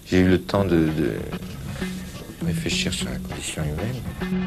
J'ai eu le temps de réfléchir sur la condition humaine.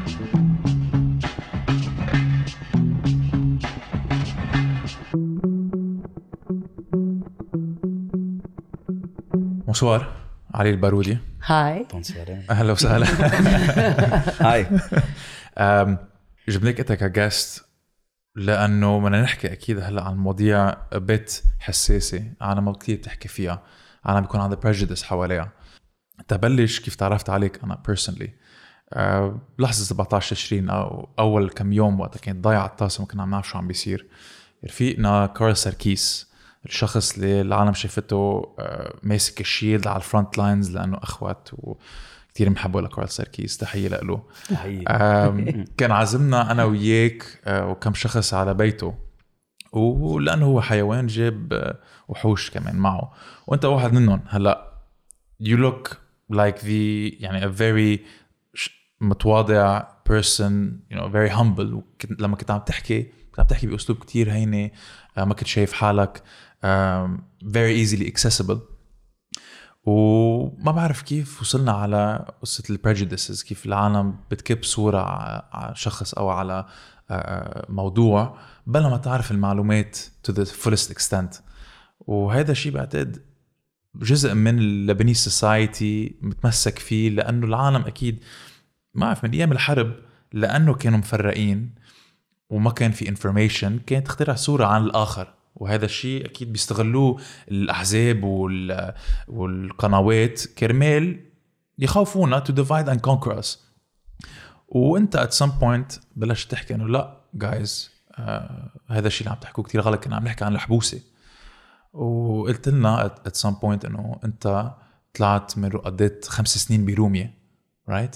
Bonsoir, علي البارودي. هاي. أهلا وسهلا. هاي. جبناك أنت كجاست لأنه بدنا نحكي أكيد هلا عن مواضيع بيت حساسة، عالم ما كتير بتحكي فيها، عالم بيكون عندها prejudice حواليها. تبلش كيف تعرفت عليك أنا personally بلحظة 17 تشرين أو أول كم يوم وقت كانت ضايعة الطاسة ما كنا عم نعرف شو عم بيصير. رفيقنا كارل ساركيس، الشخص اللي العالم شافته ماسك الشيلد على الفرونت لاينز لأنه أخوات وكتير محبه لكارل ساركيس، تحية له. كان عازمنا أنا وياك وكم شخص على بيته، ولأنه هو حيوان جاب وحوش كمان معه، وأنت واحد منهم. هلأ you look like the يعني a very متواضع person, you know, very humble. لما كنت عم تحكي بأسلوب كتير هيني، ما كنت شايف حالك very easily accessible. وما بعرف كيف وصلنا على قصة الprejudices، كيف العالم بتكب صورة على شخص أو على موضوع بلا ما تعرف المعلومات to the fullest extent. وهذا الشيء بعتقد جزء من اللبنيز سوسايتي متمسك فيه، لأنه العالم أكيد ما أعرف من أيام الحرب، لأنه كانوا مفرقين وما كان في information، كانت تخترع صورة عن الآخر. وهذا الشيء أكيد بيستغلوه الأحزاب والقنوات كرمال يخافونا to divide and conquer us. وانت at some point بلشت تحكي انه لا guys، هذا الشيء اللي عم تحكوه كتير غلط. كنا عم نحكي عن الحبوسة، وقلت لنا at some point انه انت طلعت من قضيت 5 سنين برومية right.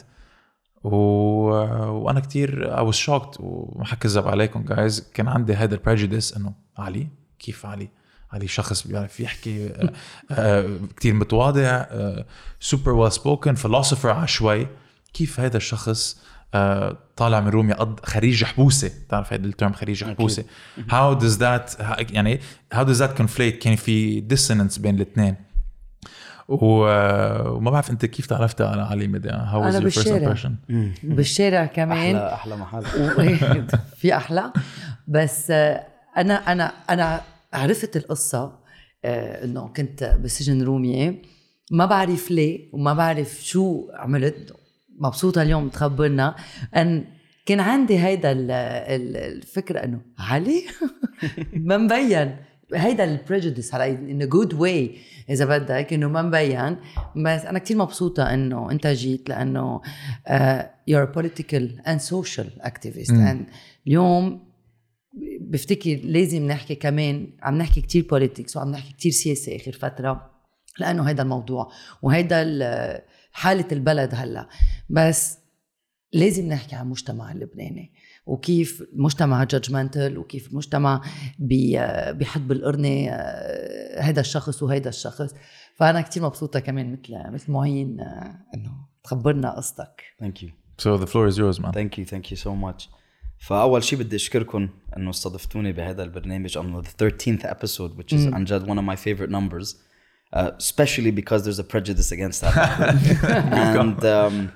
وانا كتير I was shocked، وما حكذب عليكم guys، كان عندي هذا prejudice انه علي كيف علي شخص بيعرف يحكي كتير متواضع، super well spoken philosopher عشوائي، كيف هذا الشخص طالع من روميا خريج حبوسة؟ تعرف هذا الترم خريج حبوسة. how does that conflate؟ كان في dissonance بين الاثنين. وما بعرف انت كيف تعرفت على علي مدى؟ how was your first impression؟ بالشارع كمان احلى محل في احلى. بس انا عرفت القصة انه كنت بسجن رومية، ما بعرف ليه وما بعرف شو عملت. مبسوطة اليوم تخبرنا ان كان عندي هيدا الفكرة انه علي ما مبين. هيدا البريجوديس على in a good way إذا بدك، إنه ما مبين. بس أنا كتير مبسوطة إنه أنت جيت، لأنه you're a political and social activist. and اليوم بفتكر لازم نحكي كمان، عم نحكي كتير politics وعم نحكي كتير سياسة آخر فترة، لأنه هيدا الموضوع وهيدا حالة البلد هلأ. بس لازم نحكي عن المجتمع اللبناني، وكيف المجتمع judgmental، وكيف المجتمع بيحط بالقرنة هيدا الشخص وهيدا الشخص. فأنا كتير مبسوطة كمان مثل معين إنه تخبرنا قصتك. Thank you. So the floor is yours man. Thank you so much. فأول شيء بدي أشكركم إنه استضفتوني بهذا البرنامج on the 13th episode, which is عن جد one of my favorite numbers, especially because there's a prejudice against that. and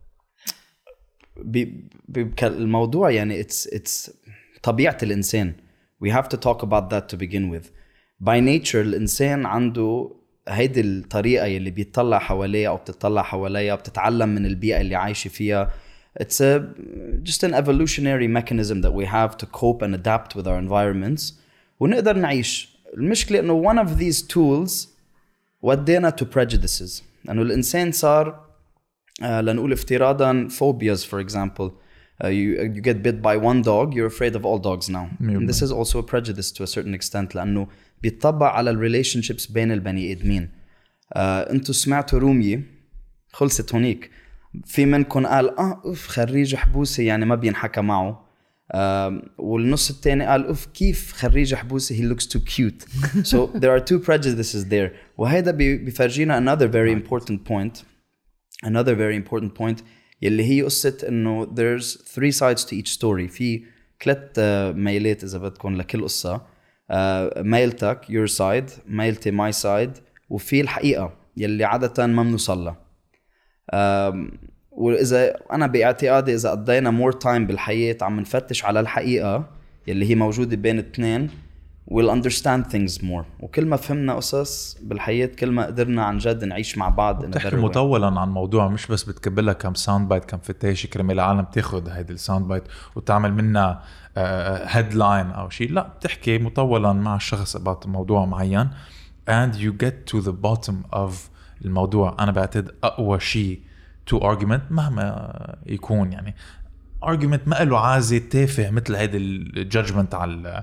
الموضوع يعني it's طبيعة الإنسان. we have to talk about that to begin with. by nature الإنسان عنده هيدي الطريقة اللي بيطلع حواليه أو بتطلع حواليه، بتتعلم من البيئة اللي عايش فيها. it's just an evolutionary mechanism that we have to cope and adapt with our environments ونقدر نعيش. المشكلة إنه one of these tools ودينا to prejudices، لأنه الإنسان صار لنقول افتراضاً phobias. for example, you get bit by one dog, you're afraid of all dogs now. And this is also a prejudice to a certain extent، لأنه بيطبق على relationships بين البني آدمين. انتو سمعتوا رومية خلصت هونيك. في منكم قال خريج حبوسة يعني ما بينحكى معه، والنص التاني قال كيف خريج حبوسة he looks too cute. So there are two prejudices there. وهذا بيفرجينا another very important point يلي هي قصة إنه there's 3 sides to each story. في 3 ميلات إذا بدكم لكل قصة. ميلتك your side، ميلتي my side، وفي الحقيقة يلي عادة ما بنوصل لها. وإذا أنا باعتقادي إذا قضينا more time بالحياة عم نفتش على الحقيقة يلي هي موجودة بين الاثنين we'll understand things more. وكل ما فهمنا قصص بالحياة كل ما قدرنا عن جد نعيش مع بعض. بتحكي مطولا عن موضوع مش بس بتكبلها كم ساوند بايت كم فتاشي كرمال العالم تاخد هيدي الساوند بايت وتعمل منها هيدلاين أو شيء. لا بتحكي مطولا مع الشخص about موضوع معين and you get to the bottom of الموضوع. أنا بعتقد أقوى شيء to argument مهما يكون يعني argument ما له عازة تافه مثل هيدا الجادجمنت على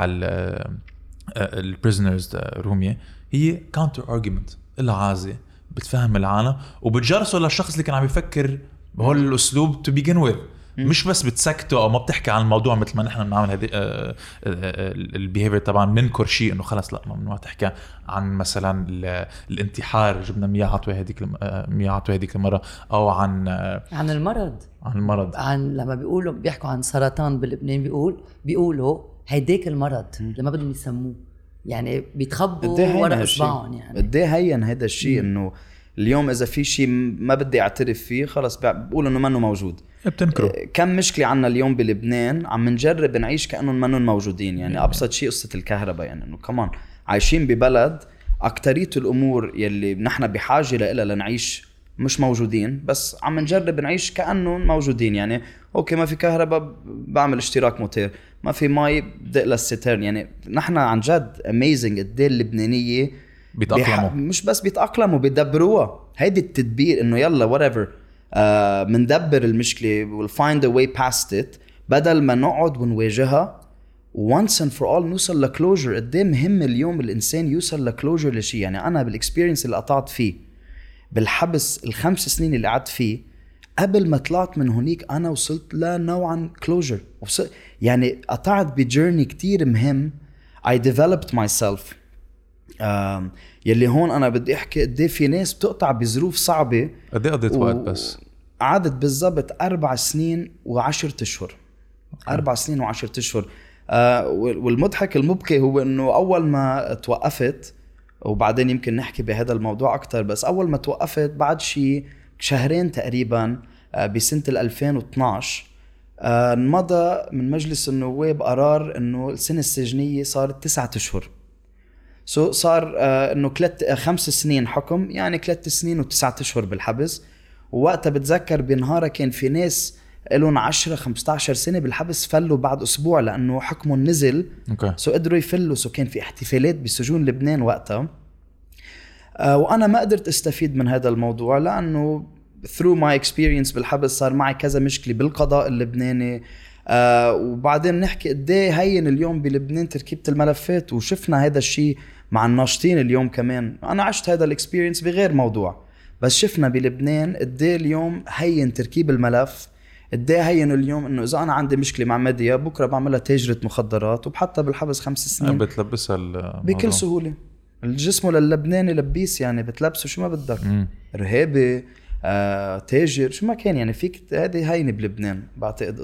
البريزنرز رومية. هي counter argument إلا عازة بتفهم العالم وبتجرسه للشخص اللي كان عم يفكر بهول الأسلوب to begin with. مش بس بتسكته أو ما بتحكي عن الموضوع مثل ما نحن بنعمل هذه البيهيفير. طبعا ننكر شيء إنه خلاص لا ممنوع تحكي عن مثلا الانتحار جبنا مياه عطوة هذيك المرة أو عن المرض عن لما بيحكوا عن سرطان بلبنان بيقولوا هيداك المرض لما بدهم يسموه يعني بيتخبوا ورا إصبعهم. يعني قديه هين هذا الشيء إنه اليوم إذا في شيء ما بدي أعترف فيه خلاص بقول إنه منه موجود. بتنكره. كم مشكلة عنا اليوم بلبنان عم نجرب نعيش كأنهم منهم موجودين. يعني أبسط شيء قصة الكهرباء يعني إنه كمان عايشين ببلد أكترية الأمور يلي نحن بحاجة لها لنعيش مش موجودين بس عم نجرب نعيش كأنهم موجودين. يعني أوكي ما في كهرباء بعمل اشتراك موتير ما في ماي بدق للسترن. يعني نحن عن جد amazing قد ايه اللبنانية مش بس بيتأقلموا بيدبروها. هيدي التدبير إنه يلا whatever مندبر المشكلة we'll find a way past it بدل ما نقعد ونواجهها once and for all نوصل لكلوجر. قد ايه مهم اليوم الإنسان يوصل لكلوجر لشيء. يعني أنا بالإكسبيرينس اللي قطعت فيه بالحبس ال5 سنين اللي قعدت فيه قبل ما طلعت من هونيك أنا وصلت لنوعا كلوجر. يعني قطعت بجيرني كتير مهم. I developed myself. يلي هون أنا بدي أحكي قد ايه في ناس بتقطع بظروف صعبة. قد ايه قضيت وقت بس؟ قعدت بالضبط 4 سنين و10 أشهر. 4 سنين و10 أشهر. والمضحك المبكي هو إنه أول ما توقفت وبعدين يمكن نحكي بهذا الموضوع أكتر بس أول ما توقفت بعد شي شهرين تقريبا بسنة 2012 انمضى من مجلس النواب قرار إنه السنة السجنية صارت 9 أشهر. صار إنه 5 سنين حكم يعني 3 سنين و9 أشهر بالحبس. ووقتها بتذكر بنهارة كان في ناس لهم 10-15 سنة بالحبس فلوا بعد أسبوع لأنه حكمهم نزل. قدروا يفلوا. كان في احتفالات بسجون لبنان وقتها. وأنا ما قدرت استفيد من هذا الموضوع لأنه through my experience بالحبس صار معي كذا مشكلة بالقضاء اللبناني. وبعدين نحكي قديه هين اليوم بلبنان تركيبة الملفات وشفنا هذا الشيء مع الناشطين اليوم كمان. أنا عشت هذا الاكسبيرينس بغير موضوع بس شفنا بلبنان قديه اليوم هين تركيب الملف. قديه هين اليوم إنه إذا أنا عندي مشكلة مع ميديا بكرة بعملها تاجرة مخدرات وبحطها بالحبس 5 سنين بتلبسها بكل سهولة. الجسم للبناني لبيس يعني بتلبسه شو ما بدك إرهابي تاجر شو ما كان. يعني فيك هذه هينة بلبنان بعتقد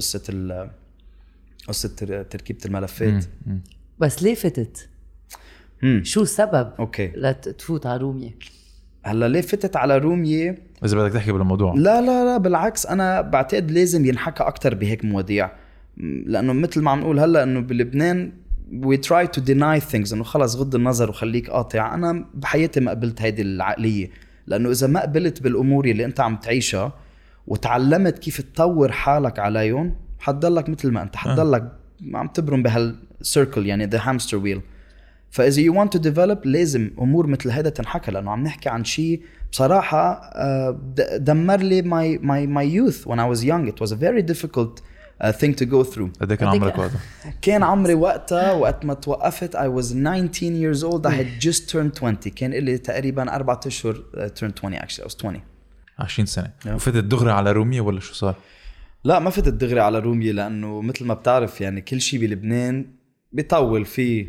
قصة تركيبة الملفات. بس ليه فتت؟ شو السبب لتفوت على رومية؟ هلا ليه فتت على رومية؟ إذا بدك تحكي بالموضوع لا بالعكس أنا بعتقد لازم ينحكى أكتر بهيك مواضيع. لأنه مثل ما عم نقول هلا إنه بلبنان we try to deny things إنه خلاص غض النظر وخليك قاطع. أنا بحياتي ما قبلت هيدي العقلية لأنه إذا ما قبلت بالأمور اللي أنت عم تعيشها وتعلمت كيف تطور حالك عليهم حتضلك مثل ما أنت حتضلك عم تبرم بهالسيركل يعني the hamster wheel. فإذا you want to develop لازم أمور مثل هذا تنحكى لأنه عم نحكي عن شيء بصراحة دمر لي my youth when I was young. It was a very difficult thing to go through. قد كان عمرك وقتها؟ كان عمري وقتها وقت ما توقفت I was 19 years old. I had just turned 20. كان إلي تقريبا 4 أشهر turned 20 actually I was 20. 20 سنة. وفتت دغري على رومية ولا شو صار؟ لا ما فتت دغري على رومية لأنه مثل ما بتعرف يعني كل شيء بلبنان بيطول فيه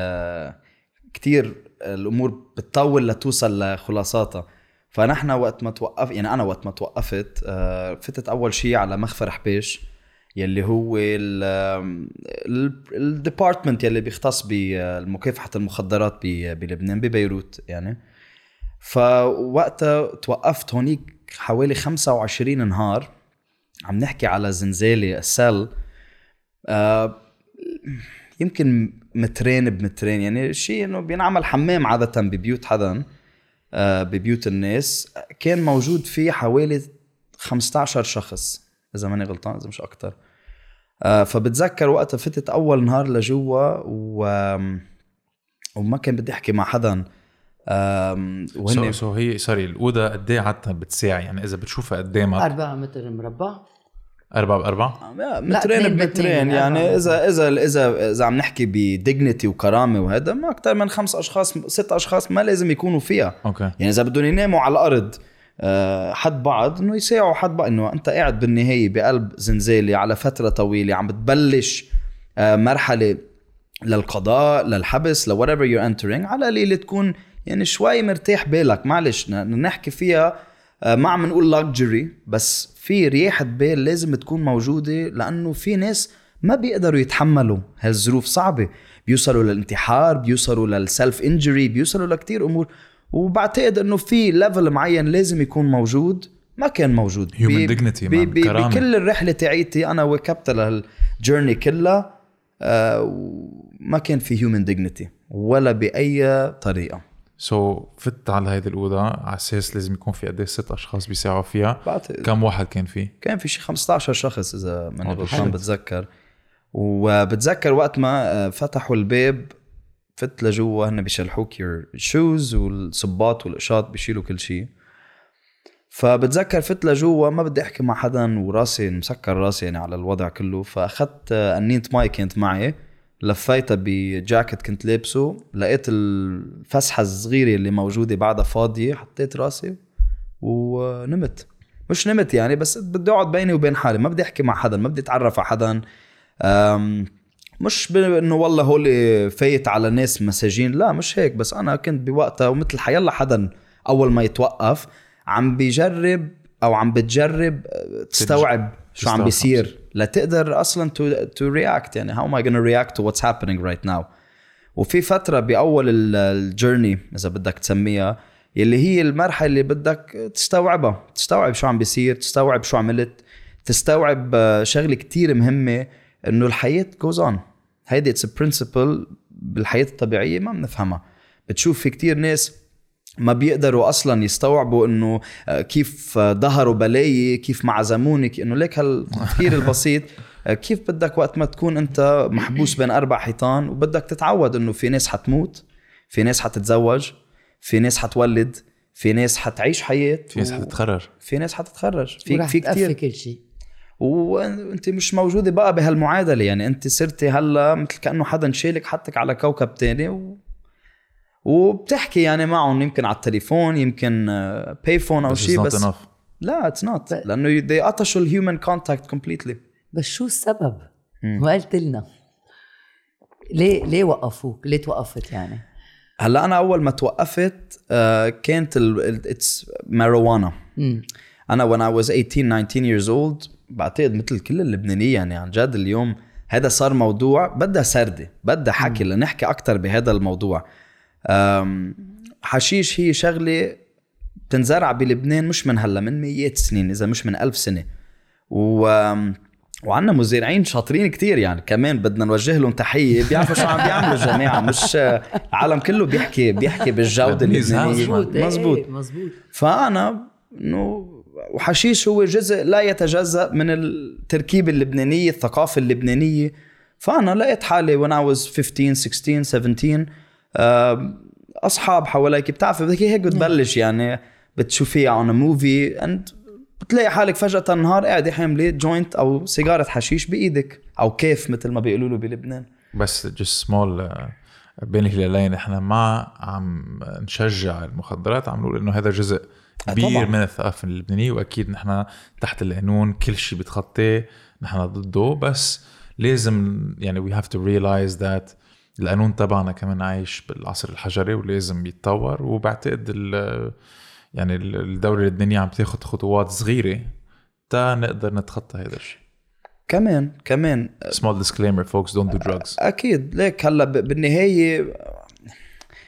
كتير الأمور بتطول لتوصل لخلاصاتها. فنحن وقت ما توقف يعني أنا وقت ما توقفت فتت أول شيء على مخفر حبيش يلي هو الديبارتمنت يلي بيختص بمكافحة المخدرات بلبنان ببيروت يعني. فوقتها توقفت هونيك حوالي 25 نهار عم نحكي على زنزالة السل يمكن مترين بمترين، يعني شيء انه بينعمل حمام عادة ببيوت حدا ببيوت الناس، كان موجود فيه حوالي 15 شخص اذا ماني غلطان اذا مش اكتر. فبتذكر وقتها فتت اول نهار لجوا وما كان بدي احكي مع حدا. وهن هي سوري الأوضة قد ايه عادة بتساع؟ يعني اذا بتشوفها قدامك 4 متر مربع، 4 ب4 مترين بمترين، يعني اذا عم نحكي بديجنيتي وكرامه وهذا ما اكثر من 5 أشخاص 6 أشخاص ما لازم يكونوا فيها. أوكي. يعني اذا بدهم يناموا على الارض حد بعض انه يساعوا حد بعض، انه انت قاعد بالنهايه بقلب زنزانه على فتره طويله عم بتبلش مرحله للقضاء للحبس ل whatever you're entering، على قليل تكون يعني شوي مرتاح بالك. معلش نحكي فيها ما عم نقول luxury، بس في رياحة بال لازم تكون موجودة، لأنه في ناس ما بيقدروا يتحملوا هالظروف صعبة، بيوصلوا للانتحار، بيوصلوا للسلف انجري، بيوصلوا لكتير أمور. وبعتقد أنه في ليفل معين لازم يكون موجود، ما كان موجود human dignity بكل الرحلة تاعيتي أنا وكبت لهالجيرني كلها. ما كان في human dignity ولا بأي طريقة. فت على هيدي الأوضة على أساس لازم يكون في قديه 6 أشخاص بيساعوا فيها. كم واحد كان فيه؟ كان في شي 15 شخص إذا ما غلطان بتذكر. وبتذكر وقت ما فتحوا الباب فت لجوا، هن بيشلحوك your shoes والصباط والقشاط بيشيلوا كل شيء. فبتذكر فت لجوا ما بدي أحكي مع حدا وراسي مسكر راسي يعني على الوضع كله. فأخذت أنينة ماي كانت معي، لفيتها بجاكيت كنت لابسه، لقيت الفسحة الصغيرة اللي موجودة بعدها فاضية، حطيت راسي ونمت. مش نمت يعني، بس بدي أقعد بيني وبين حالي، ما بدي أحكي مع حدا، ما بدي أتعرف على حدا. مش إنه والله هولي فايت على ناس مساجين، لا مش هيك، بس أنا كنت بوقتها ومثل حيالله حدا أول ما يتوقف عم بيجرب أو عم بتجرب تستوعب شو عم بيصير لتقدر أصلاً to react. يعني how am I gonna react to what's happening right now. وفي فترة بأول الجيرني إذا بدك تسميها، اللي هي المرحلة اللي بدك تستوعبها، تستوعب شو عم بيصير، تستوعب شو عملت، تستوعب شغلة كتير مهمة، إنه الحياة goes on. هيدي it's a principle بالحياة الطبيعية ما بنفهمها. بتشوف في كتير ناس ما بيقدروا أصلاً يستوعبوا إنه كيف ظهروا بلاي، كيف معزمونك، إنه ليك هالتفكير البسيط. كيف بدك وقت ما تكون أنت محبوس بين 4 حيطان وبدك تتعود إنه في ناس حتموت، في ناس حتتزوج، في ناس حتولد، في ناس حتعيش حياة، في ناس حتتخرج، في ناس حتتخرج، في كتير كل شيء، وانت مش موجودة بقى بهالمعادلة. يعني انت صرتي هلا مثل كأنه حدا شيلك حطك على كوكب تاني وبتحكي يعني معهم يمكن على التليفون، يمكن بايفون او شيء، بس لا it's not، لانه they قطشوا الهيومن كونتاكت completely. بس شو السبب؟ وقلت لنا ليه وقفوك؟ ليه توقفت يعني؟ هلا انا اول ما توقفت كانت it's marijuana. انا when I was 18-19 years old بعتقد مثل كل اللبنانيين يعني عن جد اليوم هذا صار موضوع بدها سردة، بدها حكي لنحكي اكتر بهذا الموضوع. حشيش هي شغلة بتنزرع بلبنان مش من هلا، من مئات السنين إذا مش من 1000 سنة. وعنا مزارعين شاطرين كتير يعني، كمان بدنا نوجه لهم تحية، بيعرفوا شو عم بيعملوا الجماعة. مش العالم كله بيحكي بالجودة اللبنانية. مزبوط. فأنا إنه وحشيش هو جزء لا يتجزأ من التركيبة اللبنانية، الثقافة اللبنانية. فأنا لقيت حالي when I was 15, 16, 17 أصحاب حواليك بتعرف بدك هيك بتبلش يعني بتشوفيها على موفي and بتلاقي حالك فجأة النهار قاعد حاملة جوينت أو سيجارة حشيش بإيدك أو كيف مثل ما بيقولوا له بلبنان. بس just small بين الهلالين احنا ما عم نشجع المخدرات، عم نقول إنه هذا جزء كبير من الثقافة اللبنانية، وأكيد نحن تحت القانون كل شيء بتخطيه نحن ضده، بس لازم يعني we have to realize that القانون تبعنا كمان عايش بالعصر الحجري ولازم يتطور. وبعتقد يعني الدولة اللبنانية عم تاخد خطوات صغيرة تا نقدر نتخطى هذا الشيء. كمان small disclaimer folks don't do drugs. أكيد ليك هلا بالنهاية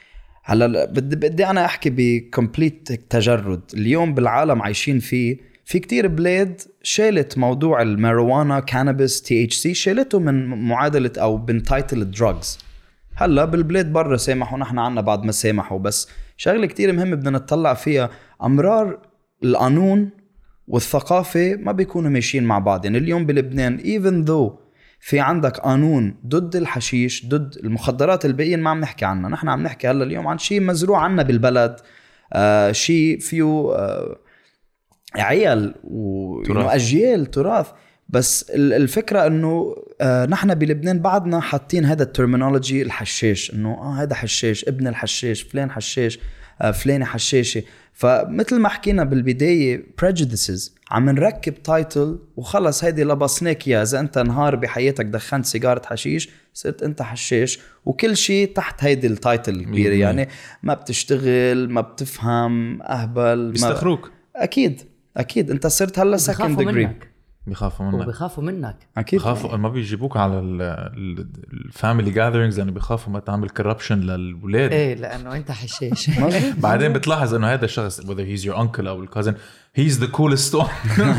هلا بدي انا احكي بكمبليت تجرد. اليوم بالعالم عايشين فيه في كتير بلاد شالت موضوع الماريجوانا كانابيس THC شالته من معادله او من تايتل الدراجز. هلا بالبلاد برا سامحوا، نحن عنا بعد ما سامحوا، بس شغله كتير مهمه بدنا نطلع فيها، امرار القانون والثقافه ما بيكونوا ماشيين مع بعض. يعني اليوم بلبنان even though في عندك قانون ضد الحشيش ضد المخدرات الباقيين ما عم نحكي عنها، نحن عم نحكي هلا اليوم عن شيء مزروع عنا بالبلد، شيء فيه عيال وأجيال تراث. بس الفكرة انه نحن بلبنان بعدنا حاطين هذا الترمينولوجي الحشاش، انه هذا حشاش، ابن الحشاش، فلان حشاش، فلانة حشاشة. فمثل ما حكينا بالبداية prejudices، عم نركب تايتل وخلص هيدي لبسناك يا إذا أنت نهار بحياتك دخنت سيجارة حشيش صرت أنت حشاش، وكل شيء تحت هيدي التايتل الكبيرة. يعني ما بتشتغل، ما بتفهم، أهبل، بيستخروك. أكيد أنت صرت هلا second degree. بيخافوا منك اكيد. بخافوا ما بيجيبوك على الفاميلي جاذرينجز لانه بيخافوا ما تعمل كوربشن للولاد. ايه لانه انت حشاش. بعدين بتلاحظ انه هذا الشخص whether he's your uncle او الكازن he's the coolest one.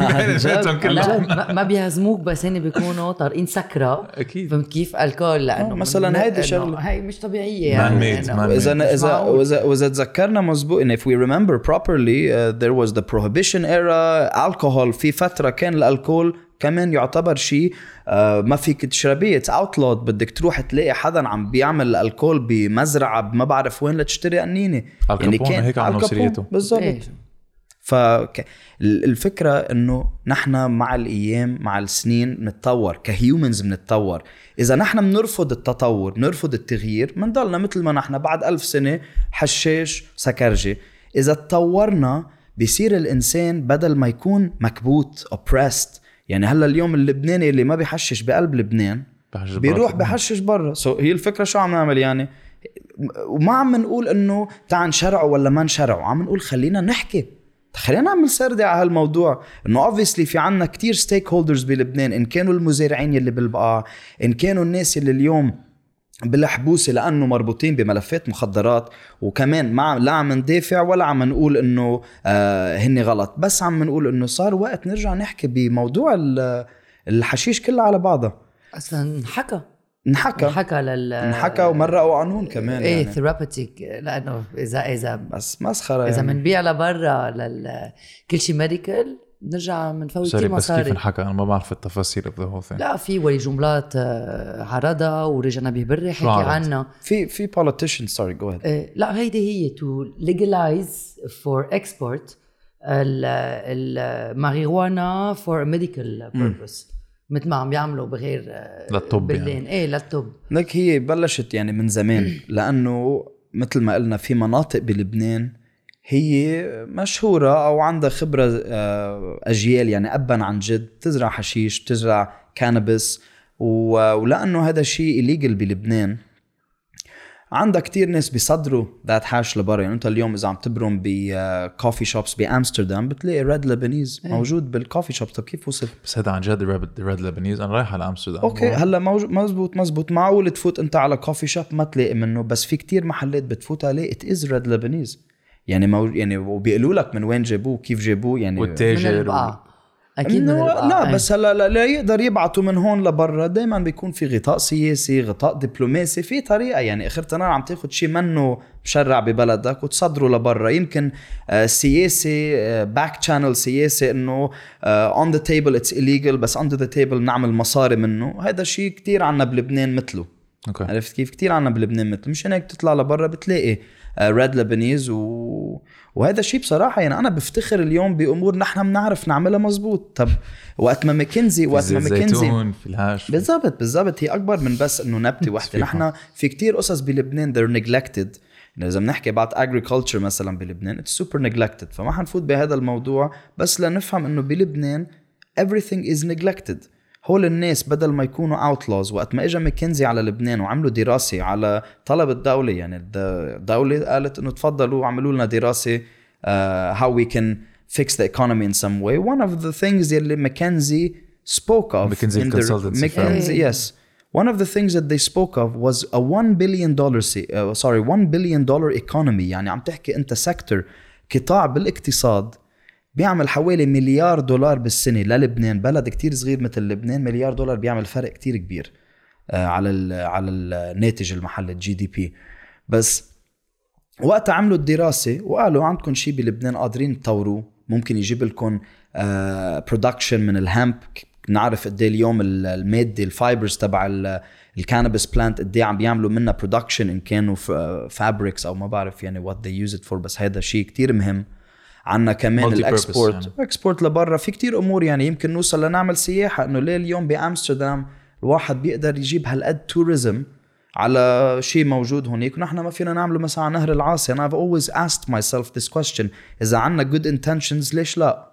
ما بيهزموك بس هن بيكونوا طارقين سكرة. اكيد فهمت كيف؟ الكول لانه مثلا هيدي شغله هي مش طبيعيه يعني. اذا تذكرنا مزبوط ان if we remember properly there was the prohibition era alcohol. في فتره كان الالكول كمان يعتبر شيء ما فيك تشربيه، it's outlawed. بدك تروح تلاقي حدا عم بيعمل الكول بمزرعه ما بعرف وين لتشتري قنينه. يعني كان هيك عم نصريته بالضبط. فالفكرة انه نحن مع الايام مع السنين نتطور كهيومنز، بنتطور. اذا نحن بنرفض التطور نرفض التغيير منضلنا مثل ما نحن بعد 1000 سنة حشاش سكرجي. اذا تطورنا بيصير الانسان بدل ما يكون مكبوت oppressed. يعني هلا اليوم اللبناني اللي ما بيحشش بقلب لبنان بيروح بيحشش برا. هي الفكرة شو عم نعمل يعني؟ وما عم نقول انه تعال نشرعه ولا ما نشرعه، عم نقول خلينا نحكي، خلينا نعمل سردة على هالموضوع. انه obviously في عنا كتير stakeholders بلبنان، ان كانوا المزارعين اللي بالبقاع، ان كانوا الناس اللي اليوم بالحبوسة لأنه مربوطين بملفات مخدرات، وكمان لا عم ندافع ولا عم نقول انه هني غلط، بس عم نقول انه صار وقت نرجع نحكي بموضوع الحشيش كله على بعضه. اصلا انحكى ومرقوا قانون كمان. ايه يعني. ثيرابيتيك، لانه اذا بس مسخره اذا يعني. منبيع لبرا كل شيء ميديكال نرجع منفوت كثير مصاري. بس كيف انحكى انا ما بعرف التفاصيل of the whole thing. لا في ولي جملات عرضها ورجعنا ببري حكي عنها في politicians. sorry go ahead. لا هيدي هي to legalize for export الماريجوانا for medical purpose. مثل ما عم يعملوا بغير للطب بلدان يعني. ايه للطب. لك هي بلشت يعني من زمان لأنه مثل ما قلنا في مناطق بلبنان هي مشهورة أو عندها خبرة أجيال، يعني أبا عن جد تزرع حشيش، تزرع كانابيس، ولأنه هذا شيء إليجل بلبنان عندها كتير ناس بيصدروا ذات حاش لبرا. يعني أنت اليوم إذا عم تبرم بكوفي شوبس بأمستردام بتلاقي ريد لبنيز موجود بالكوفي شوبس. طب كيف وصل؟ بس هذا عن جد ريد لبنيز. أنا رايح على أمستردام. أوكي هلا مزبوط معقول تفوت أنت على كوفي شوب ما تلاقي منه، بس في كتير محلات بتفوت عليه it is ريد لبنيز. يعني يعني وبيقولوا لك من وين جابوه كيف جابوه يعني. والتاجر اكيد من لا بس هلا لا يقدر يبعثوا من هون لبرا. دائما بيكون في غطاء سياسي، غطاء دبلوماسي، في طريقه. يعني اخر النهار عم تاخذ شيء منه مشرع ببلدك وتصدره لبرا. يمكن سياسي باك تشانل سياسي انه on the table it's illegal بس under the table نعمل مصاري منه. هذا شيء كتير عنا بلبنان مثله. عرفت كيف؟ كتير عنا بلبنان مثله. مش هيك تطلع لبرا بتلاقي ريد لبنيز وهذا الشيء بصراحة يعني أنا بفتخر اليوم بأمور نحن بنعرف نعملها مزبوط. طب وقت ما ماكنزي في الهاش بالضبط هي أكبر من بس إنه نبتة واحدة. نحن في كتير قصص بلبنان they're neglected. إذا بنحكي about agriculture مثلا بلبنان it's super neglected. فما حنفوت بهذا الموضوع بس لنفهم إنه بلبنان everything is neglected. هول الناس بدل ما يكونوا outlaws وقت ما اجى ماكنزي على لبنان وعملوا دراسة على طلب الدولة، يعني الدولة قالت انه تفضلوا عملوا لنا دراسة how we can fix the economy in some way. One of the things اللي ماكنزي spoke of McKinsey consultancy yes one of the things that they spoke of was a $1 billion economy. يعني عم تحكي انت سيكتور قطاع بالاقتصاد بيعمل حوالي $1 مليار بالسنة للبنان، بلد كتير صغير مثل لبنان. $1 مليار بيعمل فرق كتير كبير على الناتج المحلي GDP. بس وقت عملوا الدراسة وقالوا عندكم شيء بلبنان قادرين تطوروه، ممكن يجيب لكم production من الهامب. نعرف قد ايه اليوم المادة الفايبرز تبع الكانابيس بلانت قد ايه عم بيعملوا منها production إن كانوا فابريكس أو ما بعرف يعني what they use it for. بس هذا شيء كتير مهم. عنا كمان الاكسبورت لبرا في كتير امور. يعني يمكن نوصل لنعمل سياحه، انه ليه اليوم بامستردام الواحد بيقدر يجيب هالقد توريزم على شيء موجود هونيك ونحن ما فينا نعمله مثلا على نهر العاصي. I've always asked myself this question، اذا عنا good intentions ليش لا؟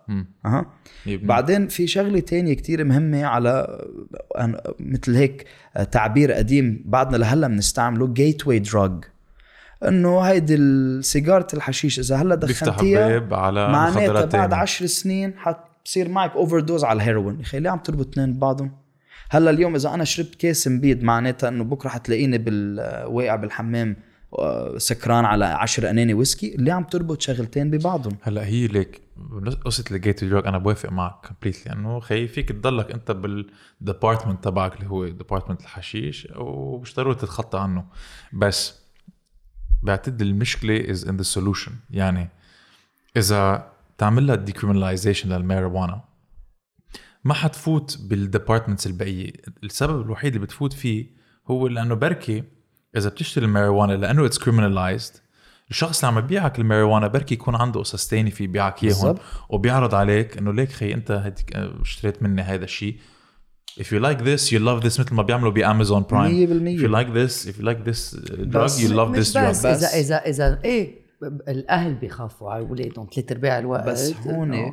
بعدين في شغله تانية كتير مهمه على مثل هيك تعبير قديم بعدنا لهلا بنستعمله gateway drug، انه هيدي السيجارة الحشيش اذا هلا دخنتيها معناتها بعد 10 سنين حتصير معك اوفر دوز على الهيروين. يخي ليه عم تربط اثنين ببعضهم؟ هلا اليوم اذا انا شربت كيس مبيد معناتها انه بكره حتلاقيني واقع بالحمام سكران على 10 أناني ويسكي. اللي عم تربط شغلتين ببعضهم. هلا هي ليك قصة الجيت دروج انا بوافق معك كومبليتلي، انه خي فيك تضلك انت بالديبارتمنت تبعك اللي هو ديبارتمنت الحشيش ومش ضروري تتخطى عنه. بس بعتقد المشكلة is in the solution. يعني إذا تعمل لها decriminalization للماريجوانا ما حتفوت بالديبارتمنتس البقية. السبب الوحيد اللي بتفوت فيه هو لأنه بركي إذا بتشتري الماريجوانا لأنه it's criminalized، الشخص اللي عم يبيعك الماريجوانا بركي يكون عنده قصص تاني في بيعك إياهم وبيعرض عليك إنه ليك خي أنت اشتريت مني هذا الشيء. If you like this you love this، مثل ما بيعملوا بأمازون برايم. If you like this drug you love this drug. بس إذا إيه الأهل بيخافوا على أولادهم 3/4 الوقت. بس هون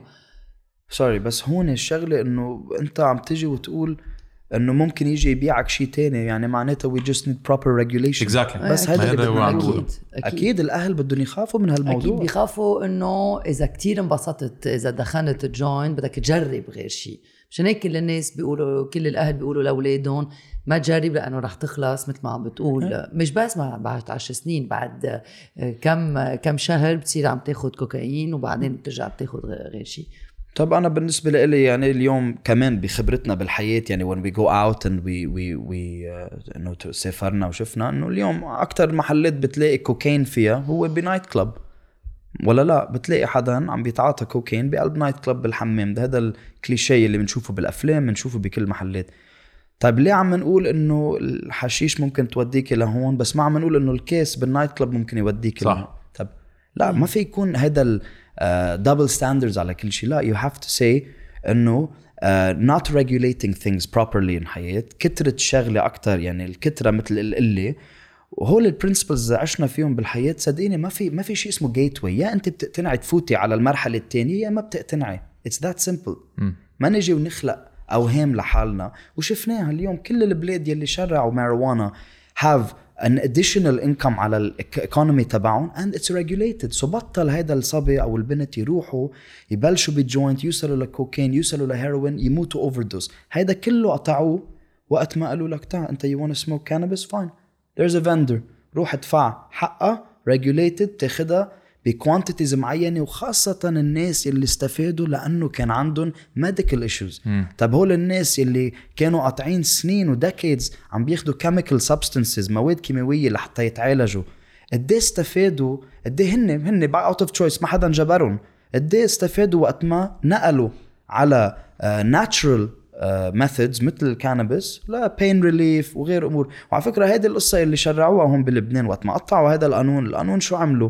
بس هون الشغلة إنه أنت عم تجي وتقول إنه ممكن يجي يبيعك شيء تاني، يعني معناته we just need proper regulation. Exactly. بس هذا اللي بدنا أكيد الأهل بدهم يخافوا من هالموضوع. أكيد بيخافوا إنه إذا كتير انبسطت إذا دخنت الجوين بدك تجرب غير شيء. مشان هيك كل الناس بيقولوا، كل الأهل بيقولوا لأولادهم ما تجرب لأنه رح تخلص مثل ما عم بتقول. مش بس بعد 10 سنين، بعد كم شهر بتصير عم تاخد كوكايين وبعدين بترجع بتاخد غير شيء. طب أنا بالنسبة لي يعني اليوم كمان بخبرتنا بالحياة، يعني when we go out and we إنه سافرنا وشفنا إنه اليوم أكتر محلات بتلاقي كوكايين فيها هو بنايت كلاب، ولا لا بتلاقي حدا عم بيتعاطى كوكايين بقلب نايت كلاب بالحمام. ده هذا الكليشيه اللي بنشوفه بالأفلام، بنشوفه بكل محلات. طيب ليه عم نقول إنه الحشيش ممكن توديك لهون بس ما عم نقول إنه الكيس بالنايت كلاب ممكن يوديك لهون؟ طب لا، ما في يكون هذا double standards على كل شيء. لا، you have to say إنه not regulating things properly in حياة، كترة شغلة أكتر، يعني الكترة مثل القلة. وهول البرنسبلز إذا عشنا فيهم بالحياة صدقيني ما في شيء اسمه جيت واي. يا أنت بتقتنعي تفوتي على المرحلة الثانية يا ما بتقتنعي. It's that simple. ما نجي ونخلق أوهام لحالنا. وشفناها اليوم كل البلاد يلي شرعوا ماريجوانا have an additional income على الايكونومي تبعهم and it's regulated. so بطل هيدا الصبي أو البنت يروحوا يبلشوا بالجوينت، يوصلوا للكوكين، يوصلوا لهيروين، يموتوا اوفردوز. هيدا كله قطعوه وقت ما قالوا لك تعال أنت you want to smoke cannabis fine there's a vendor، روح ادفع حقها regulated، تاخدها بكوانتيتيز معينة. وخاصة الناس اللي استفادوا لأنه كان عندهم medical issues. طب هول الناس اللي كانوا قاطعين سنين وديكيدز عم بياخدوا chemical substances، مواد كيماوية لحتى يتعالجوا، قديه استفادوا؟ قديه هن out of choice، ما حدا جبرهم. قديه استفادوا وقت ما نقلوا على natural methods مثل الكانابيس، لا pain relief وغير أمور. وعلى فكرة هذه القصة اللي شرعوها هم بلبنان وقت ما قطعوا هذا القانون شو عملوا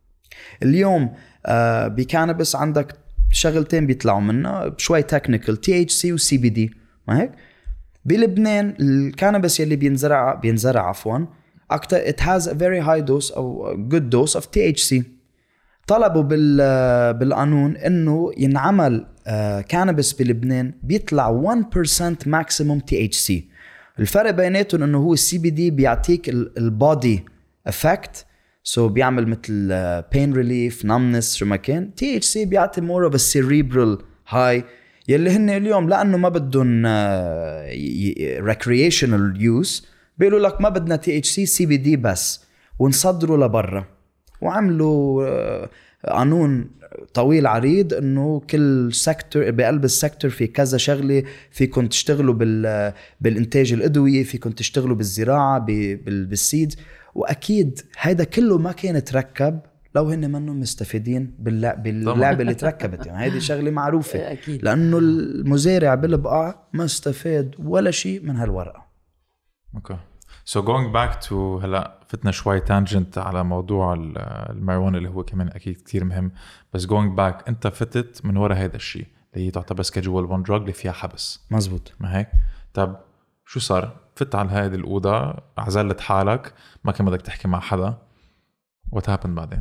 اليوم؟ بكانابيس عندك شغلتين بيطلعوا منها شوي technical، THC و CBD، ما هيك؟ بلبنان الكانابيس يلي بينزرع عفوا أكتر it has a very high dose أو good dose of THC. طلبوا بالقانون إنه ينعمل كانابيس بلبنان بيطلع 1% maximum THC. الفرق بيناتهم إنه هو CBD بيعطيك البودي effect، so بيعمل مثل pain relief numbness شو ما كان. THC بيعطي more of a cerebral high، يلي هن اليوم لأنه ما بدهم recreational use بيقولوا لك ما بدنا THC CBD بس ونصدروا لبرا، وعملوا قانون طويل عريض انه كل سيكتور بقلب السيكتور في كذا شغله، فيكم تشتغلوا بالانتاج الادويه، فيكم تشتغلوا بالزراعه بالسيد، واكيد هذا كله ما كان تركب لو هن منهم مستفيدين باللعبه اللي تركبت. يعني هذه شغله معروفه أكيد. لانه المزارع بالبقاع ما استفاد ولا شيء من هالورقه. اوكي So going back to هلا فتنا شوي تانجنت على موضوع الماريجوانا اللي هو كمان اكيد كتير مهم، بس going back انت فتت من وراء هذا الشيء اللي هي تعتبر schedule 1 drug اللي فيها حبس، مزبوط ما هيك؟ طب شو صار؟ فت على هذه الأوضة، عزلت حالك، ما كان بدك تحكي مع حدا، what happened بعدين؟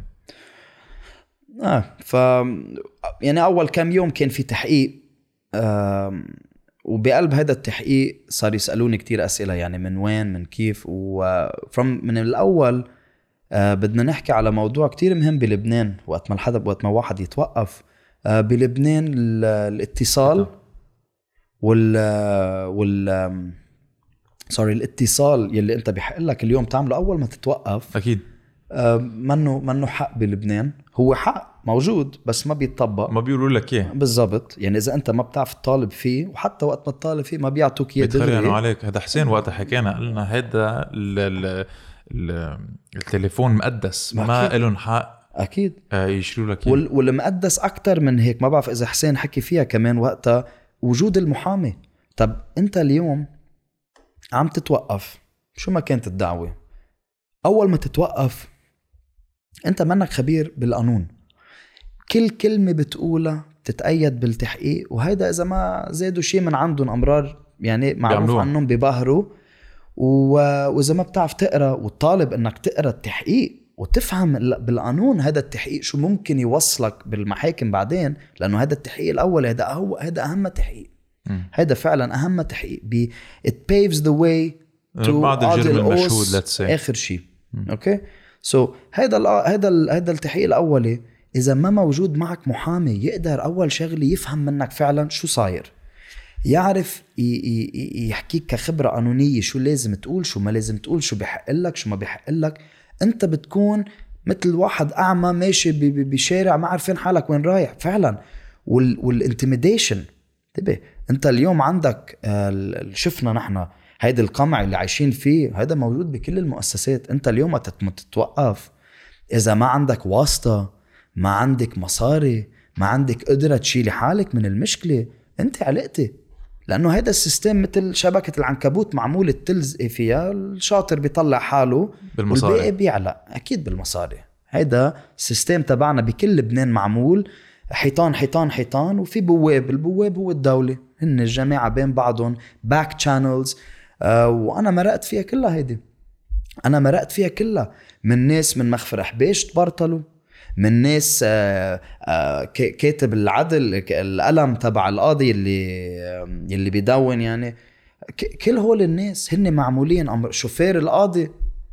يعني اول كام يوم كان في تحقيق، وبقلب هذا التحقيق صار يسألوني كتير أسئلة، يعني من وين من كيف من الأول. بدنا نحكي على موضوع كتير مهم بلبنان وقت ما واحد يتوقف بلبنان، الاتصال الاتصال يلي انت بيحق لك اليوم تعمله اول ما تتوقف. اكيد منه حق بلبنان، هو حق موجود بس ما بيتطبق، ما بيقولوا لك اياه بالضبط. يعني اذا انت ما بتعرف تطالب فيه، وحتى وقت ما تطالب فيه ما بيعطوك اياه دغري. بيتخرجوا عليك. هذا حسين وقتها حكينا قلنا هذا التليفون مقدس، ما لهم حق اكيد يشيلوا لك والمقدس اكتر من هيك. ما بعرف اذا حسين حكي فيها كمان وقتها، وجود المحامي. طب انت اليوم عم تتوقف، شو ما كانت الدعوة، اول ما تتوقف انت منك خبير بالقانون، كل كلمة بتقولها تتأيد بالتحقيق، وهيدا اذا ما زادوا شيء من عندهم امرار يعني معروف عنهم بباهروا. واذا ما بتعرف تقرأ وتطالب انك تقرأ التحقيق وتفهم بالقانون هذا التحقيق شو ممكن يوصلك بالمحاكم بعدين، لانه هذا التحقيق الاول هذا اهم تحقيق. هذا فعلا اهم تحقيق it paves the way to بعد الجرم المشهود let's say اخر شيء. اوكي سو هذا التحقيق الاولي اذا ما موجود معك محامي يقدر اول شغله يفهم منك فعلا شو صاير، يعرف يحكيك كخبره قانونيه شو لازم تقول، شو ما لازم تقول، شو بيحق لك، شو ما بيحق لك. انت بتكون مثل واحد اعمى ماشي بشارع ما عارفين حالك وين رايح فعلا. والانتميديشن انتبه، انت اليوم عندك شفنا نحن هيدا القمع اللي عايشين فيه، هذا موجود بكل المؤسسات. انت اليوم تتوقف اذا ما عندك واسطة، ما عندك مصاري، ما عندك قدرة تشيلي حالك من المشكلة، انت علقتي. لانه هذا السيستم مثل شبكة العنكبوت معمولة تلزق فيها، الشاطر بيطلع حاله بالمصاري والباقي بيعلق اكيد بالمصاري. هيدا السيستم تبعنا بكل لبنان معمول حيطان حيطان حيطان، وفي بواب، البواب هو الدولة، هن الجماعة بين بعضهم باك تشانلز. وانا مرقت فيها كلها، هيدي انا مرقت فيها كلها، من ناس من مخفر حبيش تبرطلوا، من ناس كاتب العدل القلم تبع القاضي اللي بيدون. يعني كل هول الناس هن معمولين شوفير القاضي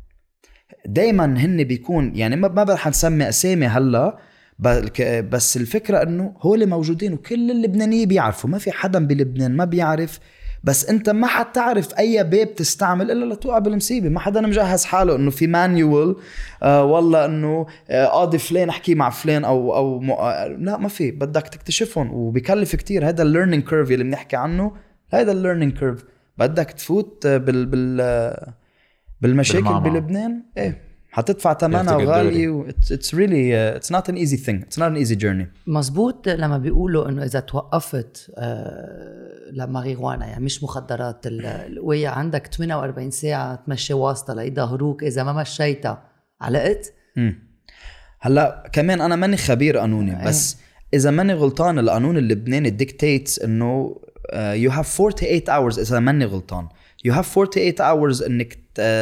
دايما هن بيكون، يعني ما بدنا نسمي اسامي هلا، بس الفكرة انه هول موجودين وكل اللبنانيين بيعرفوا، ما في حدا بلبنان ما بيعرف. بس انت ما حتعرف اي باب تستعمل الا لتوقع بالمصيبة. ما حدا مجهز حاله انه في مانيوال والله انه قاضي فلان احكي مع فلان او لا، ما في، بدك تكتشفهم وبيكلف كتير. هذا الليرنينج كيرف اللي بنحكي عنه، هذا الليرنينج كيرف بدك تفوت بالمشاكل بلبنان. ايه حتدفع ثمنها وغالي. it's really it's not an easy thing, it's not an easy journey. مزبوط. لما بيقولوا انه اذا توقفت لماريجوانا، يعني مش مخدرات القوية، عندك 48 ساعة تمشي واسطة ليظهروك، اذا ما مشيتها علقت. هلا كمان انا ماني خبير قانوني، بس اذا ماني غلطان القانون اللبناني dictates انه you have 48 hours، اذا ماني غلطان you have 48 hours انك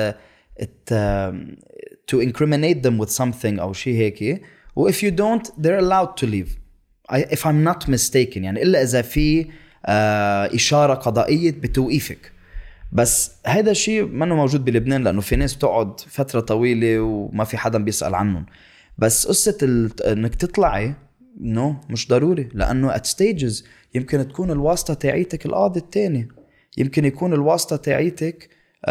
to incriminate them with something أو شيء هيك، و if you don't they're allowed to leave if I'm not mistaken. يعني إلا إذا في إشارة قضائية بتوقيفك. بس هذا الشيء منه موجود بلبنان، لأنه في ناس بتقعد فترة طويلة وما في حدا بيسأل عنهم. بس قصة إنك تطلعي مش ضروري، لانه at stages يمكن تكون الواسطة تاعيتك القاضي التاني، يمكن يكون الواسطة تاعيتك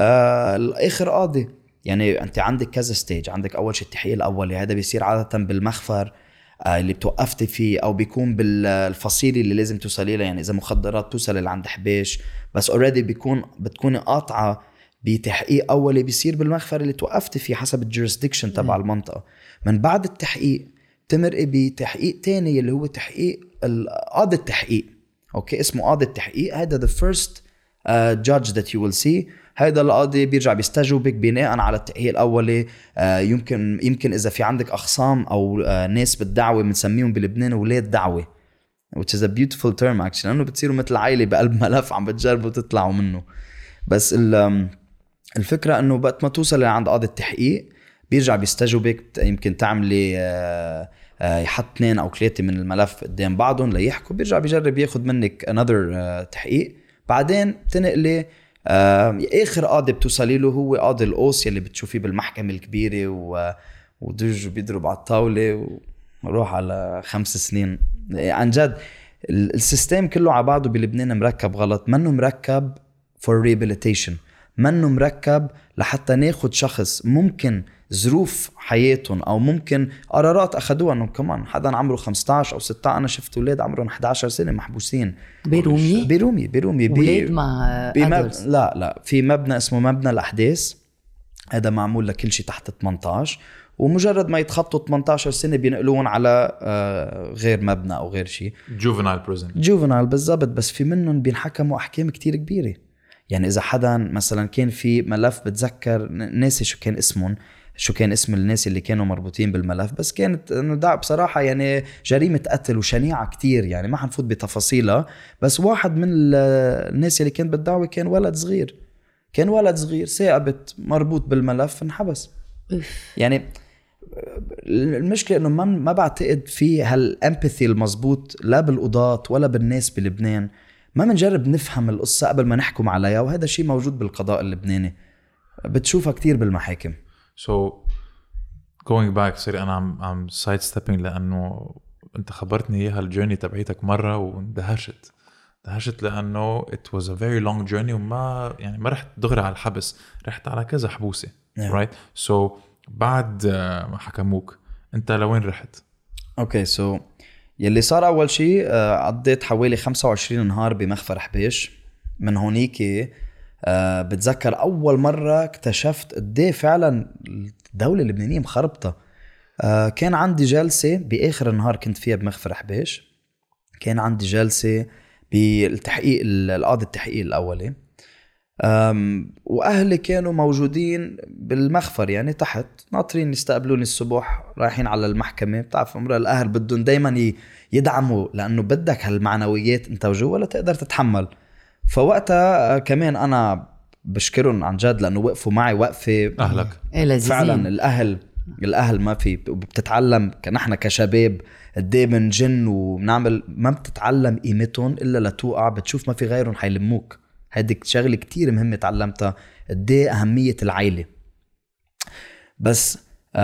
الاخر قاضي. يعني انت عندك كذا ستيج، عندك اول شيء التحقيق الاولي، هذا بيصير عادة بالمخفر اللي بتوقفتي فيه، او بيكون بالفصيلة اللي لازم توصلي لها. يعني اذا مخدرات توصل اللي عند حبيش، بس اوريدي بتكوني قاطعة بتحقيق اولي بيصير بالمخفر اللي توقفتي فيه حسب الجوريسديكشن تبع المنطقة. من بعد التحقيق تمرقي بتحقيق تاني اللي هو تحقيق قاضي التحقيق. اوكي، اسمه قاضي التحقيق. هذا the first judge that you will see. هذا القاضي بيرجع بيستجوبك بناء على التحقيق الاولي. يمكن اذا في عندك اخصام او ناس بالدعوه بنسميهم بلبنان ولاد دعوه، which is a beautiful term actually، لانه بتصيروا مثل عائله بقلب ملف عم بتجربوا تطلعوا منه. بس الفكره انه وقت ما توصل لعند قاضي التحقيق بيرجع بيستجوبك. يمكن تعملي يحط 2 أو 3 من الملف قدام بعضهم ليحكوا، بيرجع بيجرب ياخد منك another تحقيق. بعدين بتنقلي آخر قاضي بتوصلي له هو قاضي القوس يلي بتشوفيه بالمحكمة الكبيرة ودج بيضرب على الطاولة وروح على 5 سنين. عن جد السيستم كله على بعضه بلبنان مركب غلط. منه مركب for rehabilitation، منه مركب لحتى ناخد شخص ممكن ظروف حياتهم او ممكن قرارات اخذوها. انه كمان حدا عمره 15 او 16، انا شفت اولاد عمرهم 11 سنه محبوسين برومي اولاد مع لا في مبنى اسمه مبنى الاحداث، هذا معمول لكل شيء تحت 18، ومجرد ما يتخطوا 18 سنه بينقلون على غير مبنى او غير شيء جوفنال بالضبط. بس في منهم بينحكموا احكام كتير كبيره. يعني اذا حدا مثلا كان في ملف، بتذكر ناسي شو كان اسم الناس اللي كانوا مربوطين بالملف، بس كانت انه بصراحه يعني جريمه قتل وشنيعه كتير، يعني ما حنفوت بتفاصيلها. بس واحد من الناس اللي كان بالدعوه كان ولد صغير ثاقبت مربوط بالملف انحبس. يعني المشكله انه ما بعتقد في هالامباثي المزبوط لا بالقضاة ولا بالناس بلبنان. ما منجرب نفهم القصة قبل ما نحكم عليها، وهذا شيء موجود بالقضاء اللبناني، بتشوفها كتير بالمحاكم. So going back، سوري أنا عم side stepping، لأنه أنت خبرتني إياها الجيرني تبعيتك مرة واندهشت لأنه it was a very long journey، وما يعني ما رحت دغري على الحبس، رحت على كذا حبوسة right. So بعد ما حكموك أنت لوين رحت؟ Okay, so يلي صار أول شيء قضيت حوالي 25 نهار بمخفر حبيش. من هونيك بتذكر أول مرة اكتشفت قديه فعلا الدولة اللبنانية مخربطة. كان عندي جلسة بآخر النهار كنت فيها بمخفر حبيش، كان عندي جلسة بالتحقيق القاضي التحقيق الأولي، وأهلي كانوا موجودين بالمخفر يعني تحت ناطرين يستقبلوني الصبح رايحين على المحكمة. بتعرف أمر الأهل بدهم دايما يدعموا، لأنه بدك هالمعنويات أنت وجوا ولا تقدر تتحمل. فوقتها كمان أنا بشكرهم عن جد لأنه وقفوا معي وقفة أهلك فعلا. الأهل ما في بتتعلم نحن كشباب قديه بنجن وبنعمل، ما بتتعلم قيمتهم إلا لتوقع بتشوف ما في غيرهم حيلموك. هيديك شغلة كتير مهمة تعلمتها قديه أهمية العائلة. بس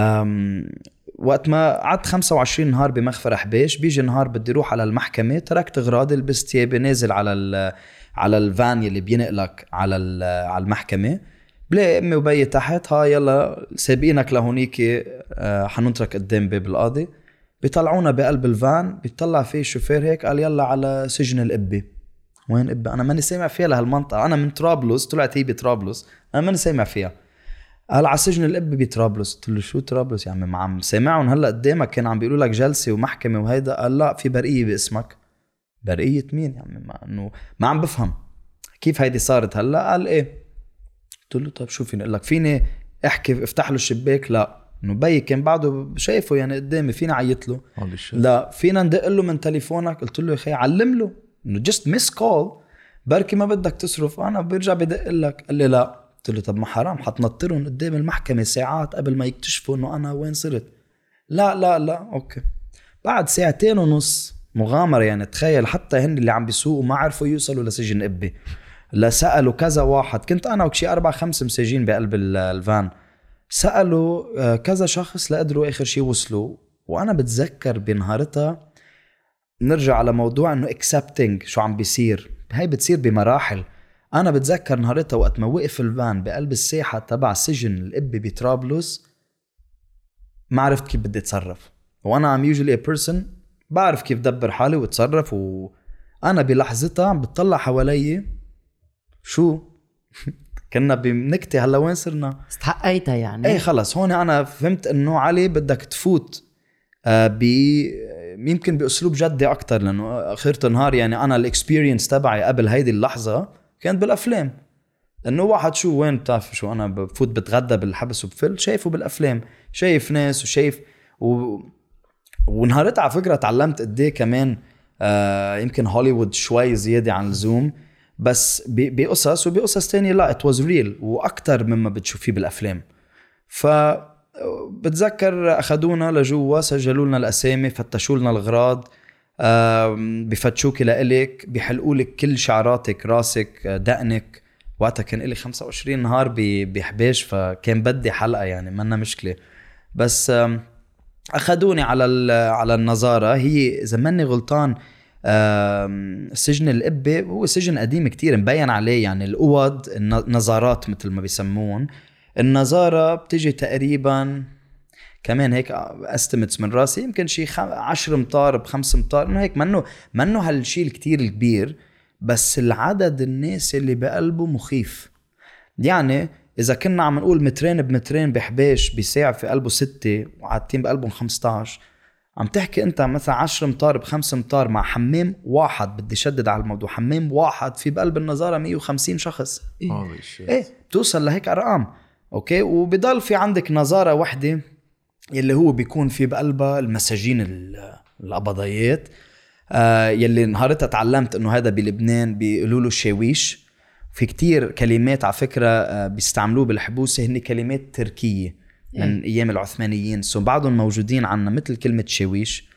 وقت ما قعدت 25 نهار بمخفر حبيش، بيجي نهار بدي روح على المحكمة، تركت غراضي لبست ثيابي نازل على الفان اللي بينقلك على المحكمة، بلاقي امي وبي تحت، ها يلا سابقينك لهونيك حننترك قدام باب القاضي. بيطلعونا بقلب الفان، بيطلع فيه الشوفير هيك قال يلا على سجن القبة. وين قبة؟ انا ماني سامع فيها لهالمنطقة، انا من طرابلس، طلعت هي بطرابلس، انا ماني سامع فيها. قال على سجن القبة بطرابلس. قلت له شو طرابلس يا عمي؟ ما عم سامعهم هلا قدامك، كان عم بيقولوا لك جلسة ومحكمة وهيدا. قال لا في برقية باسمك. برقية مين يا عمي؟ ما عم بفهم كيف هيدي صارت هلا. قال ايه؟ قلت له طب شو فيني اقول لك؟ فيني احكي افتح له الشباك؟ لا. انه بي كان بعده شايفه يعني قدامي، فيني عيط له؟ لا. فينا ندق له من تليفونك؟ قلت له يا اخي علم له انه جست ميس كول، بركي ما بدك تصرف انا بيرجع بدق لك. قال لي لا. قلت له طب ما حرام حتنطرهم قدام المحكمة ساعات قبل ما يكتشفوا انه انا وين صرت. لا لا لا. اوكي. بعد 2.5 ساعة مغامرة يعني، تخيل حتى هن اللي عم بيسوقوا ما عرفوا يوصلوا لسجن قبة. لا سألوا كذا واحد، كنت انا وشي 4-5 مساجين بقلب الفان، سألوا كذا شخص لقدروا اخر شي وصلوا. وانا بتذكر بنهارتها نرجع على موضوع انه accepting شو عم بيصير. هاي بتصير بمراحل. انا بتذكر نهارتها وقت ما وقف الفان بقلب الساحة تبع سجن الإبي بطرابلس، ما عرفت كيف بدي اتصرف. وانا I'm usually a person بعرف كيف دبر حالي واتصرف، وانا بلحظتها عم بتطلع حوالي شو كنا بنكتة هلا وين صرنا استحقيتها يعني. ايه خلص هون انا فهمت انه علي بدك تفوت يمكن باسلوب جدي اكتر، لانه اخرت النهار يعني انا الاكسبيرينس تبعي قبل هيدي اللحظه كانت بالافلام. انه واحد شو وين بتعرف شو انا بفوت بتغدى بالحبس وبفل شايفه بالافلام، شايف ناس وشايف ونهارتها على فكره تعلمت قد ايه كمان يمكن هوليوود شوي زياده عن اللزوم، بس بقصص وبقصص تانية لا it was real واكتر مما بتشوفيه بالافلام. بتذكر اخذونا لجوا، سجلوا لنا الاسامي، فتشوا لنا الاغراض، بفتشوك لإلك، بيحلقوا لك كل شعراتك، راسك، دقنك. وقتها كان لي 25 نهار بحباش، فكان بدي حلقه يعني منا مشكله. بس اخذوني على النظاره. هي اذا ماني غلطان سجن الإبي هو سجن قديم كتير مبين عليه، يعني الأوض النظارات مثل ما بيسمون. النظارة بتجي تقريبا كمان هيك استمتس من راسي يمكن شي 10 امتار ب5 امتار، انه هيك منه هالشي الكتير الكبير، بس العدد الناس اللي بقلبه مخيف. يعني اذا كنا عم نقول مترين بمترين بحباش بساعة في قلبه 6 وعادتين بقلبهم 15، عم تحكي انت مثلا 10 امتار ب5 امتار مع حمام واحد. بدي شدد على الموضوع، حمام واحد في بقلب النظارة 150 شخص. ايه بتوصل لهيك ارقام. اوكي، وبضل في عندك نظارة واحدة يلي هو بيكون في بقلبها المساجين القبضيات، يلي نهارتها تعلمت انه هذا بلبنان بيقولوا له شاويش. في كتير كلمات على فكرة بيستعملوه بالحبوسة هن كلمات تركية من ايام العثمانيين، سو بعضهم موجودين عنا مثل كلمة شاويش.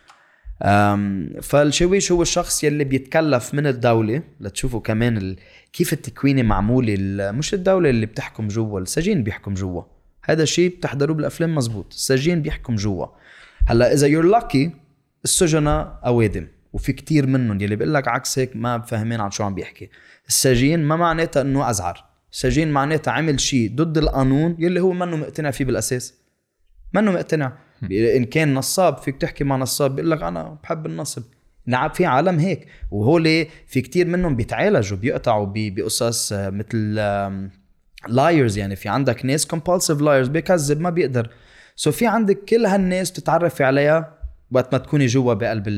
فالشاويش هو الشخص يلي بيتكلف من الدولة لتشوفوا كمان كيف التكوينة معمولة، مش الدولة اللي بتحكم جوا، السجين بيحكم جوا. هذا الشيء بتحضروه بالأفلام مزبوط، السجين بيحكم جوا. هلا إذا you're lucky السجناء أوادم، وفي كتير منهم يلي بيقول لك عكس هيك ما بفهمين عن شو عم بيحكي. السجين ما معناتها إنه أزعر، السجين معناتها عمل شيء ضد القانون يلي هو منه مقتنع فيه بالأساس، منه مقتنع. إن كان نصاب فيك تحكي مع نصاب بيقول لك أنا بحب النصب. نعم في عالم هيك، وهولي في كتير منهم بيتعالجوا بيقطعوا بقصص مثل liars. يعني في عندك ناس compulsive liars بيكذب ما بيقدر. سو في عندك كل هالناس تتعرفي عليها وقت ما تكوني جوا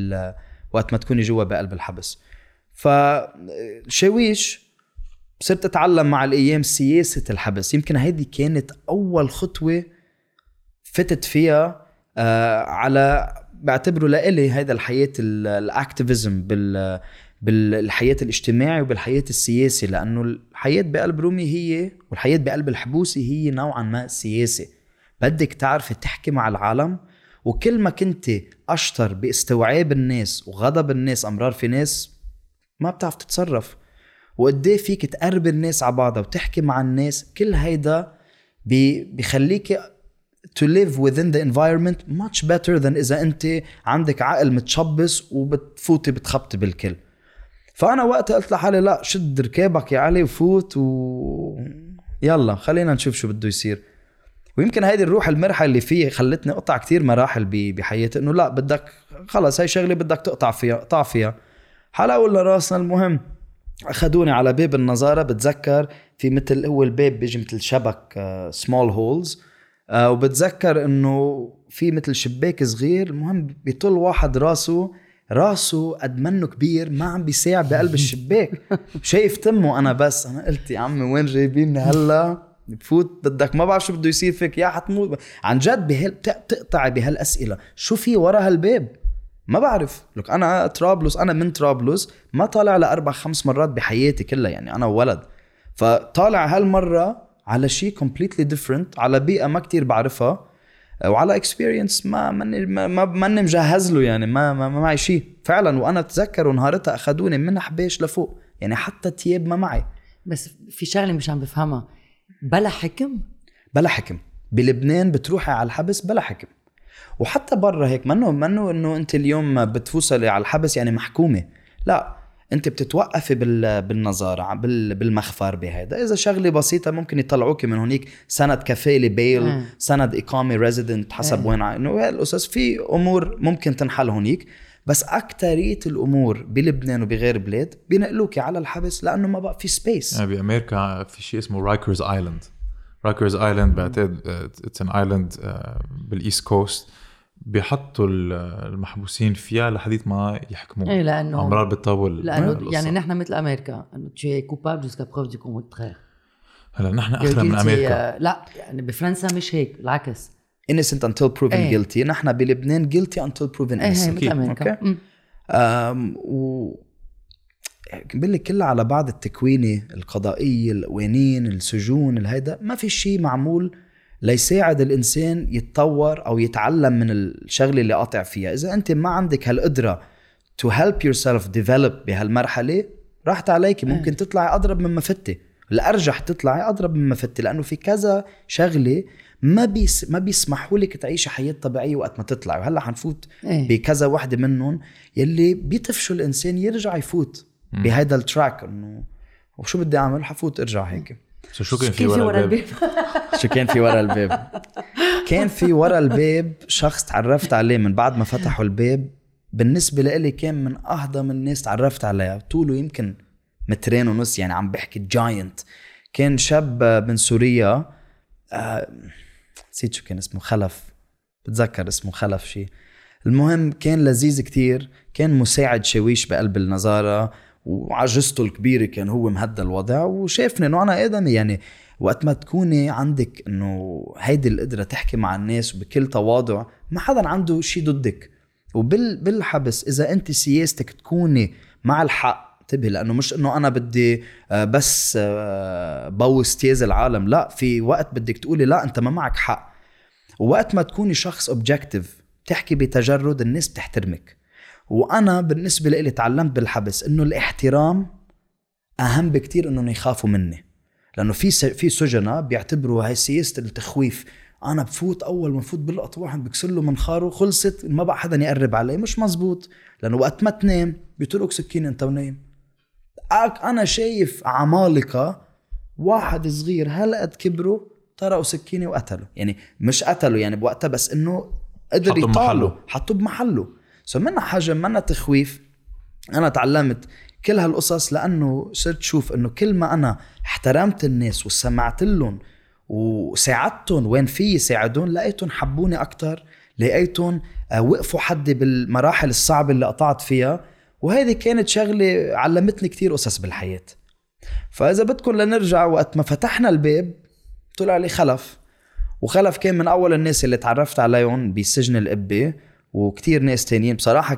بقلب الحبس. فشويش صرت اتعلم مع الايام سياسة الحبس. يمكن هيدي كانت اول خطوة فتت فيها على بعتبره لإلي هيدا الحياة الاكتيفيزم بالحياة الاجتماعي وبالحياة السياسي، لأنه الحياة بقلب رومي هي والحياة بقلب الحبوسي هي نوعا ما سياسي. بدك تعرف تحكي مع العالم، وكل ما كنت أشطر باستوعاب الناس وغضب الناس، أمرار في ناس ما بتعرف تتصرف، وقديه فيك تقرب الناس على بعضها وتحكي مع الناس. كل هيدا بيخليك to live within the environment much better than إذا أنت عندك عقل متشبس وبتفوتي بتخبطي بالكل. فأنا وقت قلت لحالي لا، شد ركابك يا علي وفوت يلا خلينا نشوف شو بده يصير. ويمكن هيدي الروح المرحة اللي فيه خلتني أقطع كتير مراحل بحياتي، إنه لا بدك خلص هاي شغلة بدك تقطع فيها حلا ولا راسنا. المهم أخدوني على باب النظارة. بتذكر في مثل هو الباب بيجي مثل شبك small holes، وبتذكر إنه في مثل شباك صغير. المهم بيطل واحد راسه قد منه كبير ما عم بيساع بقلب الشباك، شايف تمه. أنا قلت يا عمي وين جايبيني هلا بفوت؟ بدك ما بعرف شو بده يصير فيك يا حتموت عن جد. تقطع بهالأسئلة شو في ورا هالباب؟ ما بعرف لك. أنا من طرابلس ما طالع ل4-5 مرات بحياتي كلها، يعني أنا ولد. فطالع هالمرة على شيء completely different، على بيئة ما كتير بعرفها، وعلى experience ما مجهز له، يعني ما معي شيء فعلا. وأنا أتذكر نهارتها أخدوني من حباش لفوق، يعني حتى تياب ما معي. بس في شغلة مش عم بفهمها، بلا حكم. بلبنان بتروحي على الحبس بلا حكم. وحتى برا هيك منه انه انت اليوم بتفوصلي على الحبس يعني محكومة، لا، انت بتتوقفي بالنظارة بالمخفر بهذا. اذا شغلة بسيطة ممكن يطلعوك من هونيك سند كفالة بيل، سند اقامة ريزيدنت حسب وين انه القصص. في امور ممكن تنحل هونيك، بس اكترية الامور بلبنان وبغير بلاد بينقلوك على الحبس لانه ما بقى في سبيس. يعني بامريكا في شيء اسمه رايكرز ايلاند. رايكرز ايلاند بعتقد اتس ان ايلاند بالايست كوست، بيحطوا المحبوسين فيها لحديث ما يحكموا. ايه لانه امرار بتطول لانه يعني نحن مثل امريكا انه تشي كوبابل جوسكا بروف دي كونترير. هلا نحن اخرى من امريكا. لا يعني بفرنسا مش هيك، العكس. innocent until proven guilty. نحن بلبنان guilty until proven innocent. مثل امريكا. بالله كلها على بعض التكوينة القضائية، القوانين، السجون، الهيدا ما في شيء معمول ليساعد الإنسان يتطور أو يتعلم من الشغلة اللي قاطع فيها. إذا أنت ما عندك هالقدرة to help yourself develop بهالمرحلة، راحت عليك ممكن تطلعي أضرب من مفتة. الأرجح تطلعي أضرب من مفتة، لأنه في كذا شغلة ما بيسمحوا لك تعيش حياة طبيعية وقت ما تطلعي. وهلأ حنفوت بكذا واحدة منهم يلي بيطفشوا الإنسان يرجع يفوت بهذا التراك. إنه وشو بدي أعمل؟ حفوت أرجع هيك. شو كان في ورا الباب؟ شو كان في ورا الباب؟ كان في ورا الباب شخص تعرفت عليه من بعد ما فتحوا الباب. بالنسبة لي كان من أهضم الناس تعرفت عليها. طوله يمكن 2.5 متر، يعني عم بحكي جاينت. كان شاب من سوريا، نسيت شو كان اسمه، خلف، بتذكر اسمه خلف شيء. المهم كان لذيذ كتير، كان مساعد شويش بقلب النظارة، وعجزته الكبيرة كان هو مهدى الوضع، وشافني انه انا ادمي. يعني وقت ما تكوني عندك انه هيدي القدرة تحكي مع الناس بكل تواضع، ما حدا عنده شيء ضدك. وبالحبس اذا انت سياستك تكوني مع الحق، انتبه، لانه مش انه انا بدي بس بوس تيز العالم، لا، في وقت بدك تقولي لا انت ما معك حق. ووقت ما تكوني شخص اوبجكتيف تحكي بتجرد، الناس بتحترمك. وانا بالنسبه لي تعلمت بالحبس انه الاحترام اهم بكتير انه يخافوا مني، لانه في سجناء بيعتبروا هاي سياسه التخويف. انا بفوت اول ما فوت بلقط واحد بكسر له منخاره، خلصت، ما بقى حدا يقرب علي. مش مزبوط، لانه وقت ما تنام بيطلقك سكين انت ونايم. انا شايف عمالقه، واحد صغير هلا قد كبره طرقوا سكينه وقتله. يعني مش قتله يعني بوقتها، بس انه قدر يطاله، حطوه بمحله. منا حجم، منا تخويف. أنا تعلمت كل هالقصص لأنه صرت شوف أنه كل ما أنا احترمت الناس وسمعت لهم وساعدتهم وين في ساعدون، لقيتهم حبوني أكتر، لقيتهم وقفوا حدي بالمراحل الصعبة اللي قطعت فيها. وهذه كانت شغلة علمتني كتير قصص بالحياة. فإذا بدكم لنرجع، وقت ما فتحنا الباب طلع لي خلف. وخلف كان من أول الناس اللي تعرفت عليهم بسجن القبة، وكتير ناس تانيين. بصراحة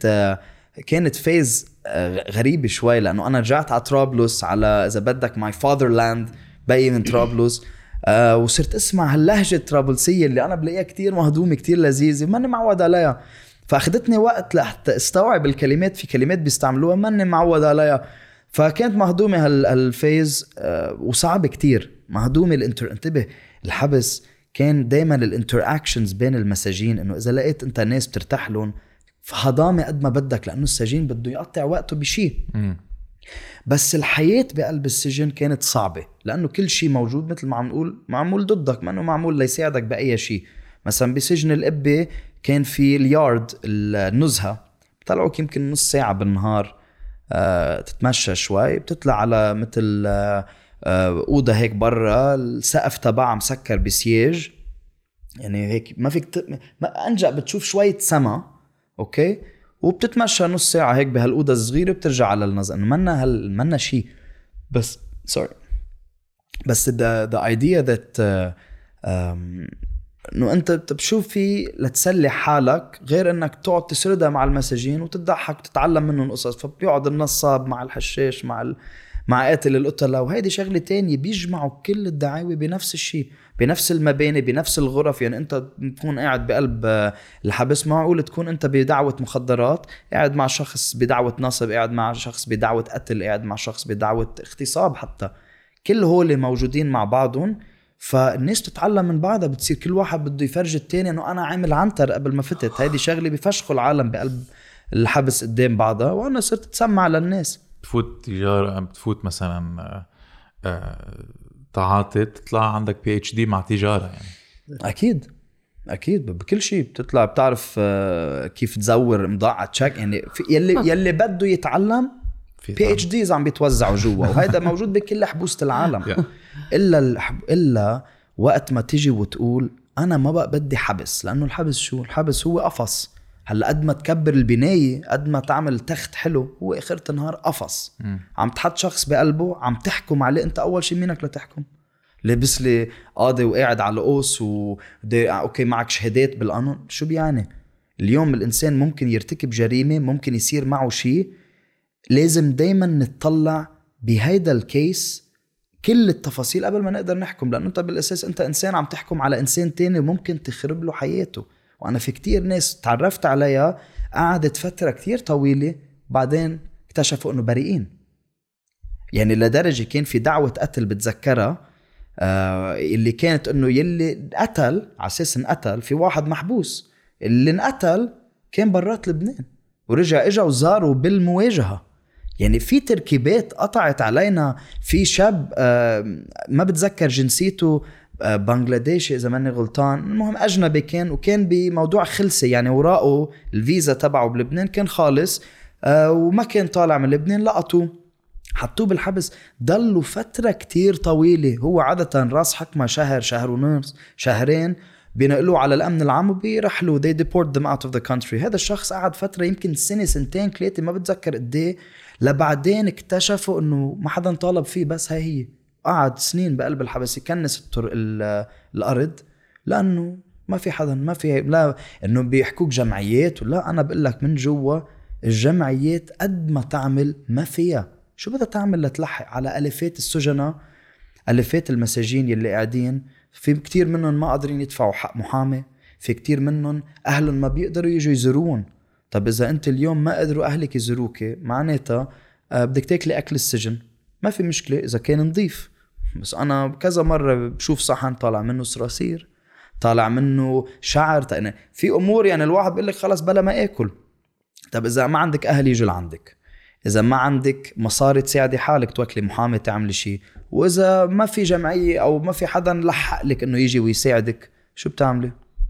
كانت فيز غريبة شوي، لأنه أنا رجعت على طرابلس، على إذا بدك my fatherland، بقي من طرابلس. وصرت أسمع هاللهجة الطرابلسية اللي أنا بلاقيها كتير مهضومة، كتير لذيذة، ماني معود عليها. فأخذتني وقت لحتى استوعب الكلمات. في كلمات بيستعملوها ماني معود عليها، فكانت مهضومة هالفيز. وصعب كتير مهضومة انتبه، الحبس كان دايما الانتراكشنز بين المساجين، انه اذا لقيت انت ناس بترتاح لهم فهضامة قد ما بدك، لانه السجين بده يقطع وقته بشيء. بس الحياة بقلب السجن كانت صعبة، لانه كل شيء موجود مثل ما عم نقول معمول ضدك، ما انه معمول ليساعدك باي شيء. مثلا بسجن القبة كان في اليارد، النزهة، بطلعوك يمكن نص ساعة بالنهار تتمشى شوي، بتطلع على مثل أوضة هيك برا، السقف تبعها مسكر بسياج، يعني هيك ما فيك ما أنجأ بتشوف شوية سما، أوكي، وبتتمشى نص ساعة هيك بهالأوضة الصغيرة، بترجع على النظر. إنه منا شيء، بس بس the idea that إنه أنت بتشوف فيه لتسلي حالك، غير إنك تقعد تسردها مع المساجين وتضحك وتتعلم منهم قصص. فبيقعد النصاب مع الحشاش مع قاتل القتلة، وهيدي شغلة تانية. بيجمعوا كل الدعاوي بنفس الشيء، بنفس المباني، بنفس الغرف. يعني انت تكون قاعد بقلب الحبس، معقول تكون انت بدعوة مخدرات، قاعد مع شخص بدعوة نصب، قاعد مع شخص بدعوة قتل، قاعد مع شخص بدعوة اغتصاب. حتى كل هول موجودين مع بعضهم فالناس تتعلم من بعضها، بتصير كل واحد بده يفرج التاني انه انا عامل عنتر قبل ما فتت. هيدي شغله بفشخوا العالم بقلب الحبس قدام بعضها، وانا صرت تسمع للناس. بتفوت تجاره، بتفوت مثلا تعاطي، تطلع عندك PhD مع تجاره يعني. اكيد بكل شيء بتطلع بتعرف كيف تزور امضاء على تشيك يعني. يلي بده يتعلم PhDs عم بيتوزعوا جوا، وهذا موجود بكل حبوسة العالم. الا وقت ما تيجي وتقول انا ما بقى بدي حبس، لانه الحبس شو؟ الحبس هو قفص. هلا قد ما تكبر البنايه، قد ما تعمل تخت حلو، هو اخر النهار قفص. عم تحط شخص بقلبه، عم تحكم عليه. انت اول شيء مينك لتحكم؟ لابس لي قاضي وقاعد على قوس اوكي معك شهادات بالقانون، شو بيعني؟ اليوم الانسان ممكن يرتكب جريمه، ممكن يصير معه شيء. لازم دايما نتطلع بهيدا الكيس كل التفاصيل قبل ما نقدر نحكم، لانه انت بالاساس انت انسان عم تحكم على انسان تاني وممكن تخرب له حياته. وانا في كتير ناس تعرفت عليها قعدت فتره كتير طويله بعدين اكتشفوا انه بريئين. يعني لدرجه كان في دعوه قتل بتذكرها، اللي كانت انه يلي قتل على اساس انقتل، في واحد محبوس اللي انقتل كان برات لبنان ورجع اجا وزاروا بالمواجهه. يعني في تركيبات قطعت علينا. في شاب ما بتذكر جنسيته، بنغلاديشي اذا ماني غلطان، المهم اجنبي كان، وكان بموضوع خلسه يعني وراءه الفيزا تبعه بلبنان كان خالص، وما كان طالع من لبنان. لقطوه حطوه بالحبس، ضلوا فتره كتير طويله. هو عاده راس حكمه شهر ونص، شهرين، بينقلوا على الامن العام وبيرحلوا they deport them out of the country. هذا الشخص قعد فتره يمكن سنه سنتين ثلاثه ما بتذكر قد ايه، لبعدين اكتشفوا انه ما حدا طالب فيه، بس هي قعد سنين بقلب الحبس يكنس الارض، لانه ما في حدا، ما في، لا انه بيحكوك جمعيات ولا. انا بقول لك من جوا الجمعيات قد ما تعمل ما فيها. شو بدها تعمل لتلحق على الافات السجناء، الافات المساجين يلي قاعدين؟ في كتير منهم ما قادرين يدفعوا حق محامي، في كتير منهم اهلهم ما بيقدروا يجوا يزورون. طب اذا انت اليوم ما قدروا اهلك يزوروك، معناتها بدك تاكلي اكل السجن. ما في مشكله اذا كان نظيف، بس انا كذا مره بشوف صحن طالع منه صراصير، طالع منه شعر، في امور يعني الواحد بيقول لك خلص بلا ما اكل. طب اذا ما عندك اهل يجوا لعندك، اذا ما عندك مصاري تساعدي حالك توكلي محامي تعملي شيء، واذا ما في جمعيه او ما في حدا لحق لك انه يجي ويساعدك، شو بتعملي؟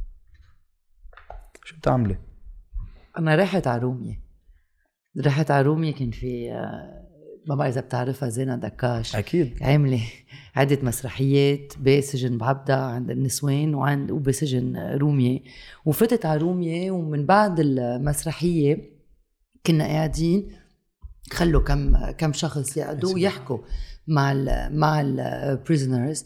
انا رحت على رومية كان في ما بعرف اذا بتعرفها زينة دكاش، اكيد عامله عده مسرحيات بسجن بعبدة عند النسوان وبسجن رومية. وفتت على رومية، ومن بعد المسرحيه كنا قاعدين، خلوا كم شخص يقعدوا ويحكوا مع البريزنرز.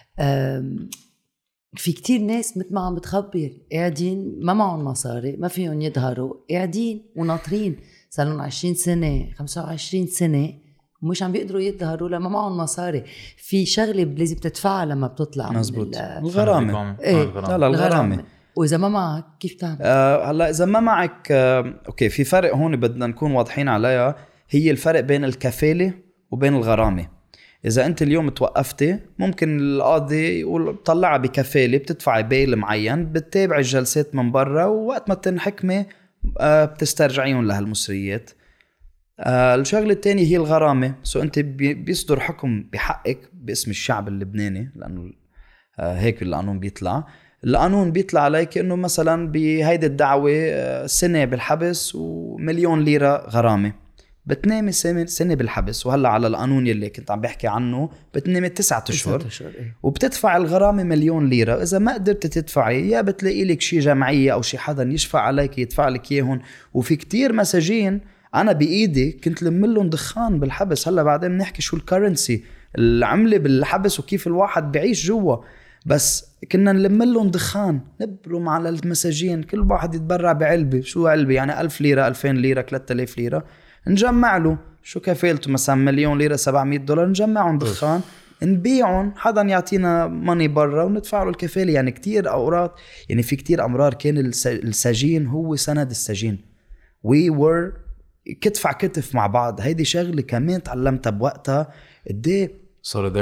في كتير ناس مثل ما عم بتخبر قاعدين ما معهم مصاري، ما فيهم يظهروا، قاعدين وناطرين صاروا 20 سنة 25 سنة ومش عم بيقدروا يظهروا لما معهم مصاري. في شغلة لازم تدفعها لما بتطلع. مزبوط، الغرامة. لا الغرامة. وإذا ما معك كيف تعمل؟ هلا إذا ما معك أوكي، في فرق هون بدنا نكون واضحين عليها. هي الفرق بين الكفالة وبين الغرامة. إذا أنت اليوم توقفتي، ممكن القاضي يقول طلعها بكفالة، بتدفعي بيل معين، بتتابع الجلسات من برا، ووقت ما تنحكمي بتسترجعيهم لهالمصريات. الشغلة الثانية هي الغرامة. أنت بيصدر حكم بحقك باسم الشعب اللبناني، لأنه هيك القانون بيطلع. القانون بيطلع عليك إنه مثلا بهيدي الدعوة سنة بالحبس و1,000,000 ليرة غرامة. بتنامي سنة بالحبس، وهلا على القانون يلي كنت عم بحكي عنه بتنامي 9 أشهر. وبتدفع الغرامة 1,000,000 ليرة. إذا ما قدرت تدفعي، يا بتلاقي لك شي جمعية أو شي حدا يشفع عليك يدفع لك إياهم. وفي كتير مساجين أنا بإيدي كنت لملهم دخان بالحبس. هلا بعدين بنحكي شو الكرنسي، العملة بالحبس وكيف الواحد بعيش جوا، بس كنا نلملهم دخان، نبرم على المساجين، كل واحد يتبرع بعلبة. شو علبة يعني؟ 1,000 ليرة 2,000 ليرة 3,000 ليرة. نجمع له شو كفالته مثلا 1,000,000 ليرة $700، نجمعهم دخان، نبيعهم، حدا يعطينا ماني برا وندفع له الكفالة. يعني كتير أوقات، يعني في كتير أمرار كان السجين هو سند السجين. we were كتف على كتف مع بعض. هيدي شغلة كمان تعلمتها بوقتها، قديه solidarity.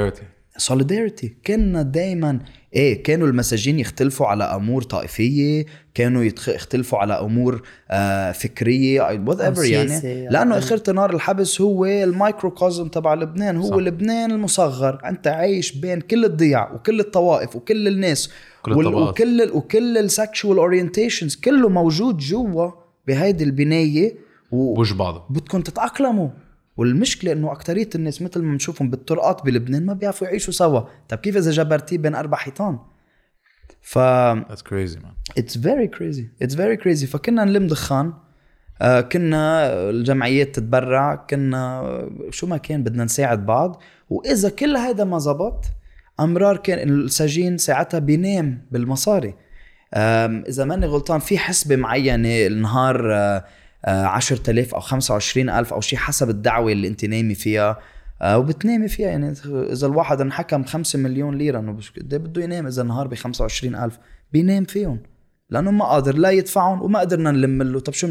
solidarity. كنا دايما كانوا المساجين يختلفوا على امور طائفيه، كانوا يختلفوا على امور فكريه whatever يعني، لانه اخرت نار الحبس هو المايكروكوزم تبع لبنان، هو صح. لبنان المصغر، انت عايش بين كل الضياع وكل الطوائف وكل الناس وكل السكشوال اورينتيشنز، كله موجود جوا بهيدي البنايه وش بعضه بدكم تتاقلموا. والمشكلة إنه أكترية الناس مثل ما نشوفهم بالطرقات بلبنان ما بيعرفوا يعيشوا سوا. طب كيف إذا جبرتيه بين 4 حيطان؟ That's crazy man. It's very crazy. فكنا نلم دخان، كنا الجمعيات تتبرع، كنا شو ما كان بدنا نساعد بعض. وإذا كل هذا ما زبط، أمرار كان السجين ساعتها بينام بالمصاري. إذا ماني غلطان في حسبة معينة النهار 10,000 أو 25,000 أو شيء حسب الدعوة اللي أنت نامي فيها وبتنامي فيها. يعني إذا الواحد انحكم 5 مليون ليرة إنه بده ينام، إذا النهار ب25,000 بينام فيهم، لأنه ما قادر لا يدفعون وما قدرنا نلم له. طب شو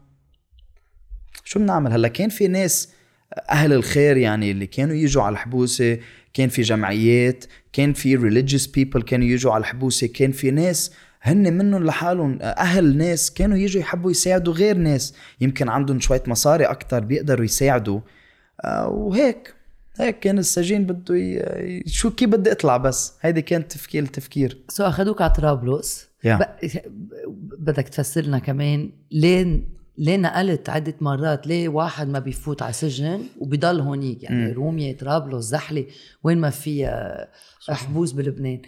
بنعمل؟ هلا كان في ناس أهل الخير يعني اللي كانوا يجوا على الحبوسة، كان في جمعيات، كان في religious people كانوا يجوا على الحبوسة، كان في ناس هن منهم لحالهم أهل ناس كانوا يجوا يحبوا يساعدوا غير ناس يمكن عندهم شوية مصاري أكتر بيقدروا يساعدوا. وهيك كان السجين بده شو كيف بدي أطلع، بس هيدي كانت التفكير. أخدوك على طرابلس. بدك تفسر لنا كمان ليه نقلت عدة مرات، ليه واحد ما بيفوت على سجن وبيضل هونيك يعني رومية، طرابلس، زحلة، وين ما في حبوس بلبنان.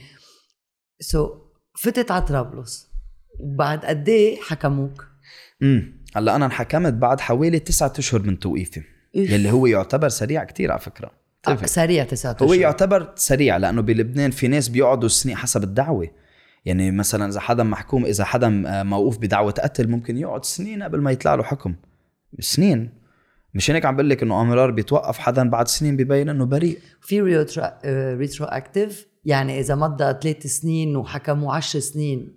فتت على طرابلس وبعد قد ايه حكموك؟ هلا انا انحكمت بعد حوالي 9 أشهر من توقيفي، يلي هو يعتبر سريع كتير على فكرة. سريع 9 أشهر هو يعتبر سريع لانه بلبنان في ناس بيقعدوا سنين حسب الدعوة. يعني مثلا اذا حدا محكوم، اذا حدا موقوف بدعوة قتل ممكن يقعد سنين قبل ما يطلع له حكم، سنين. مش هيك عم بقول لك انه امرار بيتوقف حدا بعد سنين بيبين انه بريء. في ريترو اكتيف، يعني اذا مضى 3 سنين وحكموا 10 سنين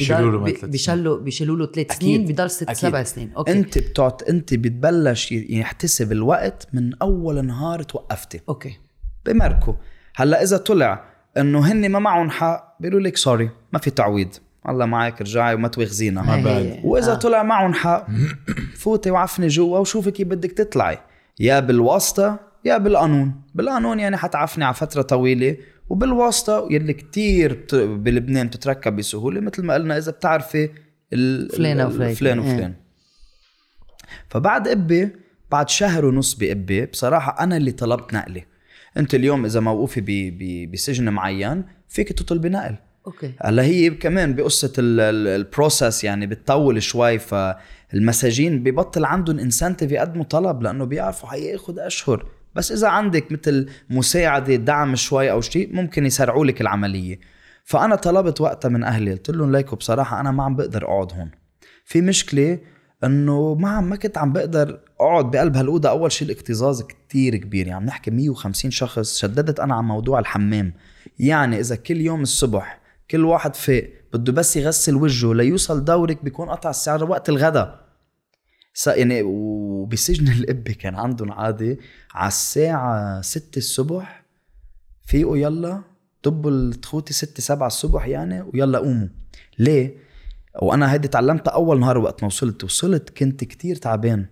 بيشيلوا له 3 سنين، بيضل 6-7 سنين. أوكي. انت بتبلش يحتسب الوقت من اول نهار توقفتي. اوكي. بمركو هلا اذا طلع انه هن ما معهم حق بيقولوا لك سوري ما في تعويض، الله معك رجعي وما توغزينا. واذا طلع معهم حق فوتي وعفني جوا وشوفي كيف بدك تطلعي، يا بالواسطة يا بالقانون يعني حتعفني على فترة طويلة، وبالواسطة يلي كتير بلبنان بتتركب بسهولة مثل ما قلنا إذا بتعرفي فلان وفلان. فبعد بعد 1.5 شهر بإبي بصراحة أنا اللي طلبت نقلي. أنت اليوم إذا موقوفي بسجن معين فيك تطلبي نقل. اوكي. هلا هي كمان بقصة البروسس يعني بتطول شوي، فالمساجين بيبطل عندهم انسنتيف يقدموا طلب لأنه بيعرفوا حياخد أشهر، بس إذا عندك مثل مساعدة دعم شوي أو شيء ممكن يسرعوا لك العملية. فأنا طلبت وقتها من أهلي، قلت لهم ليكو بصراحة أنا ما عم بقدر أقعد هون، في مشكلة إنه ما كنت عم بقدر أقعد بقلب هالأوضة. أول شيء الاكتظاظ كتير كبير، يعني نحكي 150 شخص. شددت أنا عن موضوع الحمام، يعني إذا كل يوم الصبح كل واحد فاق بده بس يغسل وجهه ليوصل دورك بيكون قطع الساعة وقت الغداء. يعني وبسجن الإبي كان عندهم عادة على الساعة 6 الصبح فيقوا يلا طبوا التخوتي 6-7 الصبح يعني ويلا قوموا. ليه؟ وأنا هيدي تعلمت أول نهار وقت ما وصلت كنت كتير تعبان،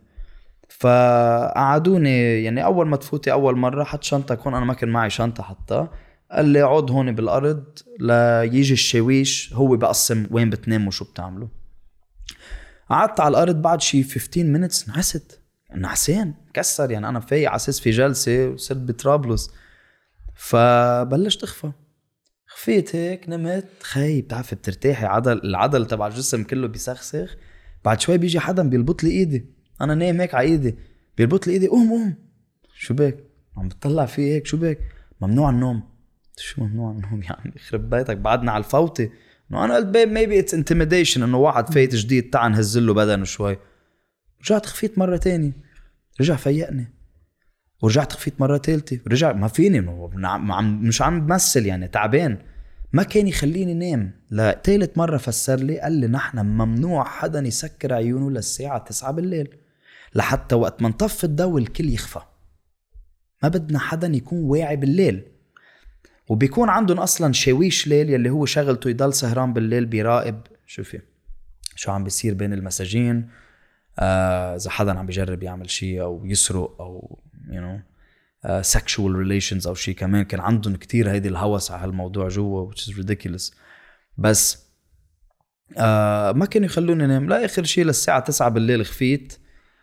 فقعدوني يعني أول ما تفوتي أول مرة حط شنطة، كون أنا ما كان معي شنطة حتى، قال لي اقعد هون بالأرض ليجي الشاويش هو بقسم وين بتنام وشو بتعملوا. قعدت على الأرض بعد شي 15 minutes نعست، نعسان كسر يعني. أنا فايق عساس في جلسة وصرت بطرابلس، فبلشت خفيت هيك نمت. خايب تعرف بترتاحي، العضل تبع الجسم كله بيسخسخ. بعد شوي بيجي حدا بيربط لي إيدي، أنا نايم هيك على إيدي بيربط لي إيدي، قوم شو بك؟ عم بتطلع فيه هيك، شو بك؟ ممنوع النوم. شو ممنوع النوم يعني؟ يخرب بيتك بعدنا على الفوتة. أنا قلت maybe it's intimidation إنه واحد فايت جديد تعال نهزله بدنه شوي. رجعت خفيت مرة تاني، رجع فيقني، ورجعت خفيت مرة تالتة، رجع ما فيني، مش عم بمثل يعني تعبان، ما كان يخليني نام. لتالت مرة فسر لي قال لي نحن ممنوع حدا يسكر عيونه للساعة 9 بالليل لحتى وقت ما نطفي الضوء الكل يخفى، ما بدنا حدا يكون واعي بالليل. وبيكون عندهم اصلا شاويش ليل يلي هو شغلته يضل سهران بالليل بيراقب شو عم بيصير بين المساجين، اذا حدا عم بيجرب يعمل شيء او يسرق او sexual relations او شيء. كمان كان عندهم كتير هيدي الهوس على هالموضوع جوا which is ridiculous. بس ما كانوا يخلوني نام لا اخر شيء للساعة 9 بالليل. خفيت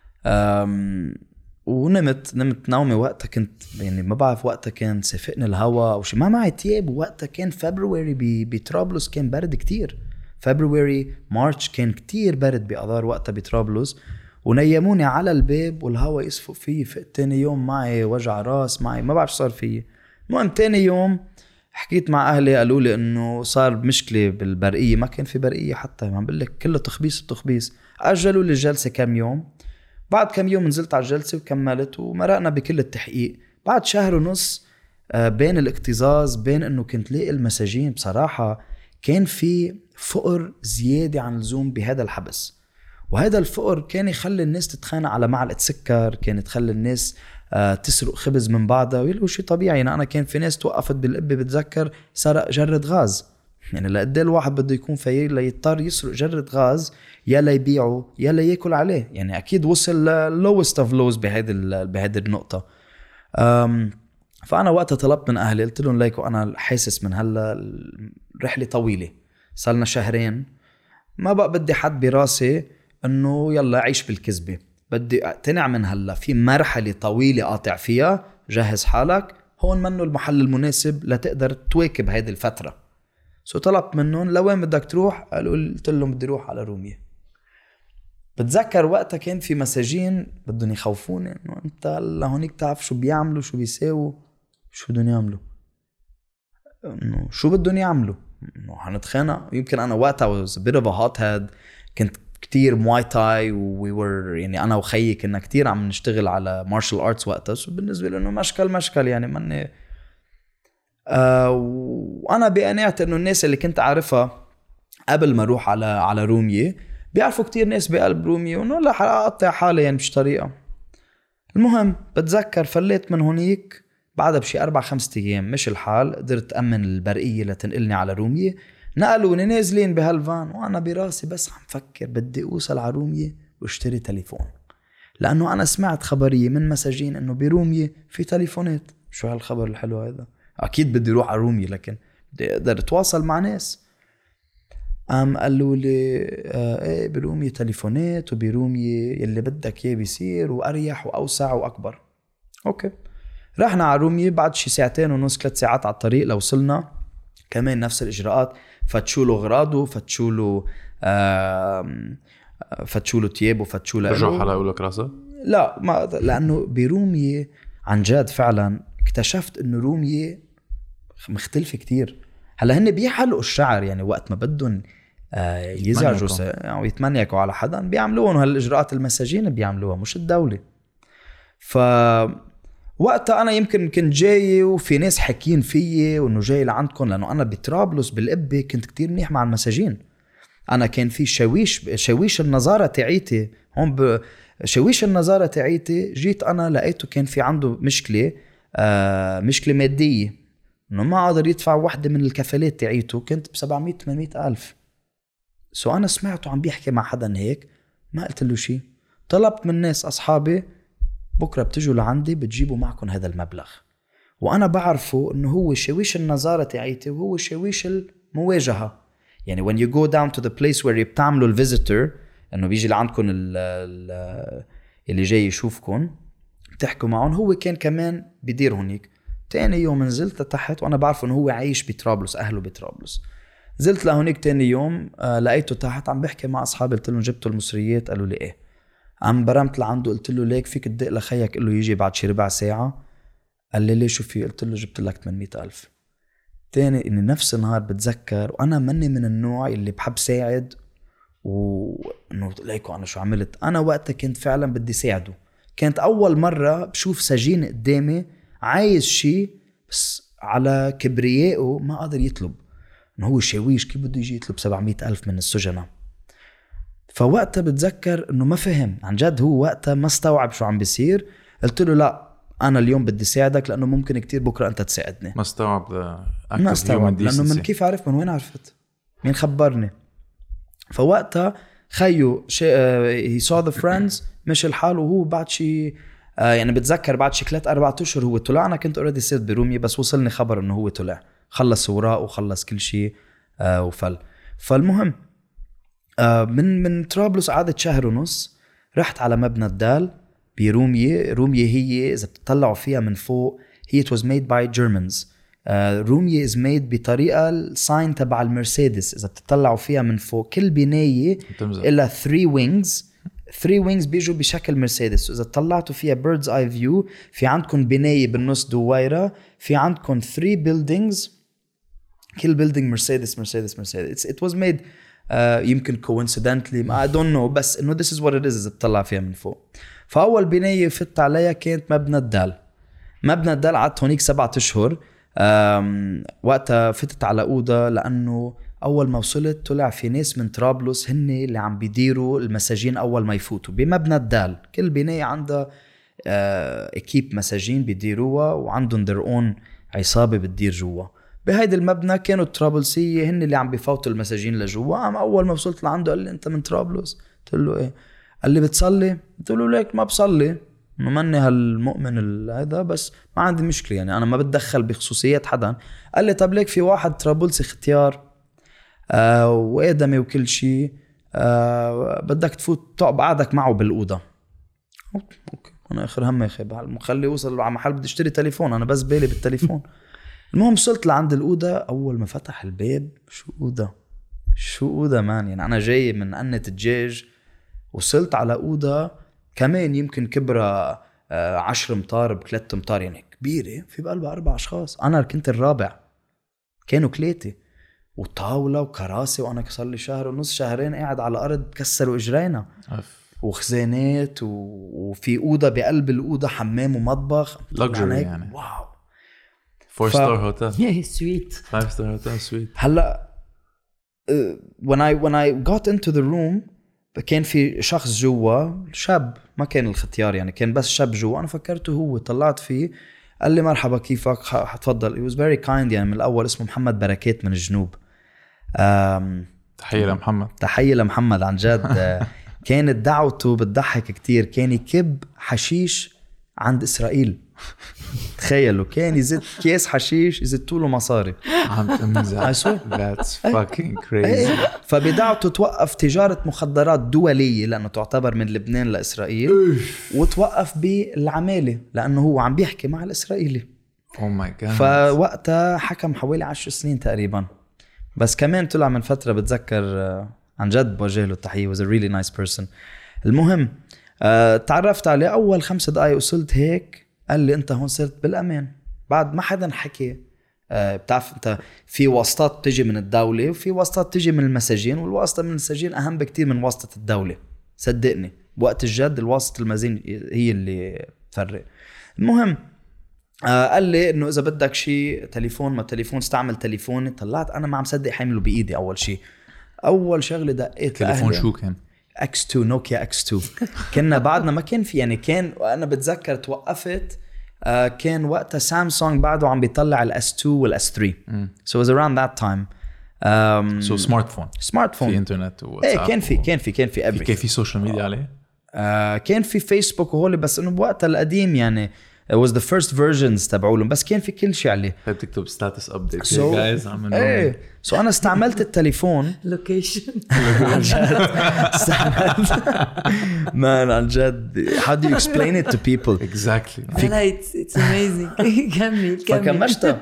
ونمت نومي وقتها كنت يعني ما بعرف وقتها كان سافقني الهوا او شيء، ما معي تياب. وقتها كان فبراير بطرابلس كان برد كتير. فبراير مارش كان كتير برد بأذار وقتها بطرابلس، ونيموني على الباب والهوا يصفق فيه. فقت تاني يوم معي وجع راس، معي ما بعرف صار فيه. المهم تاني يوم حكيت مع أهلي قالوا لي إنه صار مشكلة بالبرقية، ما كان في برقية حتى، عم بقول لك كله تخبيص. أجلوا لي الجلسة كم يوم، بعد كم يوم نزلت على الجلسة وكملت ومرقنا بكل التحقيق. بعد شهر ونص بين الاكتظاظ بين إنه كنت لاقي المساجين بصراحة كان في فقر زيادة عن اللزوم بهذا الحبس، وهذا الفقر كان يخلي الناس تتخانق على معلقة سكر، كان تخلي الناس تسرق خبز من بعضها، ويلو شيء طبيعي. يعني أنا كان في ناس توقفت بالقبة بتذكر سرق جرد غاز، يعني لقد الواحد بده يكون فايق ليضطر يسرق جرد غاز يا ليبيعه يا ليأكل عليه. يعني أكيد وصل lowest of lows بهذه النقطة. فأنا وقتها طلبت من أهلي قلت لهم ليكو أنا حاسس من هلا رحلة طويلة، صارنا شهرين، ما بقى بدي حد براسي انه يلا عيش بالكذبة، بدي اقتنع من هلا في مرحلة طويلة قاطع فيها، جهز حالك، هون منه المحل المناسب لتقدر تواكب هذه الفترة. طلبت منهم لوين بدك تروح؟ قلت لهم بدي روح على رومية. بتذكر وقتها كان في مساجين بدهم يخوفوني انه انت لهونيك تعرف شو بيعملوا شو بيساووا شو بدهم يعملوا، انه شو بدهم يعملوا، انه هنتخانق. يمكن انا وقتها was a bit of a hothead، كنت كتير مواي تاي يعني انا وخيي كنا كتير عم نشتغل على مارشال ارتس وقتها. بالنسبه لانه مشكل يعني مني وانا بقناعتي انه الناس اللي كنت اعرفها قبل ما اروح على رومية بيعرفوا كتير ناس بقلب رومية، وانه لا اقطع حالي يعني مش طريقه. المهم بتذكر فليت من هونيك بعدها بشي 4-5 أيام مش الحال، قدرت أمن البرقية لتنقلني على رومية. نقلوني نازلين بهالفان وأنا براسي بس عم فكر بدي أوصل على رومية واشتري تليفون، لأنه أنا سمعت خبرية من مساجين أنه برومية في تليفونات. شو هالخبر الحلو هذا؟ أكيد بدي روح على رومية لكن بدي أقدر أتواصل مع ناس. قالوا لي ايه برومية تليفونات وبرومية يلي بدك اياه بيصير وأريح وأوسع وأكبر. أوكي رحنا على رومية. بعد شي 2.5 3 ساعات على الطريق لو وصلنا كمان نفس الإجراءات، فتشوا له غراضه، فتشوا له تيابه، فتشوا له رجعوا حلقوا لك راسه. لا ما لأنه برومية عن جد فعلا اكتشفت إنه رومية مختلفة كتير. هلا هن بيحلقوا الشعر يعني وقت ما بدهم يزعجوا أو يتمنيكوا على حدا بيعملوهم، هالإجراءات المساجين بيعملوها مش الدولة. وقتها أنا يمكن كنت جاي وفي ناس حكين فيي وإنه جاي لعندكم، لأنه أنا بطرابلس بالقبة كنت كتير منيح مع المساجين. أنا كان في شويش النظارة تعيتي هون شويش النظارة تعيتي جيت أنا لقيته كان في عنده مشكلة مادية، إنه ما قدر يدفع واحدة من الكفالات تعيته، كنت ب700-800 ألف. أنا سمعته عم بيحكي مع حدا هيك، ما قلت له شيء. طلبت من ناس أصحابي بكرة بتجوا لعندي بتجيبوا معكم هذا المبلغ، وأنا بعرفه إنه هو شويش النظارة تعيتي وهو شويش المواجهة. يعني when you go down to the place where بتعملوا الفيزيتور، إنه بيجي لعندكم اللي جاي يشوفكم بتحكوا معهم، هو كان كمان بدير هونيك. تاني يوم نزلت تحت وأنا بعرفه إنه هو عايش بطرابلس، أهله بطرابلس. نزلت لهونيك تاني يوم لقيته تحت عم بحكي مع أصحابي، قلت لهم جبتوا المصريات؟ قالوا لي إيه. عم برمت لعنده قلت له ليك فيك تدق لخيك قل له يجي بعد شي ربع ساعة. قال لي ليش شو في؟ قلت له جبت لك 800 ألف. تاني إني نفس النهار بتذكر، وأنا مني من النوع اللي بحب ساعد وإنه ليكو أنا شو عملت. أنا وقتها كنت فعلا بدي ساعده، كانت أول مرة بشوف سجين قدامي عايز شي بس على كبريائه ما قادر يطلب، إنه هو شاويش كيف بده يجي يطلب 700 ألف من السجنة. فوقتها بتذكر انه ما فهم عن جد، هو وقتها ما استوعب شو عم بيصير. قلت له لا انا اليوم بدي ساعدك لانه ممكن كتير بكره انت تساعدني. ما استوعب ما استوعب لانه من كيف عرف من وين عرفت مين خبرني. فوقتها خيو he saw the friends مش الحال وهو بعد شي يعني بتذكر بعد شي 3-4 أشهر هو طلع. أنا كنت already صرت برومية بس وصلني خبر إنه هو طلع خلص وراء وخلص كل شي وفل. فالمهم من طرابلس قعدت شهر ونص. رحت على مبنى الدال برومية. رومية هي إذا بتطلعوا فيها من فوق هي it was made by Germans. رومية is made بطريقة الساين تبع المرسيدس. إذا بتطلعوا فيها من فوق كل بناية إلا 3 wings. 3 wings بيجوا بشكل مرسيدس. إذا طلعتوا فيها bird's eye view في عندكم بناية بالنص دويرة في عندكم 3 buildings كل building مرسيدس. It was made يمكن coincidentally I don't know بس إنه this is what it is إذا بتطلع فيها من فوق. فأول بناية فت عليها كانت مبنى الدال. مبنى الدال قعدت هونيك 7 أشهر. وقتها فتت على أوضة لأنه أول ما وصلت طلع في ناس من طرابلس هن اللي عم بيديروا المساجين أول ما يفوتوا بمبنى الدال. كل بناية عندها اكيب مساجين بيديروها وعندهم their own عصابة بتدير جوا. بهيدا المبنى كانوا الطرابلسية هن اللي عم بيفوتوا المساجين لجوا. أما أول ما وصلت لعنده قال لي أنت من طرابلس؟ قلت له إيه. قال لي بتصلي؟ قلت له ليك ما بصلي انه مني هالمؤمن هذا بس ما عندي مشكله يعني انا ما بتدخل بخصوصيات حدا. قال لي طب ليك في واحد طرابلسي اختيار وادمي وكل شيء بدك تفوت تقعد بعدك معه بالاوضه. اوكي انا اخر هم يا اخي مخلي اوصل على محل بدي اشتري تليفون انا بس بالي بالتليفون. المهم وصلت لعند الاوضه. اول ما فتح الباب شو اوضه مان يعني انا جاي من قنة الدجاج. وصلت على اوضه كمان يمكن كبرة 10 أمتار ب3 أمتار يعني كبيرة في بقلبها 4 أشخاص. أنا كنت الرابع كانوا 3 وطاولة وكراسي وأنا صار لي 1.5 شهر 2 قاعد على الأرض كسروا إجرينا وخزانات وفي أوضة بقلب الأوضة حمام ومطبخ يعني واو 4 star hotel سويت 5 star hotel سويت. هلا when I got into the room كان في شخص جوا شاب ما كان الختيار يعني كان بس شاب جوا. أنا فكرته هو طلعت فيه قال لي مرحبا كيفك هتفضل. he was very kind يعني من الأول. اسمه محمد بركات من الجنوب. تحية لمحمد عن جد. كانت دعوته بتضحك كتير. كان يكب حشيش عند إسرائيل. تخيلوا كان يزيد كيس حشيش يزيدوا له مصاري. That's fucking crazy. فبدعوته توقف تجارة مخدرات دولية لأنه تعتبر من لبنان لإسرائيل وتوقف بالعمالة لأنه هو عم بيحكي مع الإسرائيلي. Oh my God. فوقتها حكم حوالي 10 سنين تقريبا. بس كمان طلع من فترة بتذكر عن جد بوجه له التحية. was a really nice person. المهم تعرفت عليه أول 5 دقايق وصلت هيك قال لي أنت هون صرت بالأمان. بعد ما حدا حكي. بتعرف أنت في واسطات تجي من الدولة وفي واسطات تجي من المساجين والواسطة من المساجين أهم بكتير من واسطة الدولة صدقني. وقت الجد الواسطة المزين هي اللي تفرق. المهم قال لي إنه إذا بدك شيء تليفون ما تليفون استعمل تليفوني. طلعت أنا ما عم صدق حامله بإيدي. أول شغلة دقيت تليفون شو كان؟ X2 نوكيا X2. كنا بعدنا ما كان في يعني كان أنا بتذكر توقفت كان وقتها سامسونج بعده عم بيطلع الS2 والS3 so it was around that time. so smartphone في انترنت وواتساب كان في everything. كان في سوشيال ميديا عليه. كان في فيسبوك وهولي بس انه بوقتها القديم يعني it was the first versions تبعولهم بس كان في كل شيء عليه. بتكتب ستاتس ابديت جايز عم ايه سو انا استعملت التليفون لوكيشن عن جد man عن جد how do you explain it to people exactly it's amazing. كمل فكمشتها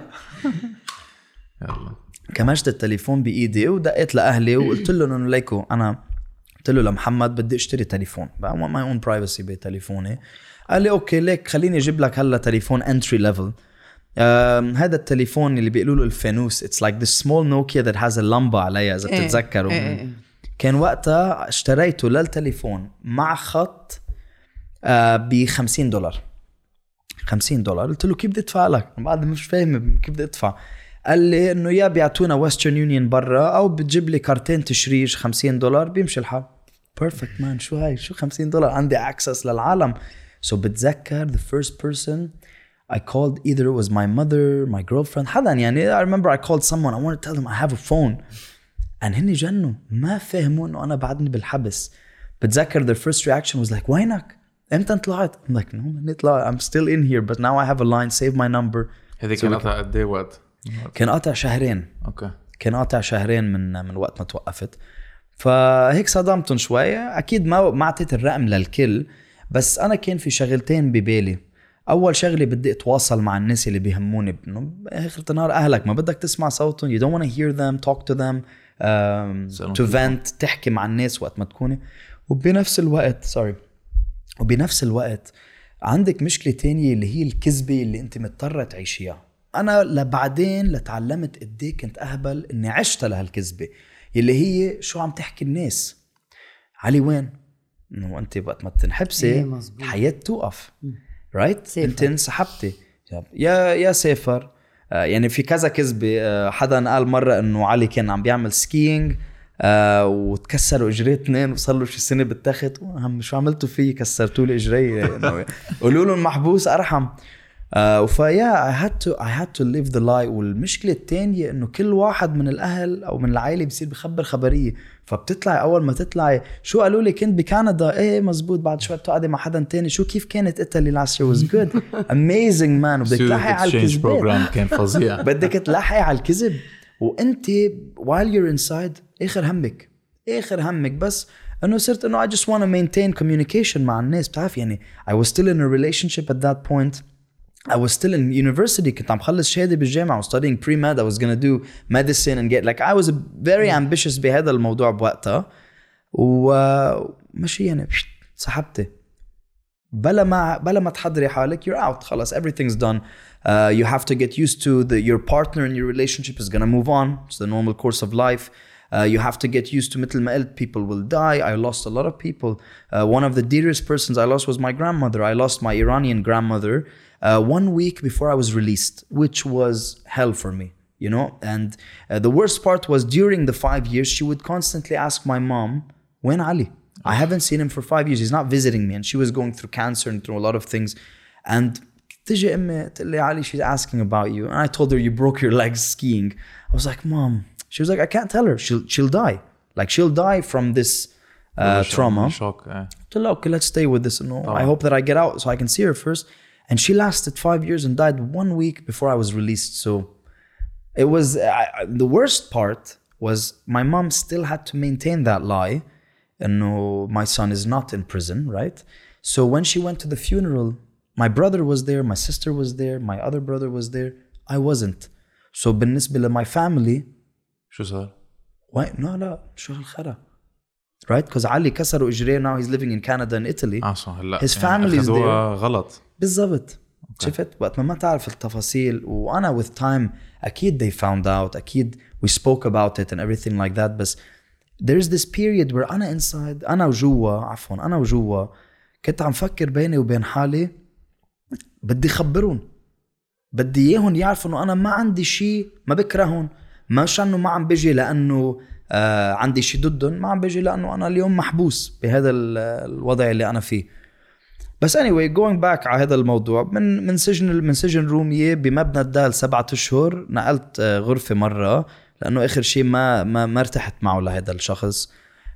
كمشت التليفون بايدي ودقيت لاهلي وقلت لهم انه ليكو انا قلت له لمحمد بدي اشتري تليفون I want my own privacy بتليفوني. قال لي اوكي ليك خليني اجيب لك هلا تليفون entry level. هذا التليفون اللي بيقولوا له الفانوس it's like this small Nokia that has a لمبة عليها إذا بتتذكروا. كان وقتها اشتريته للتليفون مع خط $50. قلت له كيف بدي ادفع لك؟ بعد مش فاهم كيف بدي ادفع. قال لي انه يا بيعطونا ويسترن يونيون برا او بتجيب لي كارتين تشريج $50 بيمشي الحال. بيرفكت مان شو هاي شو $50 عندي اكسس للعالم. So بتذكر the first person I called, either it was my mother, my girlfriend, حدا يعني. I remember I called someone, I want to tell them I have a phone. And هني جنوا ما فهموا إنه أنا بعدني بالحبس. بتذكر their first reaction was like, وينك؟ إمتى طلعت؟ I'm like, no, مني طلع. I'm still in here, but now I have a line, save my number. هذه كان قطع قد ايه وقت؟ كان قاطع شهرين. اوكي. كان قاطع شهرين من وقت ما توقفت. فهيك صدمتهم شوي. أكيد ما أعطيت الرقم للكل، بس أنا كان في شغلتين ببالي. أول شغلة بدي أتواصل مع الناس اللي بيهموني، إنه آخر النهار أهلك ما بدك تسمع صوتهم. You don't want to hear them, talk to them, to vent، تحكي مع الناس وقت ما تكوني. وبنفس الوقت عندك مشكلة تانية اللي هي الكذبة اللي أنت مضطرة تعيشيها. أنا لبعدين لتعلمت قدي كنت أهبل إني عشت لهالكذبة اللي هي شو عم تحكي الناس. علي وين؟ إنه أنت وقت ما تنحبسي الحياة توقف. رايت انت انسحبتي يا سافر. يعني في كذا كذبه. حدا قال مره انه علي كان عم بيعمل سكينج وتكسروا اجريه 2 وصار له شي سنه بالتخت. شو عملتوا فيه؟ كسرتوا لي اجري. قولوا له المحبوس ارحم. وفيا I had to live the lie. والمشكله الثانيه انه كل واحد من الاهل او من العائله بيصير بخبر خبريه. فبتطلع اول ما تطلعي شو قالوا لي كنت بكندا؟ ايه مزبوط. بعد شوي بتقعدي مع حدا تاني شو كيف كانت ايطالي last year was good amazing man. وبدك تلحقي على الكذب. كان فظيع. بدك تلحقي على الكذب وانت while you're inside اخر همك بس انه صرت انه I just want to maintain communication مع الناس. بتعرف يعني I was still in a relationship at that point. I was still in university. كنت عم خلص شهادة بالجامعة. I was studying pre-med. I was gonna do medicine and get like I was very ambitious بهذا الموضوع بوقتها. ومشي يعني سحبتي بلا ما تحضري حالك. You're out. خلاص everything's done. You have to get used to your partner in your relationship is gonna move on. It's the normal course of life. You have to get used to مثل ما قلت people will die. I lost a lot of people. One of the dearest persons I lost was my grandmother. I lost my Iranian grandmother 1 week before I was released, which was hell for me, you know. And the worst part was during the 5 years she would constantly ask my mom, when Ali? I haven't seen him for 5 years. He's not visiting me. And she was going through cancer and through a lot of things. And تجي أمي تقول لي Ali, she's asking about you. And I told her you broke your legs skiing. I was like, Mom. She was like, I can't tell her. She'll die. Like she'll die from this trauma. قلت لها okay, let's stay with this. No, I hope that I get out so I can see her first. And she lasted 5 years and died 1 week before I was released. So it was the worst part was my mom still had to maintain that lie. And no, my son is not in prison, right? So when she went to the funeral, my brother was there, my sister was there, my other brother was there. I wasn't. So بالنسبة لmy family, شو صار؟ لا شو هالخرا. Right? Because Ali كسروا إجريه. Now he's living in Canada and Italy. His family is there. غلط. بالضبط. شفت وقت ما تعرف التفاصيل. وأنا with time أكيد they found out. أكيد we spoke about it and everything like that. But there's this period where أنا inside أنا وجوا كنت عم فكر بيني وبين حالي بدي خبرون. بدي إياهم يعرفوا إنه أنا ما عندي شيء ما بكرهون. مش أنه ما عم بيجي لأنه عندي شيء ضدهم. ما عم بيجي لأنه أنا اليوم محبوس بهذا الوضع اللي أنا فيه. بس anyway going back على هذا الموضوع من سجن رومية بمبنى الدال 7 أشهر نقلت غرفة مرة لأنه آخر شيء ما ارتحت معه لهذا الشخص.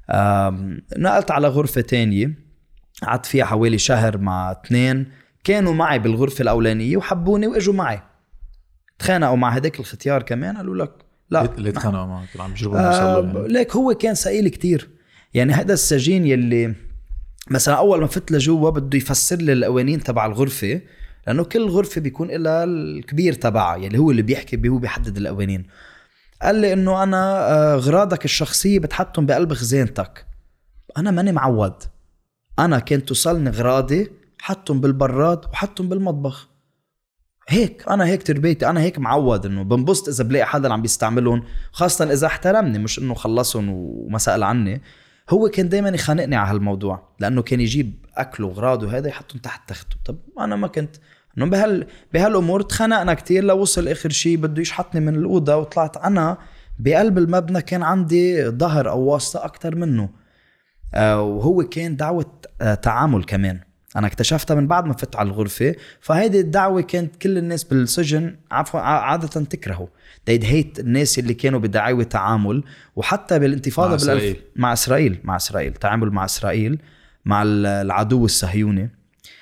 نقلت على غرفة تانية قعدت فيها حوالي شهر مع 2 كانوا معي بالغرفة الأولانية وحبوني وإجوا معي. تخانقوا مع هداك الختيار كمان قالوا لك لا اللي تخانقوا معه كانوا عم يجربوا يوصلوا ليك. هو كان سئيل كتير يعني. هذا السجين يلي مثلا أول ما فت لجوا بده يفسر لي القوانين تبع الغرفة لأنه كل غرفة بيكون إلها الكبير تبعها يلي هو اللي بيحكي هو بيحدد القوانين. قال لي إنه أنا أغراضك الشخصية بتحطهم بقلب خزانتك. أنا ماني معود. أنا كنت توصلني أغراضي حطهم بالبراد وحطهم بالمطبخ. أنا هيك تربيتي. أنا هيك معود إنه بنبسط إذا بلاقي حدا عم بيستعملهم خاصة إذا احترمني مش إنه خلصهم وما سأل عني. هو كان دايما يخانقني على هالموضوع لأنه كان يجيب أكل وغراض وهذا يحطهم تحت تخته. طب أنا ما كنت إنه بهالأمور تخانقنا كتير. لو وصل آخر شيء بده يشحطني من الأوضة وطلعت أنا بقلب المبنى كان عندي ظهر أو واسطة أكتر منه. وهو كان دعوة تعامل كمان. انا اكتشفتها من بعد ما فت على الغرفه. فهيدي الدعوه كانت كل الناس بالسجن عاده تكرهه. they'd hate الناس اللي كانوا بدعاوى تعامل. وحتى بالانتفاضه مع اسرائيل تعامل مع اسرائيل مع العدو الصهيوني.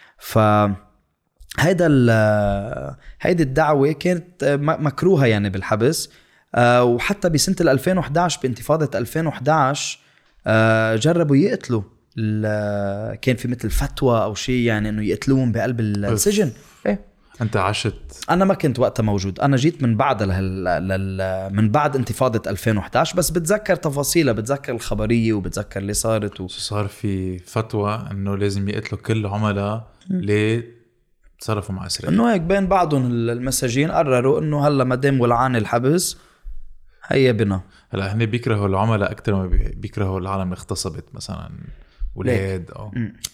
هيدي الدعوه كانت مكروهه يعني بالحبس. وحتى بسنه 2011 بانتفاضه 2011 جربوا يقتلوا كان في مثل فتوى او شيء يعني انه يقتلوهم بقلب السجن. ايه انت عشت؟ انا ما كنت وقتها موجود، انا جيت من بعد من بعد انتفاضه 2011 بس بتذكر تفاصيلها، بتذكر الخبريه وبتذكر اللي صارت صار في فتوى انه لازم يقتلوا كل العملاء اللي تصرفوا مع اسرائيل، انه هيك بين بعضهم المساجين قرروا انه هلا ما دام ولعان الحبس هيا بنا. هلا هن بيكرهوا العملاء اكثر ما بيكرهوا العالم اللي اغتصبت مثلا ولاد او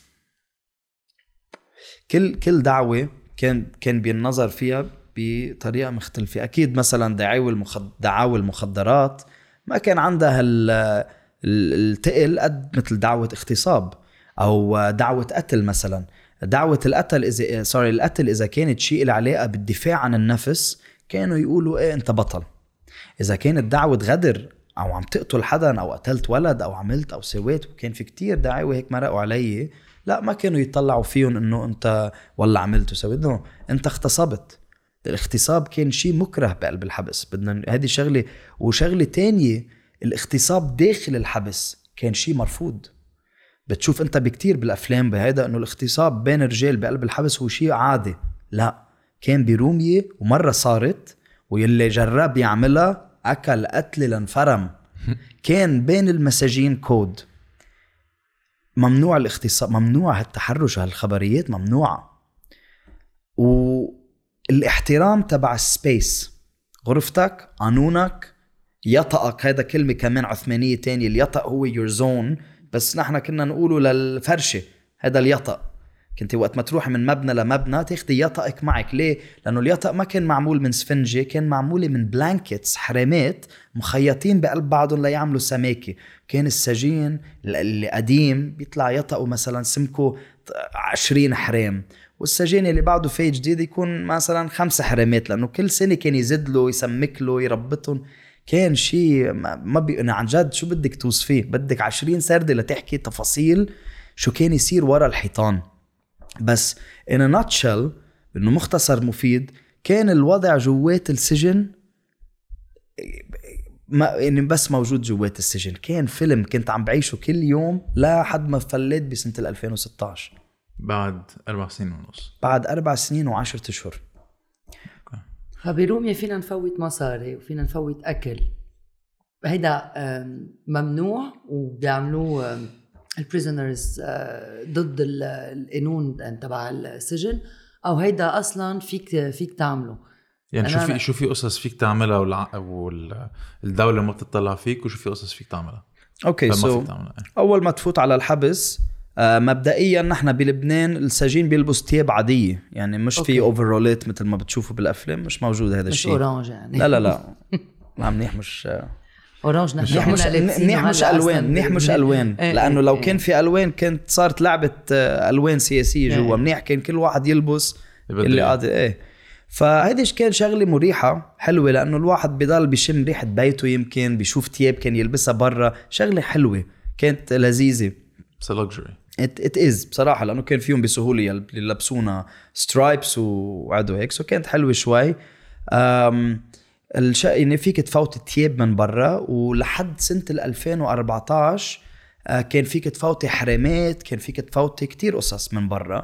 كل دعوه كان بالنظر فيها بطريقه مختلفه. اكيد مثلا دعاوى المخدرات ما كان عندها التقل قد مثل دعوه اغتصاب او دعوه قتل. مثلا دعوه القتل اذا كانت شيء له علاقه بالدفاع عن النفس كانوا يقولوا ايه انت بطل. اذا كانت دعوه غدر او عم تقتل حدا او قتلت ولد او عملت او سويت، وكان في كتير دعاوى هيك مرقوا علي، لا ما كانوا يطلعوا فيهم انه انت والله عملت وسويت، انت اغتصبت. الاغتصاب كان شيء مكره بقلب الحبس. بدنا هذه شغله. وشغله تانية، الاغتصاب داخل الحبس كان شيء مرفوض. بتشوف انت بكتير بالافلام بهذا انه الاغتصاب بين الرجال بقلب الحبس هو شيء عادي. لا، كان برومية ومره صارت، واللي جرب يعملها اكل قتل لنفرم. كان بين المساجين كود ممنوع الاغتصاب، ممنوع هالتحرش، هالخبريات ممنوعة. والاحترام تبع السبيس، غرفتك، قانونك، يطأك، هذا كلمة كمان عثمانية تانية. اليطأ هو your zone، بس نحن كنا نقوله للفرشة هذا اليطأ. كنت وقت ما تروح من مبنى لمبنى تاخدي يطأك معك. ليه؟ لأنه اليطأ ما كان معمول من سفنجة، كان معمول من بلانكيتس، حرامات مخيطين بقلب بعضهم ليعملوا سماكة. كان السجين اللي قديم بيطلع يطأه مثلا سمكه 20 حرام، والسجين اللي بعده في جديد يكون مثلا 5 حرامات، لأنه كل سنة كان يزد له، يسمك له، يربطهم. كان شيء ما أنا عن جد شو بدك توصفيه؟ بدك 20 سردة لتحكي تفاصيل شو كان يصير ورا الحيطان. بس in a nutshell، إنه مختصر مفيد، كان الوضع جوات السجن ما يعني بس موجود جوات السجن. كان فيلم كنت عم بعيشه كل يوم لحد ما فليت بسنة 2016 بعد 4 سنين ونص، بعد 4 سنين و10 أشهر. فبرومية فينا نفوت مصاري وفينا نفوت أكل، هيدا ممنوع وبيعملوه البريزنرز ضد القانون تبع السجن، او هيدا اصلا فيك تعمله؟ يعني شو في قصص فيك تعملها والدولة ما بتطلع فيك، وشو في قصص فيك تعملها؟ اوكي، اول ما تفوت على الحبس مبدئيا نحن بلبنان السجين بيلبس ثياب عاديه، يعني مش في اوفرولات مثل ما بتشوفوا بالافلام، مش موجود هذا الشيء. مش اورانج يعني؟ لا منيح، مش اورانج، منيح مش الوان لانه لو كان في الوان كانت صارت لعبه الوان سياسيه جوا. منيح كان كل واحد يلبس اللي قاعد فهيدي كان شغله مريحه حلوه، لانه الواحد بيضل بيشم ريحه بيته، يمكن بيشوف ثياب كان يلبسها برا، شغله حلوه كانت لذيذه. It's a luxury. It is بصراحه، لانه كان فيهم بسهوله يلبسونا سترايبس وعدو هيك، سو كانت حلوه شوي. يعني فيك تفوت الثياب من برا. ولحد سنة 2014 كان فيك تفوتي حرامات، كان فيك تفوتي كتير قصص من برا.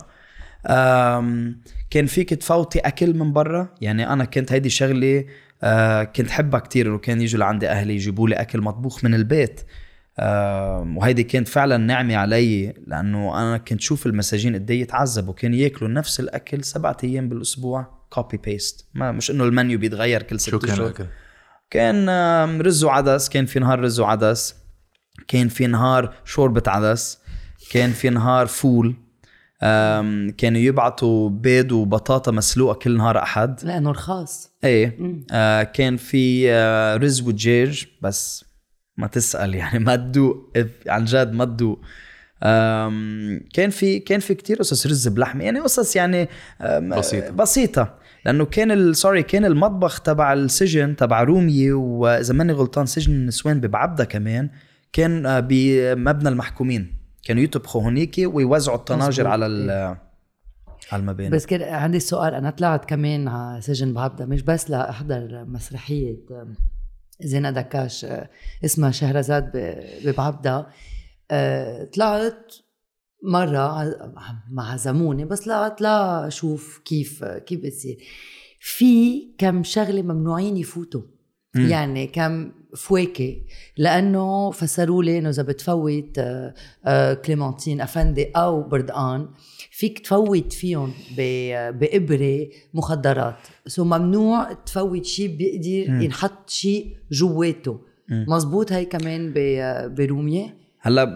كان فيك تفوتي أكل من برا. يعني أنا كنت هيدي شغلي كنت حبها كتير، وكان يجوا لعندي أهلي يجيبوا لي أكل مطبوخ من البيت. وهيدي كانت فعلا نعمة علي، لأنه أنا كنت شوف المساجين قدي يتعذبوا، كانوا يأكلوا نفس الأكل 7 أيام بالأسبوع، كوبي بيست، ما مش إنه المنيو بيتغير كل 6 أشهر. كان رز وعدس، كان في نهار رز وعدس، كان في نهار شوربة عدس، كان في نهار فول، كانوا يبعتوا بيض وبطاطا مسلوقة كل نهار أحد لأنه رخاص. كان في رز ودجاج، بس ما تسأل يعني ما تدوق عن جد، ما تدوق. كان في كتير قصص رز بلحمه، يعني قصص يعني بسيطه لانه كان المطبخ تبع السجن تبع رومية، واذا ماني غلطان سجن النسوان ببعبدة كمان كان بمبنى المحكومين، كانوا يطبخوا هونيك ويوزعوا الطناجر على المباني. بس كده عندي سؤال، انا طلعت كمان على سجن بعبدة مش بس لاحضر مسرحيه زينة دكاش اسمها شهرزاد ببعبدة، طلعت مرة مع زموني، بس طلعت لا أشوف كيف بتصير. في كم شغلة ممنوعين يفوتوا، يعني كم فواكه، لأنه فسروا لي إنه إذا بتفوت كليمانتين أفندي أو بردقان فيك تفوت فيهم بإبرة مخدرات، سو ممنوع تفوت شيء بيقدر ينحط شيء جواته. مزبوط هاي كمان برومية؟ هلا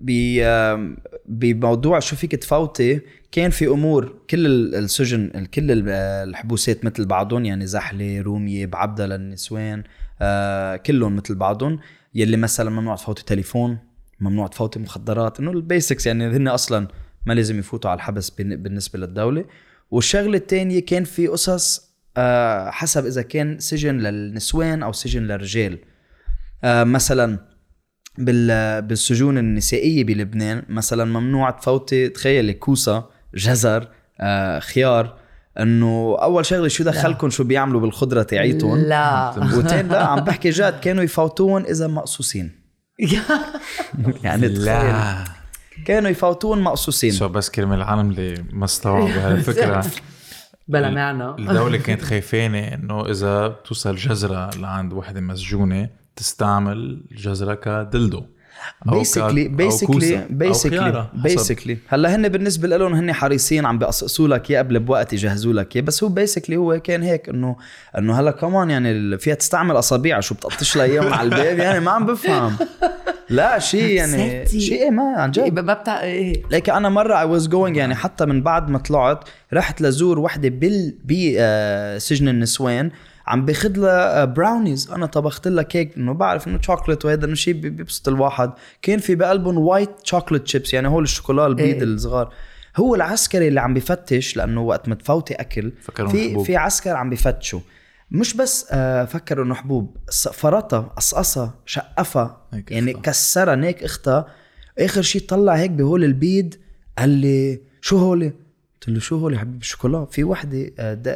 بموضوع شو فيك تفوتي، كان في امور كل السجن كل الحبوسات مثل بعضهم، يعني زحله رومية بعبدة للنسوان كلهم مثل بعضهم. يلي مثلا ممنوع تفوتي تليفون، ممنوع تفوتي مخدرات، انه البيسكس يعني هن اصلا ما لازم يفوتوا على الحبس بالنسبه للدوله. والشغله الثانيه كان في قصص حسب اذا كان سجن للنسوان او سجن للرجال. مثلا بالسجون النسائية بلبنان مثلا ممنوع تفوتي، تخيلي كوسة، جزر، خيار، انه اول شغله شو دخلكم شو بيعملوا بالخضره تاعيتهم؟ لا وتين لا عم بحكي جد كانوا يفوتون اذا مقصوصين. يعني لا كانوا يفوتون مقصوصين. شو بس كلمة العالم اللي ما استوعبوا هالفكرة بلا معنى. الدولة كانت خايفانة انه اذا توصل جزرة لعند وحدة مسجونة تستعمل جزرة كدلدو basically هلا هن بالنسبه لهم هن حريصين عم بيقصقصوا لك يا قبل بوقت يجهزوا لك يا، بس هو basically هو كان هيك انه هلا كمان يعني فيها تستعمل اصابيع شو بتقطش لها اياهم على الباب، يعني ما عم بفهم. لا شيء يعني شيء ما عن جد ببتع ايه. لكن انا مره I was going يعني حتى من بعد ما طلعت رحت لزور وحده سجن النسوان عم باخد لها براونيز، انا طبخت لها كيك انه بعرف انه شوكولات وهذا انه شيء بيبسط الواحد. كان في بقلبهم وايت شوكولات شيبس، يعني هول الشوكولا البيض الصغار. هو العسكري اللي عم بيفتش، لانه وقت ما تفوتي اكل في عسكر عم بيفتشوا، مش بس فكروا انه حبوب، فرطه، قصقصه، شقفه، يعني كسرها نيك اختها. اخر شيء طلع هيك بهول البيض، قال لي شو هولي؟ قلت له شو هو يا حبيبي؟ الشوكولا. في وحده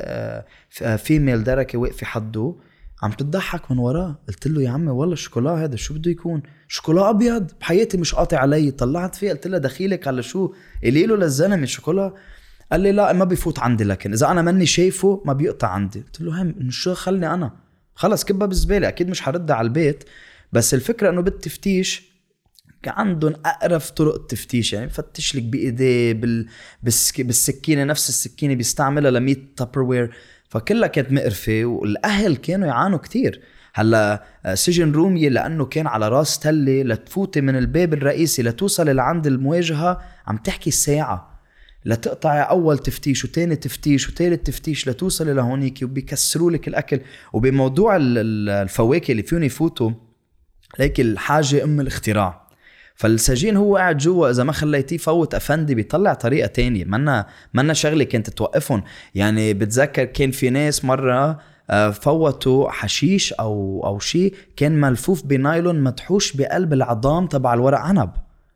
فيميل دركه واقفه حده عم تضحك من وراه. قلت له يا عمي والله الشوكولا هذا شو بده يكون؟ شوكولا ابيض بحياتي مش قاطع علي. طلعت فيه قلت له دخيلك على شو؟ قلي له للزلمه شوكولا. قال لي لا ما بيفوت عندي، لكن اذا انا ماني شايفه ما بيقطع عندي. قلت له هم شو خلني انا خلص كبها بالزباله، اكيد مش حردها على البيت. بس الفكره انه بالتفتيش عندهم أقرف طرق التفتيش، يعني فتش لك بإيديه بالسكينة، نفس السكينة بيستعملها لميت تابروير، فكلها كانت مقرفة. والأهل كانوا يعانوا كتير. هلا سجن رومية لأنه كان على راس تلة، لتفوتي من الباب الرئيسي لتوصل لعند المواجهة عم تحكي ساعة، لتقطع أول تفتيش وتاني تفتيش وتالت تفتيش لتوصل لهونيك، وبيكسروا لك الأكل. وبموضوع الفواكه اللي فيهم يفوتوا ليك الحاجة أم الاختراع. فالسجين هو قاعد جوا، اذا ما خليتيه فوت افندي بيطلع طريقه تانية، منا شغله كانت توقفهم. يعني بتذكر كان في ناس مره فوتوا حشيش او شيء كان ملفوف بنايلون مدحوش بقلب العظام تبع الورق عنب.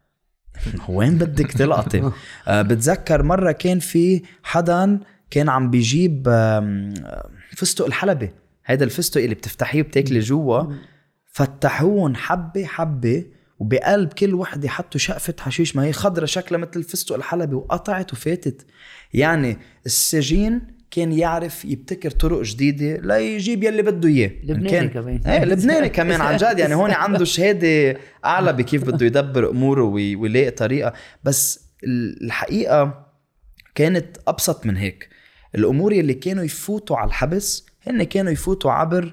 وين بدك تلقطي؟ بتذكر مره كان في حدا كان عم بيجيب فستق الحلبي، هيدا الفستق اللي بتفتحيه وبتاكلي جوا، فتحوهم حبه حبه وبقلب كل وحدة حطوا شقفة حشيش ما هي خضرة شكلها مثل الفستق الحلبي، وقطعت وفاتت. يعني السجين كان يعرف يبتكر طرق جديدة لا يجيب يلي بده اياه. لبناني كمان لبناني كمان عن جد، يعني هون عنده شهادة اعلى بكيف بده يدبر اموره ويلاقي طريقة. بس الحقيقة كانت ابسط من هيك. الامور اللي كانوا يفوتوا على الحبس هن كانوا يفوتوا عبر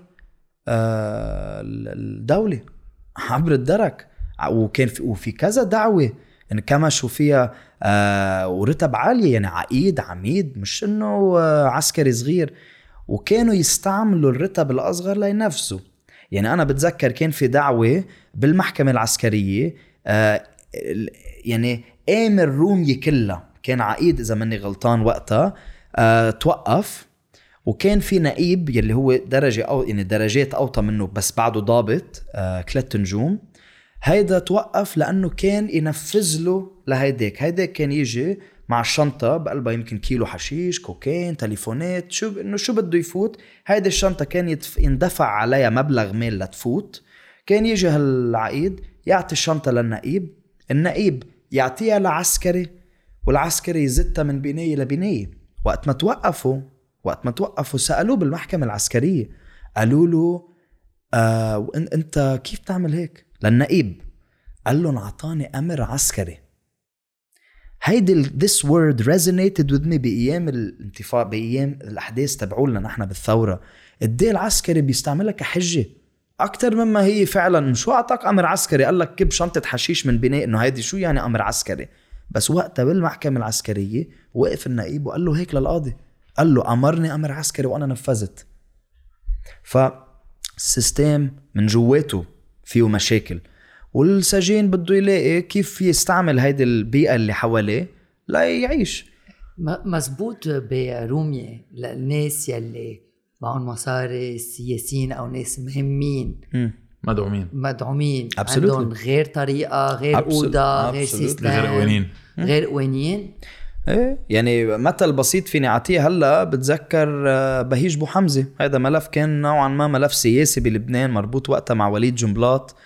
الدولة، عبر الدرك. وكان وفي كذا دعوة إن كمشوا فيها ورتب عالية، يعني عقيد عميد، مش إنه عسكري صغير. وكانوا يستعملوا الرتب الأصغر لينفذوا. يعني أنا بتذكر كان في دعوة بالمحكمة العسكرية يعني آمر رومية كلها كان عقيد إذا مني غلطان وقتها توقف، وكان في نقيب يلي هو درجة أو يعني درجات أوطى منه بس بعده ضابط 3 نجوم. هيدا توقف لأنه كان ينفذ له هيداك كان يجي مع الشنطة بقلبها يمكن كيلو حشيش، كوكين، تليفونات، شو بده يفوت. هيدا الشنطة كان يندفع عليها مبلغ مال لتفوت. كان يجي هالعقيد يعطي الشنطة للنقيب، النقيب يعطيها لعسكري، والعسكري يزتها من بناية لبناية. وقت ما توقفوا سألوه بالمحكمة العسكرية، قالوا له انت كيف تعمل هيك للنقيب؟ قال لهم عطاني أمر عسكري. هيدي this word resonated with me بأيام الانتفاضة، بأيام الأحداث تبعولنا نحن بالثورة. الدي العسكري بيستعملها كحجة أكتر مما هي فعلا. شو أعطاك أمر عسكري؟ قال لك كب شنطة حشيش من بناء، إنه هيدي شو يعني أمر عسكري؟ بس وقتها بالمحكمة العسكرية وقف النقيب وقال له هيك للقاضي، قال له أمرني أمر عسكري وأنا نفذت. فالسيستم من جواته فيه مشاكل، والسجين بده يلاقي كيف يستعمل هيدي البيئة اللي حواليه لا يعيش. مزبوط. برومية للناس يلي معهم مصاري، سياسيين أو ناس مهمين مدعومين عندهم غير طريقة، غير أوضة، غير سيستم، غير قوانين. ايه يعني مثل بسيط فيني اعطيه هلا. بتذكر بهيج بو حمزة، هذا ملف كان نوعا ما ملف سياسي بلبنان مربوط وقتها مع وليد جنبلاط،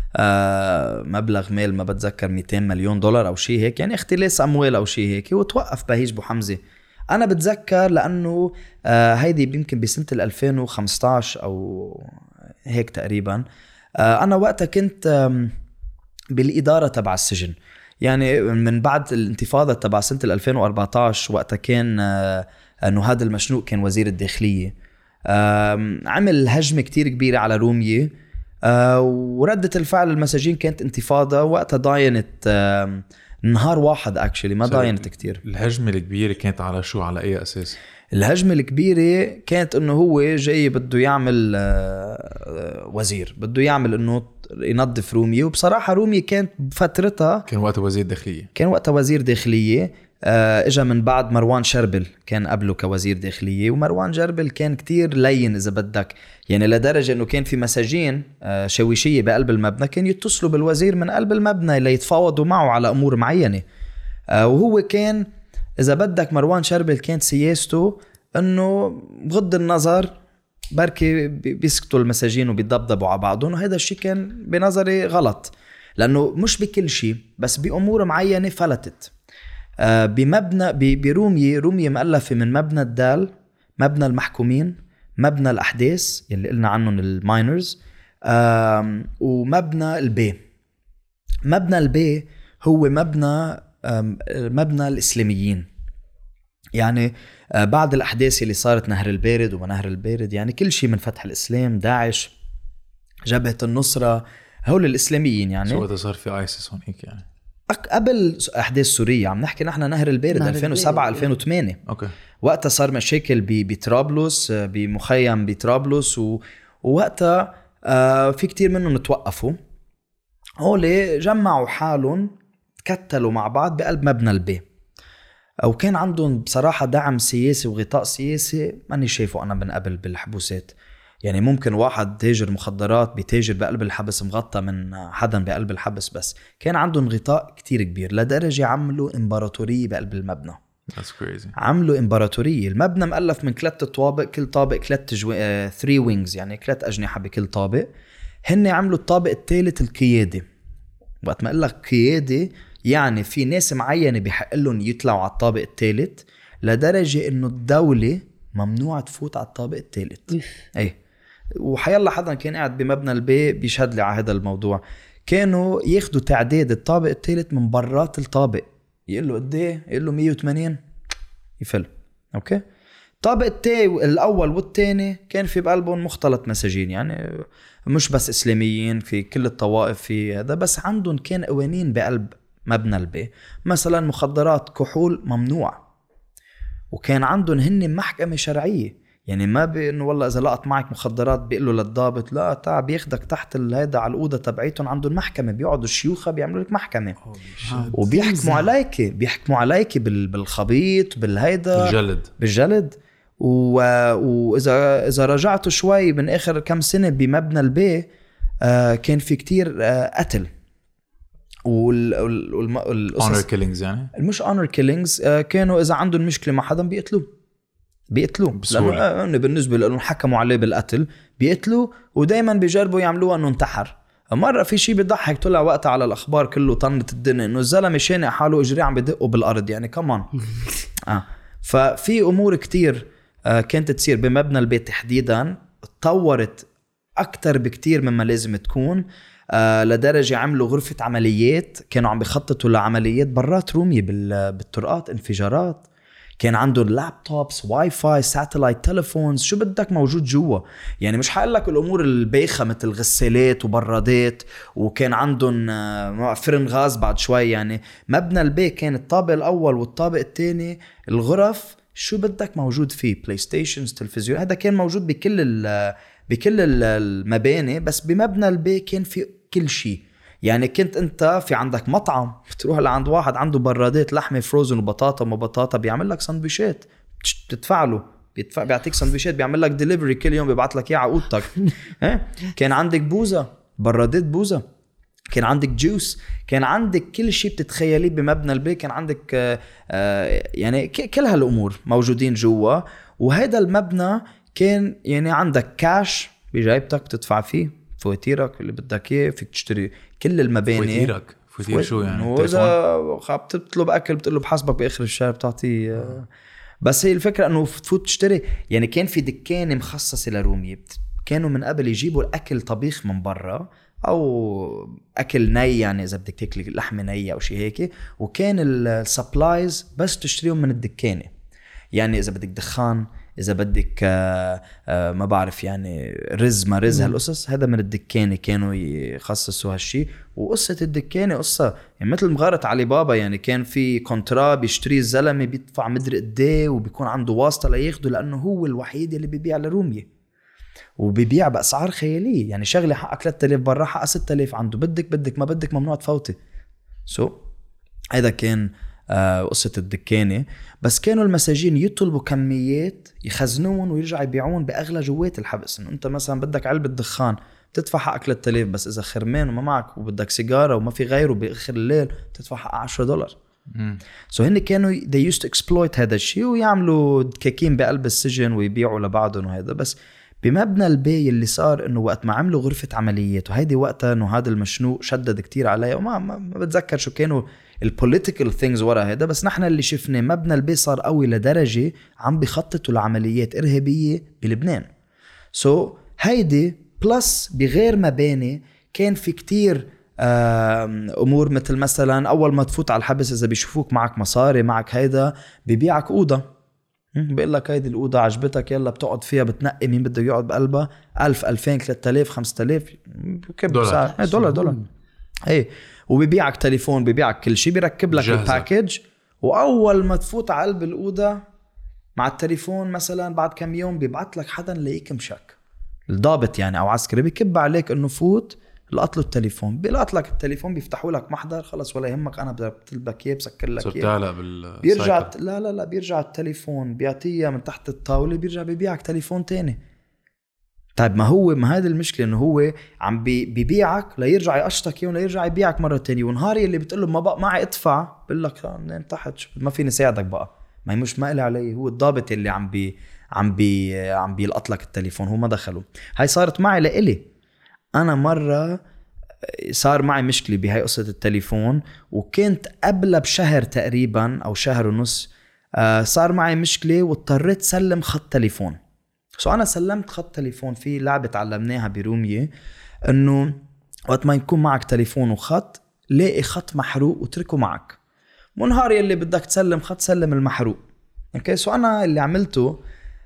مبلغ مال ما بتذكر 200 مليون دولار او شيء هيك، يعني اختلاس اموال او شيء هيك، وتوقف بهيج بو حمزة. انا بتذكر لانه هيدي يمكن بسنة 2015 او هيك تقريبا. انا وقتها كنت بالادارة تبع السجن، يعني من بعد الانتفاضة تبع سنة 2014. وقتها كان نهاد المشنوق كان وزير الداخلية، عمل هجمة كتير كبيرة على رومية، وردة الفعل المساجين كانت انتفاضة. وقتها ضاينت نهار واحد اكشلي، ما ضاينت كتير. الهجمة الكبيرة كانت على شو؟ على اي اساس؟ الهجمة الكبيرة كانت انه هو جاي بده يعمل وزير، بده يعمل انه ينظف رومية. وبصراحة رومية كانت بفترتها كان وقتها وزير داخلية. اجا من بعد مروان شربل كان قبله كوزير داخلية، ومروان شربل كان كتير لين اذا بدك، يعني لدرجة انه كان في مساجين شويشية بقلب المبنى كان يتصلوا بالوزير من قلب المبنى ليتفاوضوا معه على امور معينة. وهو كان اذا بدك مروان شربل كانت سياسته انه بغض النظر بركي بيسكتوا المساجين وبيضبضبوا على بعضهم، وهذا الشيء كان بنظري غلط، لانه مش بكل شيء بس بأمور معينة فلتت. بمبنى برومية مؤلفة من مبنى الدال، مبنى المحكومين، مبنى الأحداث اللي قلنا عنهم الماينرز، ومبنى البي. مبنى البي هو مبنى الإسلاميين، يعني بعد الأحداث اللي صارت نهر البارد ونهر البارد، يعني كل شيء من فتح الإسلام، داعش، جبهة النصرة، هول الإسلاميين. يعني سوى صار في آيسيس هون هيك، يعني قبل أحداث سوريا عم نحكي نحن نهر البارد 2007-2008. أوكي. وقتها صار مشاكل بطرابلس، بمخيم بطرابلس، ووقتها في كتير منهم توقفوا. هولي جمعوا حالهم، تكتلوا مع بعض بقلب مبنى البي، أو كان عندهم بصراحة دعم سياسي وغطاء سياسي ماني شايفه أنا من قبل بالحبوسات. يعني ممكن واحد تاجر مخدرات بيتاجر بقلب الحبس مغطى من حدا بقلب الحبس، بس كان عندهم غطاء كتير كبير لدرجة عملوا إمبراطورية بقلب المبنى. That's crazy. عملوا إمبراطورية. المبنى مؤلف من 3 طوابق، كل طابق 3 wings، يعني 3 أجنحة بكل طابق. هن عملوا الطابق الثالث القيادي. وقت ما قلك قيادي يعني في ناس معينة بيحق لهم يطلعوا على الطابق الثالث، لدرجة إنه الدولة ممنوع تفوت على الطابق الثالث. أي، وحيالله حدا كان قاعد بمبنى البي بيشهد لي على هذا الموضوع. كانوا ياخدوا تعداد الطابق الثالث من برات الطابق، يقول له قد ايه؟ يقول له 180 يفل. اوكي. الطابق الاول والثاني كان في بقلبهم مختلط مساجين، يعني مش بس اسلاميين، في كل الطوائف في هذا، بس عندهم كان قوانين بقلب مبنى البي. مثلا مخدرات، كحول ممنوع، وكان عندهم هن محكمة شرعية. يعني ما انه والله اذا لقط معك مخدرات بيقول له للضابط لا تعال بياخدك تحت هيدا على الاوضه تبعيتهم عندهم محكمه بيقعدوا الشيوخه بيعملوا لك محكمه وبيحكموا عليك بالخبيط بالهيدا بالجلد واذا رجعتوا شوي من اخر كم سنه بمبنى البي كان في كتير قتل honor killings يعني مش honor killings كانوا اذا عندهم مشكله مع حدا بيقتلوه لانه بالنسبه لهم حكموا عليه بالقتل بيقتلوا ودايما بيجربوا يعملوه انه انتحر. مره في شيء بيضحك طلع وقتها على الاخبار كله طنت الدنيا انه الزلمه شانق حاله اجريه عم بدقوا بالارض يعني كمان ففي امور كتير كانت تصير بمبنى البيت تحديدا تطورت اكتر بكتير مما لازم تكون لدرجة عملوا غرفة عمليات كانوا عم بيخططوا لعمليات برات رومية بالطرقات انفجارات كان عندهم لابتوبس واي فاي ساتلايت تليفونز شو بدك موجود جوا يعني مش حقول لك الامور البايخة مثل غسالات وبرادات وكان عندهم فرن غاز بعد شوي يعني مبنى البيت كان الطابق الاول والطابق الثاني الغرف شو بدك موجود فيه بلاي ستيشنز تلفزيون هذا كان موجود بكل المباني بس بمبنى البيت كان في كل شيء يعني كنت انت في عندك مطعم بتروح لعند واحد عنده برادات لحمه فروزن وبطاطا ما بطاطا بيعمل لك سندويشات بتدفع له بيعطيك سندويشات بيعمل لك ديليفري كل يوم بيبعت لك اياه على اوضتك كان عندك بوزه برادات بوزه كان عندك جوس كان عندك كل شيء بتتخيليه بمبنى البيت كان عندك يعني كل هالامور موجودين جوا وهذا المبنى كان يعني عندك كاش بجايبتك بتدفع فيه فواتيرك اللي بدك اياه فيك تشتري كل المباني فواتير شو يعني واذا بتطلب اكل بتقول له بحاسبك باخر الشهر بتعطيه بس هي الفكره انه تفوت تشتري يعني كان في دكانه مخصصه لرومية كانوا من قبل يجيبوا الاكل طبيخ من برا او اكل ني يعني اذا بدك تاكلي لحمه نيه او شيء هيك وكان السبلايز بس تشتريهم من الدكانه يعني اذا بدك دخان إذا بدك ما بعرف يعني رز ما رز هالقصص هذا من الدكانة كانوا يخصصوا هالشي وقصة الدكانة قصة يعني مثل مغارة علي بابا يعني كان في كونترا بيشتري الزلمة بيدفع مدري قديه وبيكون عنده واسطة لياخده لأنه هو الوحيد اللي بيبيع لرومية وبيبيع بأسعار خيالية يعني شغلة حقك 3000 برا حقها 6000 عنده بدك ما بدك ممنوع تفوتي هذا كان قصة الدكانة بس كانوا المساجين يطلبوا كميات يخزنون ويرجع يبيعون بأغلى جوات الحبس إنه أنت مثلا بدك علبة دخان تدفع حقك 3000 بس إذا خرمان وما معك وبدك سيجارة وما في غيره بآخر الليل تدفع حق $10 هن كانوا they used to exploit هذا الشيء ويعملوا دكاكين بقلب السجن ويبيعوا لبعضهم وهذا بس بمبنى البي اللي صار إنه وقت ما عملوا غرفة عمليات وهيدي وقتها إنه هذا المشنوق شدد كتير عليه وما بتذكر شو كانوا البوليتيكال ثينجز ورا هذا بس نحن اللي شفنا مبنى البي صار قوي لدرجة عم بيخططوا لعمليات إرهابية بلبنان هيدي بلس بغير مباني كان في كتير أمور مثلا أول ما تفوت على الحبس إذا بيشوفوك معك مصاري معك هيدا بيبيعك أوضة بيقول لك هيدي الأوضة عجبتك يلا بتقعد فيها بتنقي مين بده يقعد بقلبها 1000 2000 3000 5000 دولار ايه وبيبيعك تليفون بيبيعك كل شيء بيركب لك الباكيج واول ما تفوت على قلب الاوضه مع التليفون مثلا بعد كم يوم بيبعت لك حدا ليك مشك الضابط يعني او عسكري بيكب عليك انه فوت لقط له التليفون بيلقط لك التليفون بيفتحوا لك محضر خلص ولا يهمك انا بطلبك اياه بسكر لك اياه بيرجع لا بيرجع التليفون بيعطيه من تحت الطاوله بيرجع بيبيعك تليفون تاني طيب ما هذه المشكلة انه هو عم بيبيعك ليرجع يقشطك اياه وليرجع يبيعك مرة تانية ونهاري اللي بتقول له ما بقى معي ادفع بقول لك من تحت ما فيني ساعدك بقى ما هي مش مقلي علي هو الضابط اللي عم بيلقط لك التليفون هو ما دخله هاي صارت معي لإلي انا مرة صار معي مشكلة بهاي قصة التليفون وكنت قبل بشهر تقريبا او شهر ونص صار معي مشكلة واضطريت سلم خط تليفون أنا سلمت خط تليفون في لعبة تعلمناها برومية إنه وقت ما يكون معك تليفون وخط لاقي خط محروق وتركه معك ونهار يلي بدك تسلم خط سلم المحروق أنا اللي عملته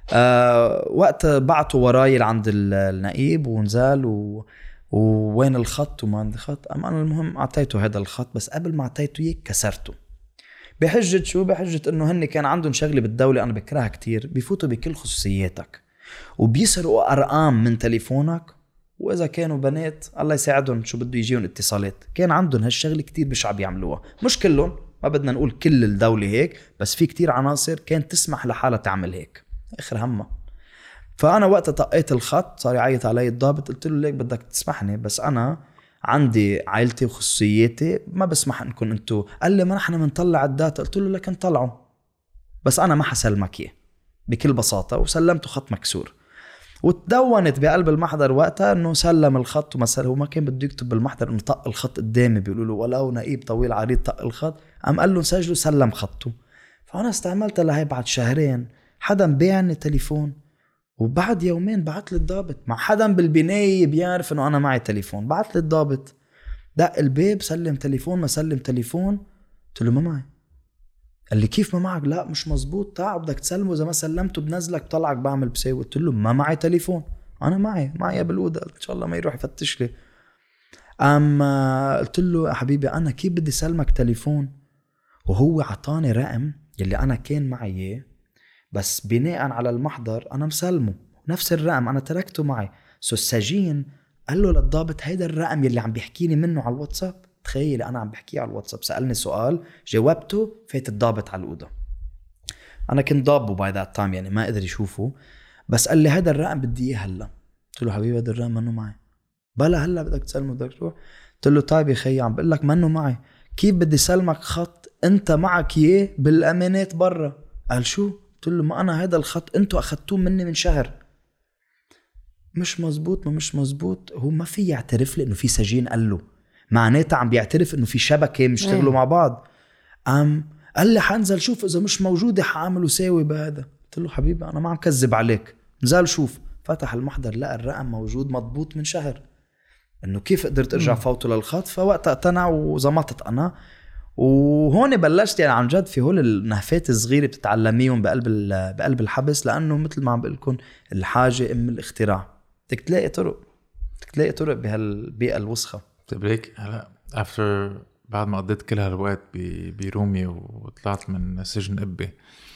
وقت بعته وراي عند النقيب ونزال ووين الخط وما عندي خط أنا المهم أعطيته هذا الخط بس قبل ما أعطيته كسرته بحجة إنه هن كان عندهم شغلة بالدولة أنا بكرهها كتير بيفوتوا بكل خصوصياتك وبيسرقوا ارقام من تليفونك، واذا كانوا بنات الله يساعدهم شو بده يجيهم اتصالات. كان عندهم هالشغله كتير بشعب يعملوها، مش كلهم، ما بدنا نقول كل الدولة هيك، بس في كتير عناصر كانت تسمح لحالها تعمل هيك، اخر همها. فانا وقت طقيت الخط صار يعيط علي الضابط، قلت له ليك بدك تسمحني بس انا عندي عائلتي وخصوصياتي ما بسمح انكم انتو. قال لي ما نحن منطلع الداتا. قلت له لكن طلعوا، بس انا ما حسلمك اياه بكل بساطة، وسلمته خط مكسور. وتدونت بقلب المحضر وقتها انه سلم الخط وما سلم. هو ما كان بده يكتب بالمحضر انه طق الخط قدامي، بيقولوا له ولو نقيب طويل عريض طق الخط، قام قال له سجله سلم خطه. فانا استعملت لهي بعد شهرين حدا بيعني تليفون، وبعد يومين بعت لي الضابط مع حدا بالبناية بيعرف انه انا معي تليفون. بعت لي الضابط دق الباب، سلم تليفون ما سلم تليفون. قلت له ما معي. قال لي كيف ما معك؟ لا مش مزبوط، تعا بدك تسلمه، اذا ما سلمته بنزلك طلعك بعمل بساوي. قلت له ما معي تليفون، انا معي بالأوضة، ان شاء الله ما يروح يفتش لي. قلت له يا حبيبي انا كيف بدي سلمك تليفون وهو عطاني رقم يلي انا كان معي اياه، بس بناء على المحضر انا مسلمه نفس الرقم، انا تركته معي. السجين قال له للضابط هيدا الرقم يلي عم بيحكيني منه على الواتساب. تخيل انا عم بحكيه على الواتساب، سألني سؤال جاوبته، فات الضابط على الأوضة. انا كنت ضابه باي ذات تايم يعني ما قدر يشوفه، بس قال لي هذا الرقم بدي اياه هلا. قلت له حبيبي هذا الرقم منه معي. بلا هلا بدك تسلمه بدك تروح. قلت له طيب يا خي عم بقول لك منه معي، كيف بدي سلمك خط انت معك اياه بالامانات برا؟ قال شو؟ قلت له ما انا هذا الخط انتوا اخذتوه مني من شهر. مش مزبوط. ما مش مزبوط، هو ما في يعترف لي انه في سجين قال له، معناتها عم بيعترف انه في شبكه بيشتغلوا مع بعض. قال لي حنزل شوف اذا مش موجوده حاعمل وساوي بهذا. قلت له حبيبي انا ما عم كذب عليك، نزل شوف. فتح المحضر لقى الرقم موجود مضبوط من شهر، انه كيف قدرت ارجع فوته للخط. فوقتها اقتنع وزمطت انا. وهون بلشت يعني عن جد في هول النهفات الصغيره بتتعلميهم بقلب الحبس، لانه مثل ما عم بقول لكم الحاجه ام الاختراع. بدك تلاقي طرق بهالبيئه الوسخه. تبريك هلا بعد ما قضيت كل هالوقت برومي وطلعت من سجن قبي،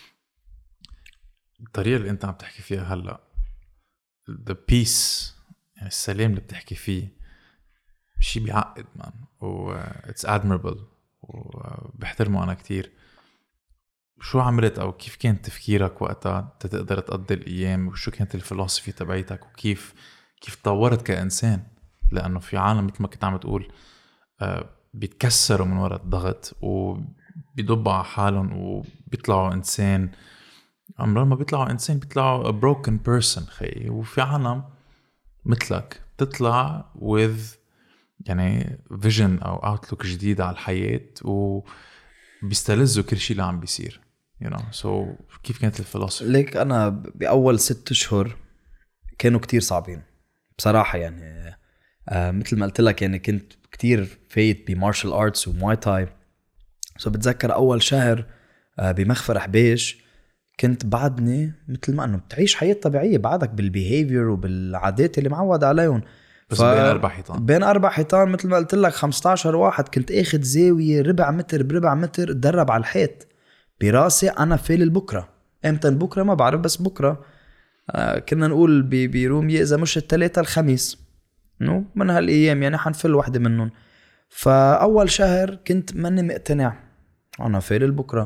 الطريقه اللي انت عم تحكي فيها هلا the peace يعني السلام اللي بتحكي فيه شيء بيعقد مان، و it's admirable وبحترمه انا كتير. شو عملت او كيف كان تفكيرك وقتها تقدر تقضي الايام، وشو كانت الفلسفه تبعيتك، وكيف تطورت كإنسان؟ لانه في عالم مثل ما كنت عم تقول بيتكسروا من وراء الضغط وبيضبوا على حالهم وبيطلعوا انسان. عمرهم ما بيطلعوا انسان، بيطلعوا a broken person خي. وفي عالم مثلك تطلع with يعني vision او outlook جديد على الحياة، وبيستلزوا كل شيء اللي عم بيصير so كيف كانت الفلسفة؟ ليك انا باول 6 أشهر كانوا كتير صعبين بصراحة يعني. مثل ما قلت لك يعني كنت كتير فايت بمارشال ارتس ومواي تاي. بتذكر اول شهر بمخفر حبيش كنت بعدني مثل ما انه بتعيش حياة طبيعية، بعدك بالبيهيفير وبالعادات اللي معود عليهم، بس بين 4 حيطان مثل ما قلت لك 15 واحد. كنت اخد زاوية ربع متر بربع متر اتدرب على الحيط براسي. انا فيل بكرة امتى بكرة ما بعرف، بس بكرة كنا نقول برومي اذا مش الثلاثة الخميس من هالايام يعني حنفل واحدة منهم. فاول شهر كنت ماني مقتنع انا فيل بكرة.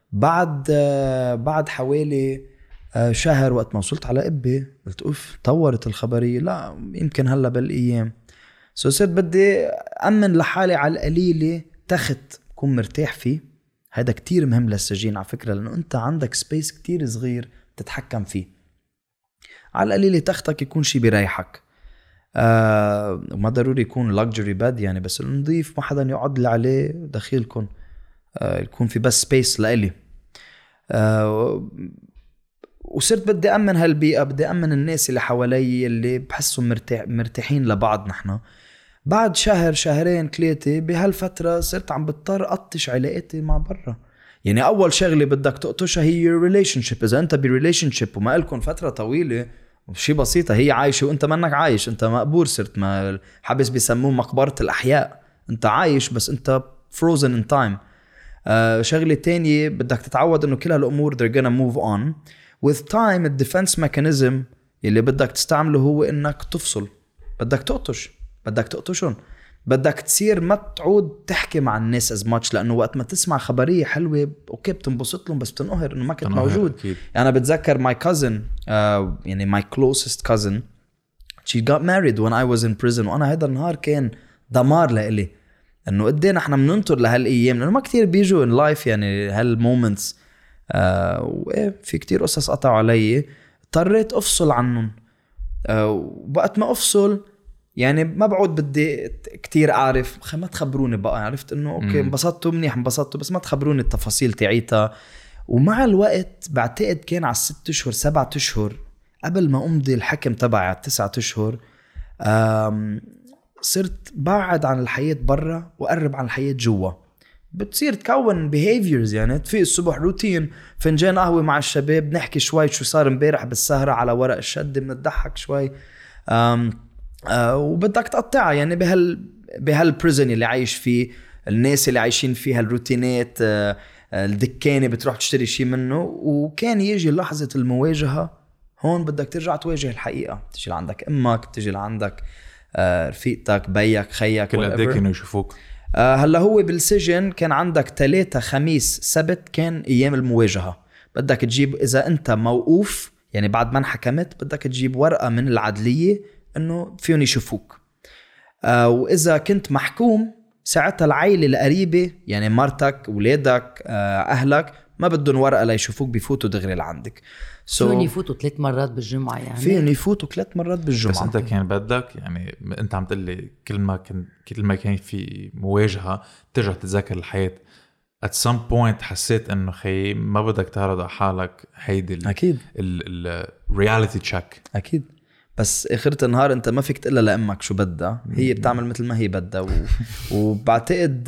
بعد حوالي شهر وقت ما وصلت على قبي قلت اوف طورت الخبرية، لا يمكن هلا بالايام. صرت بدي امن لحالي على القليلة تخت كون مرتاح فيه. هذا كتير مهم للسجين على فكرة، لانه انت عندك سبيس كتير صغير تتحكم فيه. على القليلة تختك يكون شي بيريحك، وما ضروري يكون luxury bed يعني، بس نضيف ما حدا يقعد لي عليه دخيلكم، يكون في بس سبيس لإلي. وصرت بدي أمن هالبيئة، بدي أمن الناس اللي حوالي اللي بحسهم مرتاحين لبعض. نحن بعد شهرين 3 بهالفترة صرت عم بضطر أطش علاقاتي مع برا. يعني أول شغلة بدك تقطشها هي relationship. إذا أنت بريليشنشيب وما لكم فترة طويلة وشي بسيطة هي عايشة وأنت منك عايش، أنت مقبور، صرت ما حبس بيسموه مقبرة الأحياء. أنت عايش بس أنت frozen in time. شغلة تانية بدك تتعود إنه كل هالأمور they're gonna move on with time. the defense mechanism اللي بدك تستعمله هو انك تفصل. بدك تقطشهم، بدك تصير ما تعود تحكي مع الناس as much، لانه وقت ما تسمع خبرية حلوة اوكي بتنبسط لهم بس بتنقهر انه ما كنت موجود. أكيد. انا بتذكر my cousin يعني my closest cousin she got married when I was in prison، وانا هذا النهار كان دمار لإلي انه قد ايه نحن بننطر لهالايام، لانه ما كتير بيجوا in life يعني هالمومنتس. وايه في كتير قصص قطعوا علي، اضطريت افصل عنهم. وقت ما افصل يعني ما بعود بدي كتير اعرف، ما تخبروني بقى، عرفت انه اوكي انبسطتوا منيح انبسطتوا بس ما تخبروني التفاصيل تاعيتها. ومع الوقت بعتقد كان على 6 أشهر 7 أشهر قبل ما امضي الحكم تبعي على 9 أشهر صرت بعد عن الحياة برا وقرب عن الحياة جوا. بتصير تكون behaviors، يعني تفيق الصبح روتين، فنجان قهوة مع الشباب، نحكي شوي شو صار امبارح بالسهرة على ورق الشد، بنضحك شوي. وبدك تقطعها يعني بهالبريزن اللي عايش فيه، الناس اللي عايشين فيها، الروتينات، الدكانة بتروح تشتري شيء منه. وكان يجي لحظة المواجهة، هون بدك ترجع تواجه الحقيقة. تجي لعندك أمك، تجي لعندك رفيقتك، بيك، خيك، كل قد ايه كانوا يشوفوك؟ هلا هو بالسجن كان عندك 3 خميس سبت كان ايام المواجهة. بدك تجيب اذا انت موقوف يعني بعد ما انحكمت بدك تجيب ورقة من العدلية انه فيهم يشوفوك. واذا كنت محكوم ساعتها العائلة القريبة يعني مرتك، ولادك، اهلك ما بدهم ورقة ليشوفوك، بيفوتوا دغري لعندك. فيهم يفوتوا 3 مرات بالجمعة، يعني فيهم يفوتوا 3 مرات بالجمعة. بس انت كان بدك يعني انت عم تقلي كل ما كان في مواجهة ترجع تتذكر الحياة. at some point حسيت انه خي ما بدك تعرض على حالك هيدي اكيد reality check. اكيد. بس اخرة النهار انت ما فيك تقلها لامك شو بدها، هي بتعمل مثل ما هي بدها. وبعتقد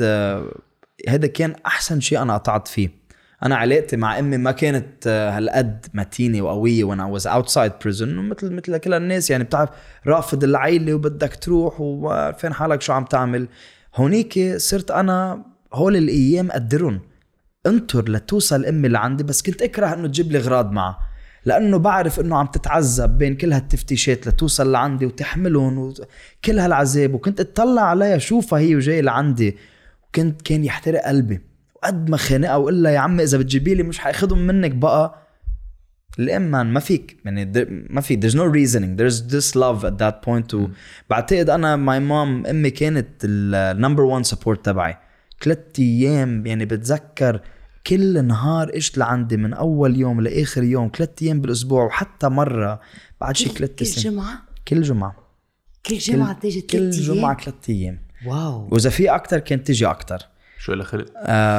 هذا كان احسن شيء انا قطعت فيه. أنا علاقتي مع أمي ما كانت هالقد متينة وقوية when I was outside prison، مثل كل الناس يعني بتعرف رافض العيلة وبدك تروح وفين حالك شو عم تعمل. هونيك صرت أنا هول الأيام قدرن انطر لتوصل أمي لعندي، بس كنت أكره أنه تجيب لي غراض معه، لأنه بعرف أنه عم تتعذب بين كل هالتفتيشات لتوصل لعندي وتحملهم وكل هالعذاب. وكنت أتطلع عليها شوفها هي وجاي لعندي، كان يحترق قلبي قد ما خانقها وقال لها يا عم إذا بتجيبي لي مش حياخدهم منك بقى. الإمان ما فيك يعني ما في there's no reasoning, there's this love at that point. وبعتقد أنا my mom أمي كانت number one support تبعي. 3 أيام يعني بتذكر كل نهار إجت لعندي من أول يوم لآخر يوم 3 أيام بالأسبوع، وحتى مرة بعد شي 3 سنين كل جمعة تيجي 3 أيام كل جمعة 3 أيام. واو. وإذا في أكتر كان تيجي أكتر. شو اللي خلق؟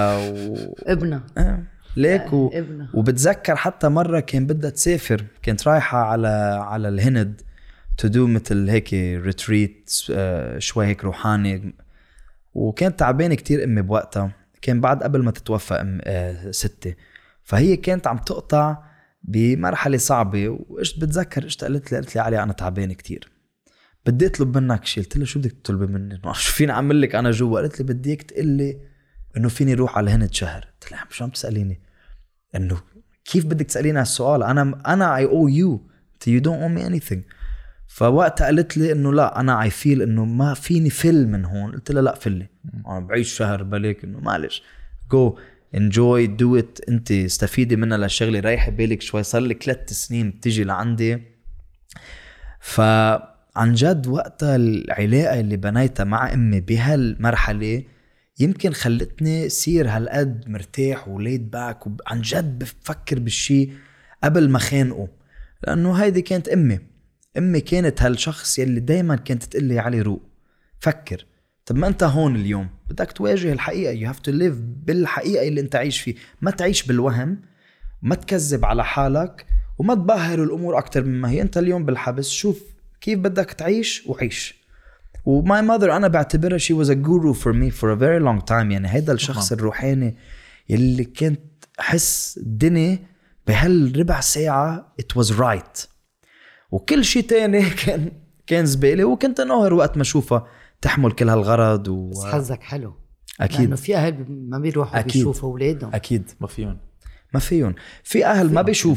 ابنه ليك وبتذكر حتى مرة كان بدها تسافر، كانت رايحة على الهند تدو مثل هيك ريتريت شوي هيك روحاني، وكانت تعبانة كتير أمي بوقتها، كان بعد قبل ما تتوفى ستي، فهي كانت عم تقطع بمرحلة صعبة. وإيش بتذكر إيش قالت لي علي أنا تعبانة كتير، بدي أطلب منك شيء. قلت لها شو بدك تطلبي مني؟ شو فيني أعمل لك أنا جوا؟ قالت لي بديك تقلي إنه فيني روح على الهند شهر. قلت لها شو عم تسأليني؟ إنه كيف بدك تسأليني هالسؤال؟ أنا I owe you you don't owe me anything. فوقتها قالت لي إنه لا أنا I feel إنه ما فيني فل من هون. قلت لها لا فلي، أنا بعيش شهر بالك إنه معلش go enjoy do it، أنت استفيدي منها للشغلة، ريحي بالك شوي. صار لك 3 سنين بتيجي لعندي. عن جد وقتها العلاقة اللي بنيتها مع أمي بهالمرحلة يمكن خلتني سير هالقد مرتاح وليد باك، وعن جد بفكر بالشي قبل ما خانقه، لأنه هيدي كانت أمي كانت هالشخص يلي دايما كانت تقلي علي روق فكر. طب ما أنت هون اليوم بدك تواجه الحقيقة، you have to live بالحقيقة اللي أنت عايش فيه، ما تعيش بالوهم، ما تكذب على حالك، وما تبهر الأمور أكتر مما هي. أنت اليوم بالحبس شوف كيف بدك تعيش وعيش. وماي ماذر أنا بعتبرها she was a guru for me for a very long time. يعني هيدا الشخص الروحاني يلي كنت أحس الدنيا بهالربع ساعة it was right، وكل شيء تاني كان زبالة. وكنت نهر وقت ما شوفها تحمل كل هالغرض بس حظك حلو أكيد، لأنه في أهل ما بيروحوا بيشوفوا أولادهم. أكيد ما فيهم في أهل ما بيشوفوا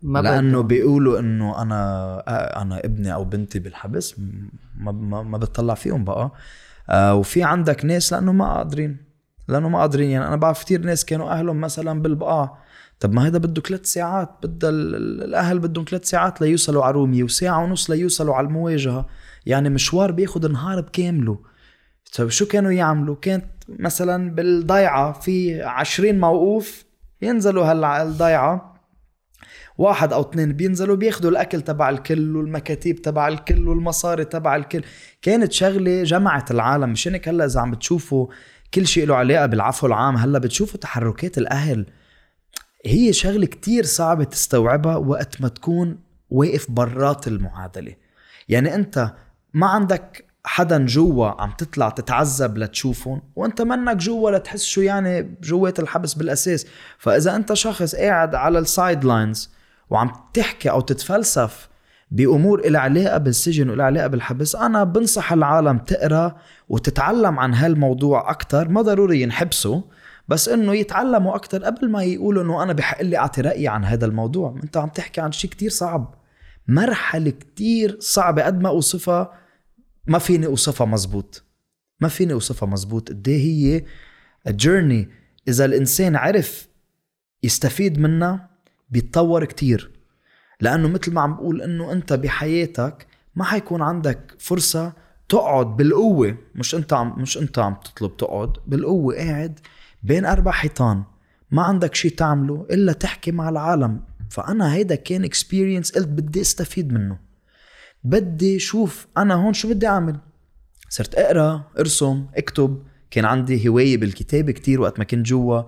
لانه بيقولوا انه انا ابني او بنتي بالحبس ما بتطلع فيهم بقى. وفي عندك ناس لانه ما قادرين يعني انا بعرف كتير ناس كانوا اهلهم مثلا بالبقاع. طب ما هذا بده 3 ساعات، بده الاهل بدهم 3 ساعات ليوصلوا على رومية وساعة ونص ليوصلوا على المواجهة، يعني مشوار بياخد نهار بكامله. طيب شو كانوا يعملوا؟ كانت مثلا بالضيعة في 20 موقوف، ينزلوا هالضيعة 1 أو 2 بينزلوا بياخدوا الأكل تبع الكل والمكاتيب تبع الكل والمصاري تبع الكل. كانت شغلة جمعت العالم. مش هيك هلا إذا عم بتشوفوا كل شيء له علاقة بالعفو العام، هلا بتشوفوا تحركات الأهل، هي شغلة كتير صعبة تستوعبها وقت ما تكون واقف برات المعادلة. يعني أنت ما عندك حدا جوا عم تطلع تتعذب لتشوفهم، وانت منك جوا لتحس شو يعني جوات الحبس بالأساس. فإذا انت شخص قاعد على السايد لاينز وعم تحكي أو تتفلسف بأمور إلى علاقة بالسجن وإلى علاقة بالحبس، أنا بنصح العالم تقرأ وتتعلم عن هالموضوع أكتر. ما ضروري ينحبسوا، بس إنه يتعلموا أكتر قبل ما يقولوا إنه أنا بحق لي أعطي رأيي عن هذا الموضوع. أنت عم تحكي عن شيء كتير صعب، مرحلة كتير صعبة. قد ما أوصفها ما فيني أوصفها مزبوط قد هي الجيرني. إذا الإنسان عرف يستفيد منها بيتطور كتير، لأنه مثل ما عم بقول إنه أنت بحياتك ما حيكون عندك فرصة تقعد بالقوة. مش أنت عم تطلب تقعد بالقوة قاعد بين 4 حيطان ما عندك شي تعمله إلا تحكي مع العالم. فأنا هيدا كان experience قلت بدي استفيد منه، بدي شوف أنا هون شو بدي أعمل. صرت أقرأ، أرسم، أكتب. كان عندي هواية بالكتابة كتير وقت ما كنت جوا.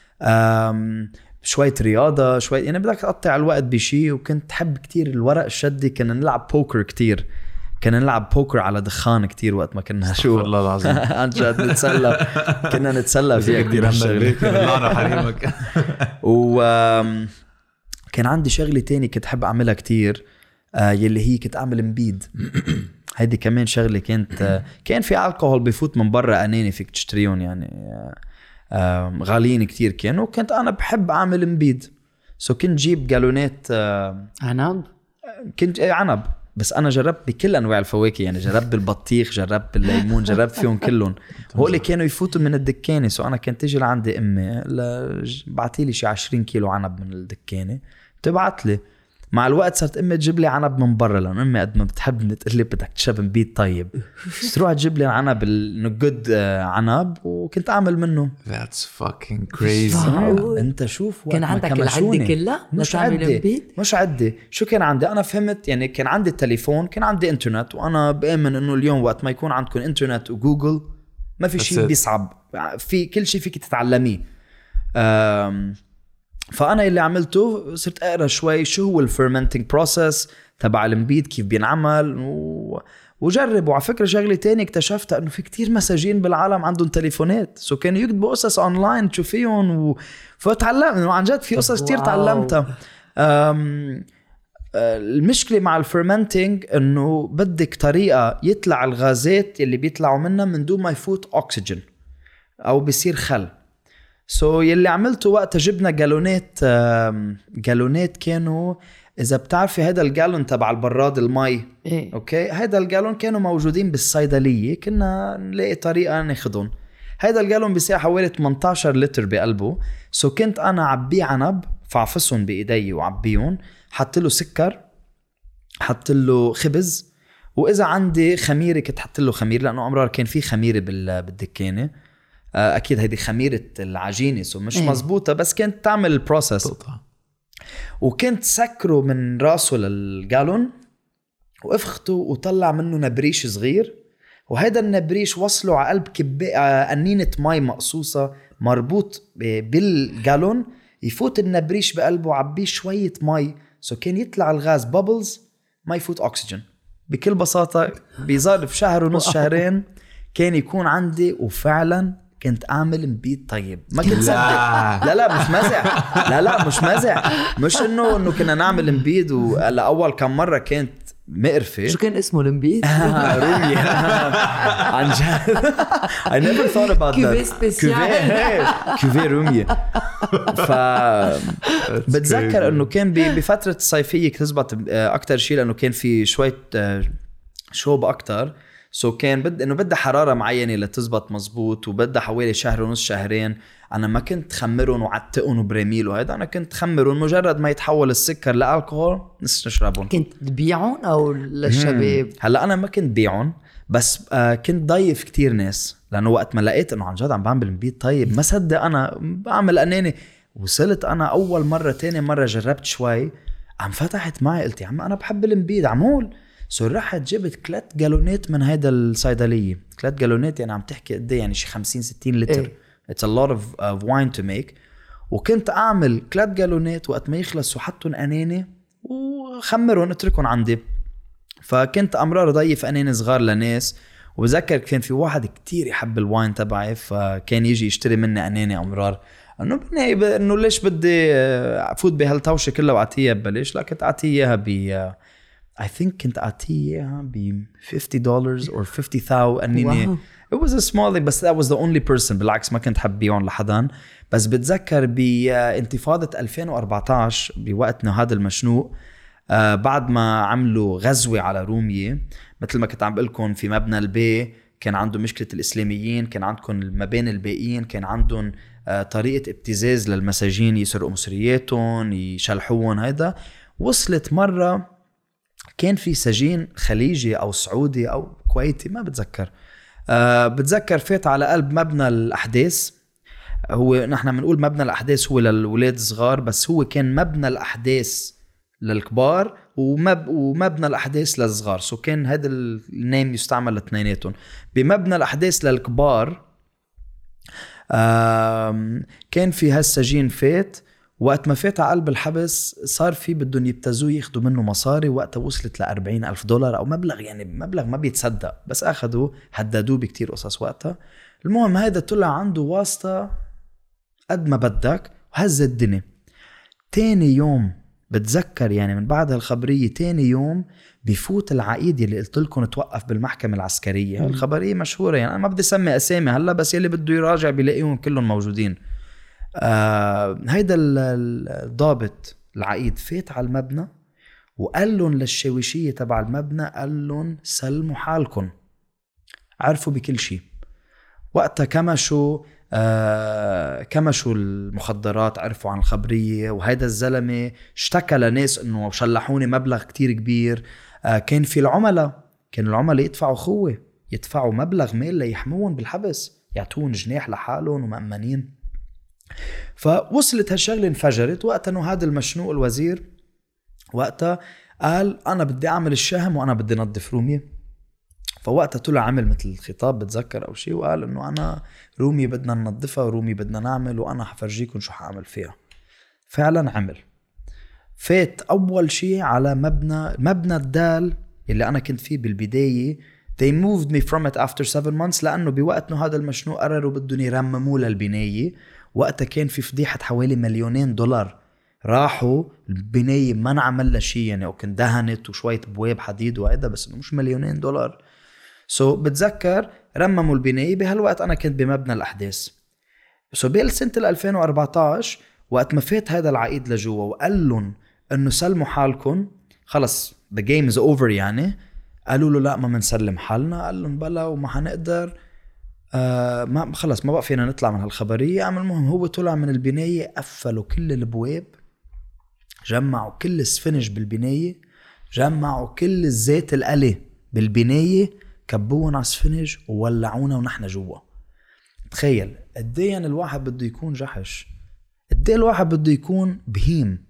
شوية رياضة، شوية يعني بدك تقطع الوقت بشي. وكنت حب كتير الورق الشدي. كنا نلعب بوكر كتير، كنا نلعب بوكر على دخان كتير وقت ما كنا شو والله العظيم عن جد نتسلى. كنا نتسلى فيها كتير هالشغلة. وكان عندي شغلة تاني كنت حب أعملها كتير، يلي هي كنت أعمل مبيد. هيدي كمان شغلة كان في الكحول بفوت من برا أناني فيك تشتريون، يعني غاليين كتير كانوا. وكنت أنا بحب أعمل مبيد، كنت جيب جالونات عنب. كنت عنب، بس أنا جربت بكل أنواع الفواكه، يعني جربت بالبطيخ، جربت بالليمون، جربت فيهم كلهم. هولي كانوا يفوتوا من الدكانة. أنا كنت تيجي لعندي أمي بعتيلي شي 20 كيلو عنب من الدكانة تبعت لي. مع الوقت صارت أمي تجيب لي عنب من برا، لأن أمي قد ما بتحبني تقول لي بدك تشرب نبيد طيب، تروح تجيب لي عنب النجد عنب، وكنت أعمل منه. That's fucking crazy. أنت شوف كان عندك العدة كلها مش عدة. شو كان عندي أنا؟ فهمت يعني كان عندي التليفون، كان عندي إنترنت. وأنا بآمن إنه اليوم وقت ما يكون عندكم إنترنت وجوجل ما في شيء بيصعب، في كل شيء فيك تتعلميه. فأنا اللي عملته صرت أقرأ شوي شو هو الفيرمنتينج بروسيس تبع المبيد، كيف بينعمل وجرب. وعلى فكرة شغلة تاني اكتشفتها إنه في كتير مساجين بالعالم عندهم تليفونات، كانوا يكتبوا قصص أونلاين تشوفيهم فتعلمت إنه عن جد في قصص كتير تعلمتها. المشكلة مع الفيرمنتينج إنه بدك طريقة يطلع الغازات اللي بيطلعوا منها من دون ما يفوت أكسجين أو بيصير خل. يلي عملته وقتها جبنا جالونات كانوا، إذا بتعرفي هيدا الجالون تبع البراد المي إيه؟ أوكي، هيدا الجالون كانوا موجودين بالصيدلية، كنا نلاقي طريقة ناخدهم. هيدا الجالون بيساع حوالي 18 لتر بقلبه. كنت أنا عبيه عنب، فعفصهم بإيدي وعبيهم، حط له سكر، حط له خبز، وإذا عندي خميرة كنت حط له خمير، لأنه أمرار كان في خميرة بالدكانة. أكيد هيدي خميرة العجينة مش مزبوطة، بس كنت تعمل البروسيس. وكنت سكره من راسه للجالون وافخته وطلع منه نبريش صغير، وهذا النبريش وصله على قلب قنينة مي مقصوصة مربوط بالجالون. يفوت النبريش بقلبه، عبيه شوية مي، كان يطلع الغاز بابلز، ما يفوت أكسجين. بكل بساطة بيظرف شهر ونص شهرين كان يكون عندي. وفعلا كنت أعمل مبيد طيب، ما كنت صدق. لا مش مزح، لا مش مزح. مش إنه كنا نعمل مبيد. لأول كم مرة كانت مقرفة. شو كان اسمه البيت؟ رومي. عن جد I never thought about that. كوفي سبيسيال. كوفي رومي. بتذكر انه كان بفترة الصيفية كتزبط اكتر شيء لانه كان في شوية شوب اكتر. كان انه بدها حرارة معينة لتزبط مزبوط وبدها حوالي شهر ونص شهرين. انا ما كنت خمرهم وعتقهم وبريميل وهذا، انا كنت خمرهم مجرد ما يتحول السكر لالكحول نشربهم. كنت تبيعهم او للشباب؟ هلا انا ما كنت بيعهم بس كنت ضيف كتير ناس، لانه وقت ما لقيت انه عن جد عم بعمل مبيد طيب ما صدق انا بعمل اناني. وصلت انا اول مرة تاني مرة جربت شوي عم فتحت معي قلت يا عم انا بحب المبيد عمول. رحت جبت 3 جالونات من هيدا الصيدلية. 3 جالونات يعني عم تحكي قد ايه يعني شي 50-60 لتر. It's a lot of wine to make. وكنت اعمل 3 جالونات وقت ما يخلصوا حطهم اناني وخمرهم اتركهم عندي. فكنت امرار ضيف اناني صغار لناس. وبذكر كان في واحد كتير يحب الواين تبعي فكان يجي يشتري مني اناني امرار انه ليش بدي افوت بهالطوشه كلها واعطيها ببلاش. لا كنت اعطيها ب I think كنت اعطيها ب $50 or 50,000 انيني. It was a small بس that was the only person. بالعكس ما كنت حب بيعهم لحدا. بس بتذكر بانتفاضة 2014 بوقتنا هذا المشنوق بعد ما عملوا غزوة على رومية مثل ما كنت عم بقولكم في مبنى البي كان عندهم مشكلة الإسلاميين، كان عندكم المباني الباقيين كان عندهم طريقة ابتزاز للمساجين يسرقوا مصرياتهم يشلحوهم. هيدا وصلت مرة كان في سجين خليجي أو سعودي أو كويتي ما بتذكر بتذكر فات على قلب مبنى الأحداث. هو نحن بنقول مبنى الأحداث هو للولاد الصغار بس هو كان مبنى الأحداث للكبار ومبنى الأحداث للصغار. كان هذا النيم يستعمل لاثنيناتهم. بمبنى الأحداث للكبار كان في هالسجين فات. وقت ما فات على قلب الحبس صار في بدهم يبتزوه ياخدوا منه مصاري. وقتها وصلت $40,000 أو مبلغ يعني مبلغ ما بيتصدق بس أخذوا هددوه بكتير قصص وقتها. المهم هيدا طلع عنده واسطة قد ما بدك وهز الدنيا. تاني يوم بتذكر يعني من بعد هالخبرية تاني يوم بيفوت العقيد اللي قلت لكم توقف بالمحكمة العسكرية. الخبرية مشهورة يعني أنا ما بدي أسمي أسامي هلا بس يلي بده يراجع بيلاقيهم كلهم موجودين. هيدا الضابط العقيد فات على المبنى وقال لهم للشاويشية تبع المبنى قال لهم سلموا حالكم. عرفوا بكل شيء. وقتها كمشوا المخدرات عرفوا عن الخبرية. وهيدا الزلمة اشتكى لناس انه شلحوني مبلغ كتير كبير. كان في العملاء يدفعوا خوة يدفعوا مبلغ مال ليحموهم بالحبس يعطون جناح لحالهم ومأمنين. فوصلت هالشغلة انفجرت وقتها انه هذا المشنوق الوزير وقتها قال انا بدي اعمل الشهم وانا بدي نظف رومية. فوقتها طلع عمل مثل خطاب بتذكر او شيء وقال انه انا رومي بدنا ننظفها ورومي بدنا نعمل وانا حفرجيكم شو حاعمل فيها. فعلا عمل. فات اول شيء على مبنى الدال اللي انا كنت فيه بالبداية. they moved me from it after 7 months لانه بوقتنا هذا المشنوق قرروا بدهم يرمموه للبناية. وقتها كان في فضيحة حوالي $2,000,000 راحوا البناية ما نعمل لها شيء يعني او كان دهنت وشوية بواب حديد وهذا بس مش $2,000,000. بتذكر رمموا البناية. بهالوقت أنا كنت بمبنى الأحداث. بالسنة 2014 وقت ما فات هذا العقيد لجوا وقال لهم إنه سلموا حالكم خلص the game is over يعني. قالوا له لا ما منسلم حالنا. قال لهم بلا وما حنقدر ما خلص ما بقى فينا نطلع من هالخبرية. المهم هو طلع من البناية قفلوا كل البواب جمعوا كل السفنج بالبناية جمعوا كل الزيت القلي بالبناية كبوهم على سفنج وولعونا ونحن جوا. تخيل قديه الواحد بده يكون جحش قديه الواحد بده يكون بهيم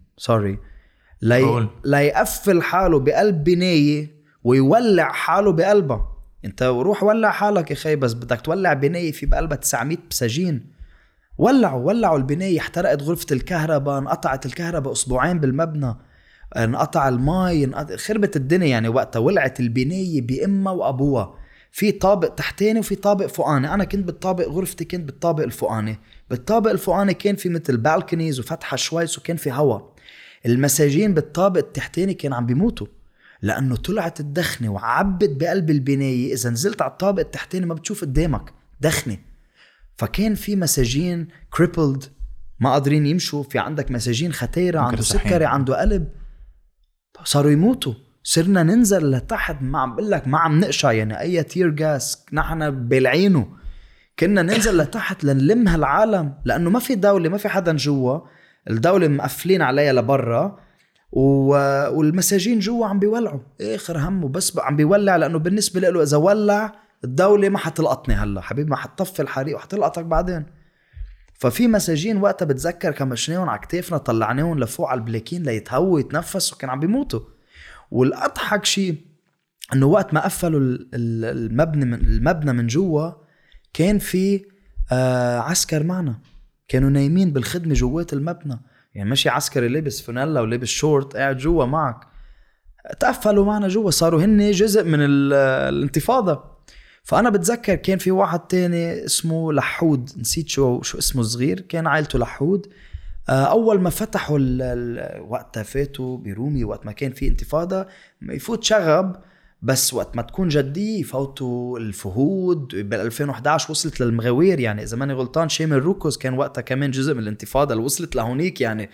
لا يقفل حاله بقلب بناية ويولع حاله بقلبها. انت روح ولع حالك يا خي بس بدك تولع بناية في بقلبها 900 بسجين. ولعوا البناية. احترقت غرفة الكهرباء انقطعت الكهرباء أسبوعين بالمبنى انقطع الماي خربت الدنيا يعني. وقتها ولعت البناية بأمها وأبوها. في طابق تحتاني وفي طابق فوقاني. أنا كنت بالطابق غرفتي كنت بالطابق الفوقاني. بالطابق الفوقاني كان في مثل بالكونيز وفتحة شويس وكان في هوا. المساجين بالطابق التحتاني كان عم بيموتوا لأنه طلعت الدخنة وعبت بقلب البناية. إذا نزلت على الطابق التحتاني ما بتشوف قدامك دخنة. فكان في مساجين crippled ما قادرين يمشوا، في عندك مساجين ختيرة عنده سكري عنده قلب صاروا يموتوا. صرنا ننزل لتحت، ما عم بقول لك ما عم نقشع يعني أي تير جاس، نحن بالعينه كنا ننزل لتحت لنلم هالعالم، لأنه ما في دولة ما في حدا جوا، الدولة مقفلين عليها لبرا والمساجين جوا عم بيولعوا آخر همه بس عم بيولع، لأنه بالنسبة له إذا ولع الدولة ما حتلقطني هلا حبيبي، ما حتطفي الحريق وحتلقطك بعدين. ففي مساجين وقتها بتذكر كمشناهم على كتافنا طلعناهم لفوق على البلاكين ليتهووا يتنفسوا وكان عم بيموتوا. والأضحك شيء إنه وقت ما قفلوا المبنى من جوا كان في عسكر معنا كانوا نايمين بالخدمة جوات المبنى، يعني ماشي عسكري لابس فانيلا ولابس شورت قاعد جوا معك. تقفلوا معنا جوا، صاروا هن جزء من الانتفاضة. فأنا بتذكر كان في واحد تاني اسمه لحود، نسيت شو اسمه صغير، كان عائلته لحود. أول ما فتحوا وقتها فاتوا برومي وقت ما كان في انتفاضة ما يفوت شغب، بس وقت ما تكون جدي يفوتوا الفهود. بال2011 وصلت للمغاوير، يعني إذا ماني غلطان شامل روكوز كان وقتها كمان جزء من الانتفاضة اللي وصلت لهونيك يعني.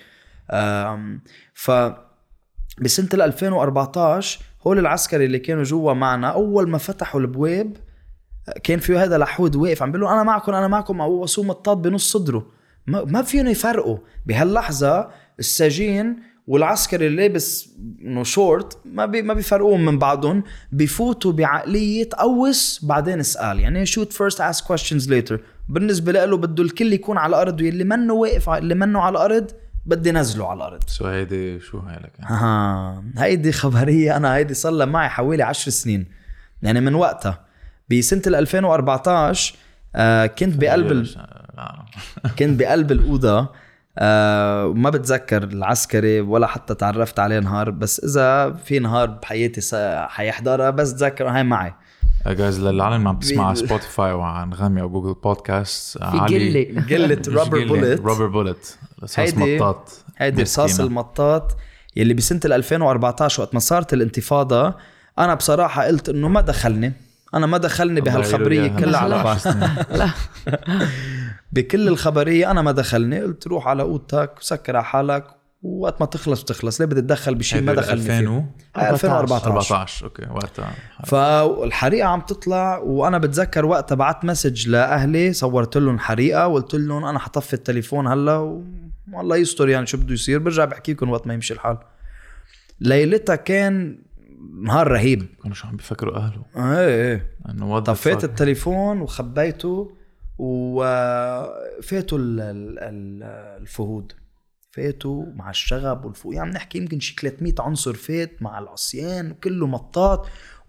بسنة 2014 هول العسكري اللي كانوا جوا معنا أول ما فتحوا البواب كان في هذا لحود واقف عم بيقولوا أنا معكم أو وصوم الطاب بنص صدره. ما فيهم يفرقوا بهاللحظة. السجين والعسكري اللي لابس انه شورت ما بيفرقون من بعضهم، بيفوتوا بعقلية قوس بعدين اسأل، يعني shoot first ask questions later. بالنسبة له بده الكل يكون على الأرض، واللي منه واقف اللي منه على الأرض بدي نزله على الأرض. هيدي شو هيلك هيدي خبرية. أنا هيدي صار معي حوالي 10 سنين يعني من وقتها. بسنة 2014 كنت بقلب الأوضة. ما بتذكر العسكري ولا حتى تعرفت عليه نهار، بس إذا في نهار بحياتي حيحضرها بس تذكر هاي معي. جايز للعالم عم بسمع على سبوتيفاي وعنغامي أو جوجل بودكاست في قلة رابر بولت رصاص مطاط. هيدي رصاص المطاط يلي بسنة 2014 وقت ما صارت الانتفاضة. أنا بصراحة قلت إنه ما دخلني بهالخبرية كلها على بعض. بكل الخبرية أنا ما دخلني. قلت روح على أوضتك وسكر على حالك، وقت ما تخلص ليه بدي تدخل بشيء ما دخلني فيه. 2014 أوكي وقتها. فالحريقة عم تطلع، وأنا بتذكر وقتها بعت مسج لأهلي، صورت لهم حريقة وقلت لهم أنا حطفي التليفون هلا والله يستر يعني شو بده يصير، برجع بحكيكم وقت ما يمشي الحال. ليلتها كان نهار رهيب، كانوا شو عم بيفكروا أهله. ايه طفيت التليفون وخبيته، وفاتوا الفهود، فاتوا مع الشغب والفوق، يعني نحكي يمكن شي 300 عنصر فات مع العصيان وكله مطاط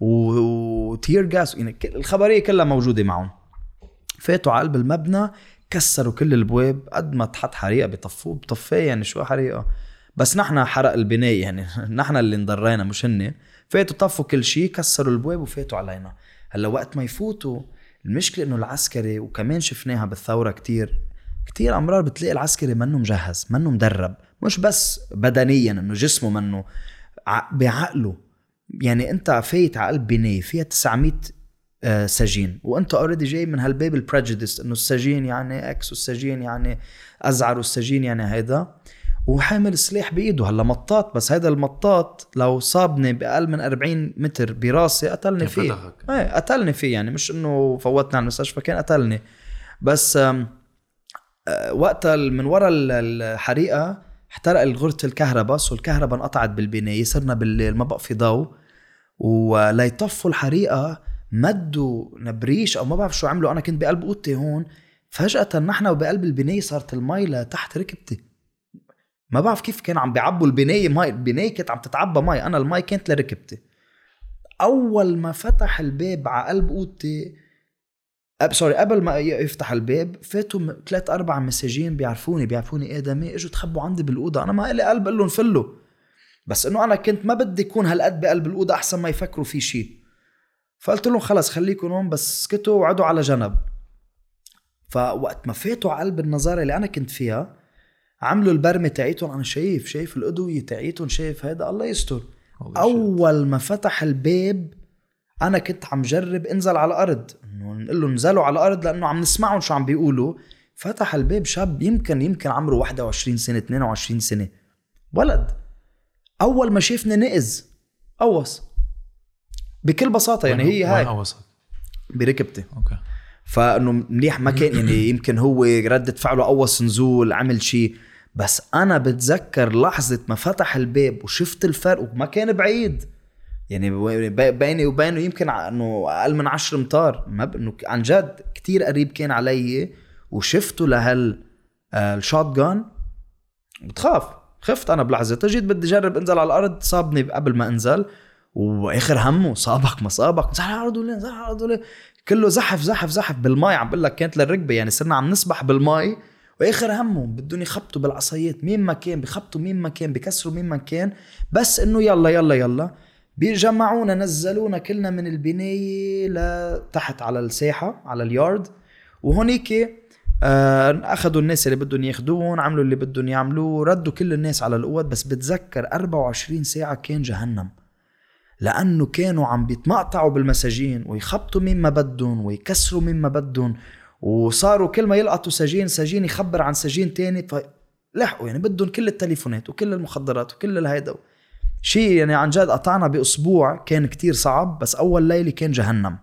وتير جاس، يعني الخبرية كلها موجودة معهم. فاتوا على قلب المبنى، كسروا كل البواب، قد ما تحت حريقة بطفيه يعني شو حريقة، بس نحنا حرق البناء يعني نحنا اللي انضرينا مش هن. فاتوا طفوا كل شيء، كسروا البواب وفاتوا علينا. هلا وقت ما يفوتوا، المشكلة انه العسكري، وكمان شفناها بالثورة كتير امرار بتلاقي العسكري منه مجهز، منه مدرب، مش بس بدنيا انه جسمه منه، بعقله. يعني انت فايت على قلب بناية فيها 900 سجين، وانت اوريدي جاي من هالباب البريجيديس انه السجين يعني اكس والسجين يعني ازعر والسجين يعني هيدا، وحامل سلاح بايده. هلا مطاط، بس هيدا المطاط لو صابني بأقل من 40 متر براسي قتلني فيه. قتلني فيه، يعني مش انه فوتني على المستشفى، كان قتلني. بس وقتها من وراء الحريقة احترق الغرة الكهرباء، والكهرباء انقطعت بالبناية، صرنا بالليل ما بقى في ضوء، وليطفوا الحريقة مدوا نبريش او ما بعرف شو عملوا. انا كنت بقلب اوضتي هون، فجأة نحن وبقلب البناية صارت المي لتحت ركبتي، ما بعرف كيف كانوا عم بيعبوا البناية مي، البناية كانت عم تتعبى مي، انا المي كانت لركبتي. اول ما فتح الباب على قلب اوضتي، قبل ما يفتح الباب فاتوا 3-4 مساجين بيعرفوني ادمي، اجوا تخبوا عندي بالاوضه. انا ما لي قلب اقول لهم فلوا، بس انه انا كنت ما بدي يكون هالقد بقلب الاوضه، احسن ما يفكروا في شيء. فقلت لهم خلص خليكم هون، بس سكتوا وقعدوا على جنب. فوقت ما فاتوا على قلب النظاره اللي انا كنت فيها، عملوا البرمه تاعيتهم، انا شايف الأدوية تاعيتهم، شايف هذا الله يستر، اول ما فتح الباب انا كنت عم جرب انزل على الارض، انه نقول له نزلوا على الارض لانه عم نسمعهم شو عم بيقولوا. فتح الباب شاب يمكن عمره 21 سنة 22 سنة، ولد. اول ما شافني نقز قوص بكل بساطة، يعني هي هاي قوصت بركبتي. اوكي. فانه منيح ما كان يعني يمكن هو ردة فعله قوص نزول عمل شيء، بس انا بتذكر لحظة ما فتح الباب وشفت الفرق وما كان بعيد، يعني بيني وبينه يمكن انه اقل من 10 امتار، ما انه عن جد كتير قريب كان علي. وشفته الشوت جان خفت انا بلحظة، جيت بدي جرب انزل على الارض، صابني قبل ما انزل، واخر همه صابك ما صابك، نزل على الارض ولا نزل على الارض ولا، كله زحف بالماء. عم بقول لك كانت للركبه، يعني صرنا عم نسبح بالماء، واخر همه بدهم يخبطوا بالعصايات مين ما كان، بخبطوا مين ما كان، بكسروا مين ما كان، بس انه يلا يلا يلا. بيجمعونا نزلونا كلنا من البنايه لتحت على الساحه على اليارد، وهونيك اخذوا الناس اللي بدهم ياخذوهم، عملوا اللي بدهم يعملوه، ردوا كل الناس على القوات. بس بتذكر 24 ساعه كان جهنم، لأنه كانوا عم بيتمقطعوا بالمساجين ويخبطوا مين ما بدهم ويكسروا مين ما بدهم، وصاروا كل ما يلقطوا سجين يخبر عن سجين تاني، فلحقوا يعني بدهم كل التليفونات وكل المخدرات وكل الهيدا شيء. يعني عن جد قطعنا بأسبوع كان كتير صعب، بس أول ليلة كان جهنم.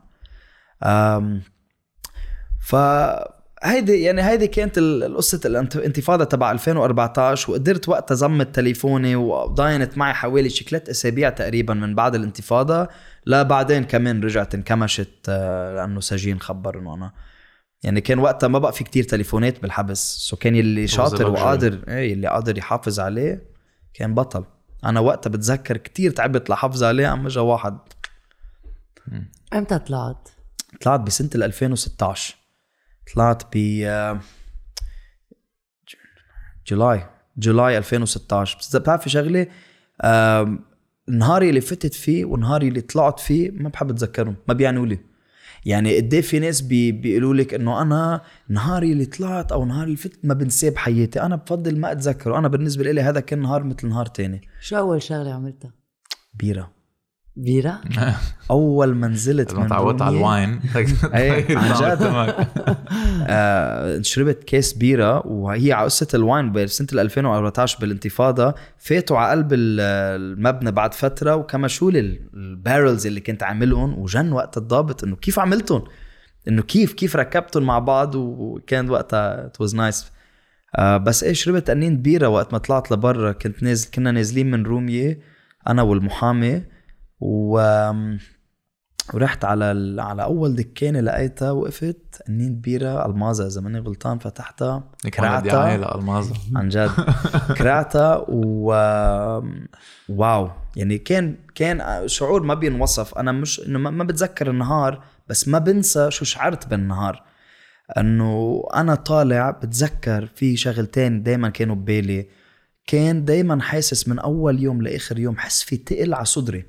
هيدي كانت القصة الانتفاضة تبع 2014. وقدرت وقتها ضمت تليفوني وضاينت معي حوالي 3 أسابيع تقريبا من بعد الانتفاضة، لا بعدين كمان رجعت انكمشت لأنه سجين خبر انه انا يعني كان وقتها ما بقى في كتير تليفونات بالحبس، كان اللي شاطر وقادر اللي قادر يحافظ عليه كان بطل. انا وقتها بتذكر كتير تعبت لحافظ عليه، اما جا واحد. امتى طلعت بسنة 2016. طلعت ب جولاي 2016. بس بتعرفي شغلة، نهاري اللي فتت فيه ونهاري اللي طلعت فيه ما بحب اتذكرهم، ما بيعنوا لي. يعني قديه في ناس بيقولوا لك انه انا نهاري اللي طلعت او نهاري اللي فتت ما بنساه بحياتي، انا بفضل ما اتذكره. انا بالنسبة لي هذا كان نهار مثل نهار تاني. شو اول شغلة عملتها؟ بيرة. اول ما نزلت من تعودت على الواين عن جد شربت كيس بيرة، وهي على قصة الواين بسنة 2014 بالانتفاضة. فاتوا على قلب المبنى بعد فترة وكمشوا لي البارلز اللي كنت عاملهم، وجن وقت الضابط انه كيف عملتهم، انه كيف ركبتهم مع بعض، وكان وقتها it was nice. بس شربت قنين بيرة وقت ما طلعت لبرا. كنا نازلين من رومية انا والمحامي، ورحت على اول دكانه لقيتها، وقفت قنين بيرة المازة اذا ماني غلطان، فتحتها كرعتها المازة عن جد كرعتها واو. يعني كان شعور ما بينوصف. انا مش انه ما بتذكر النهار، بس ما بنسى شو شعرت بالنهار. انه انا طالع بتذكر في شغلتين دايما كانوا ببالي. كان دايما حاسس من اول يوم لاخر يوم حس في تقل على صدري.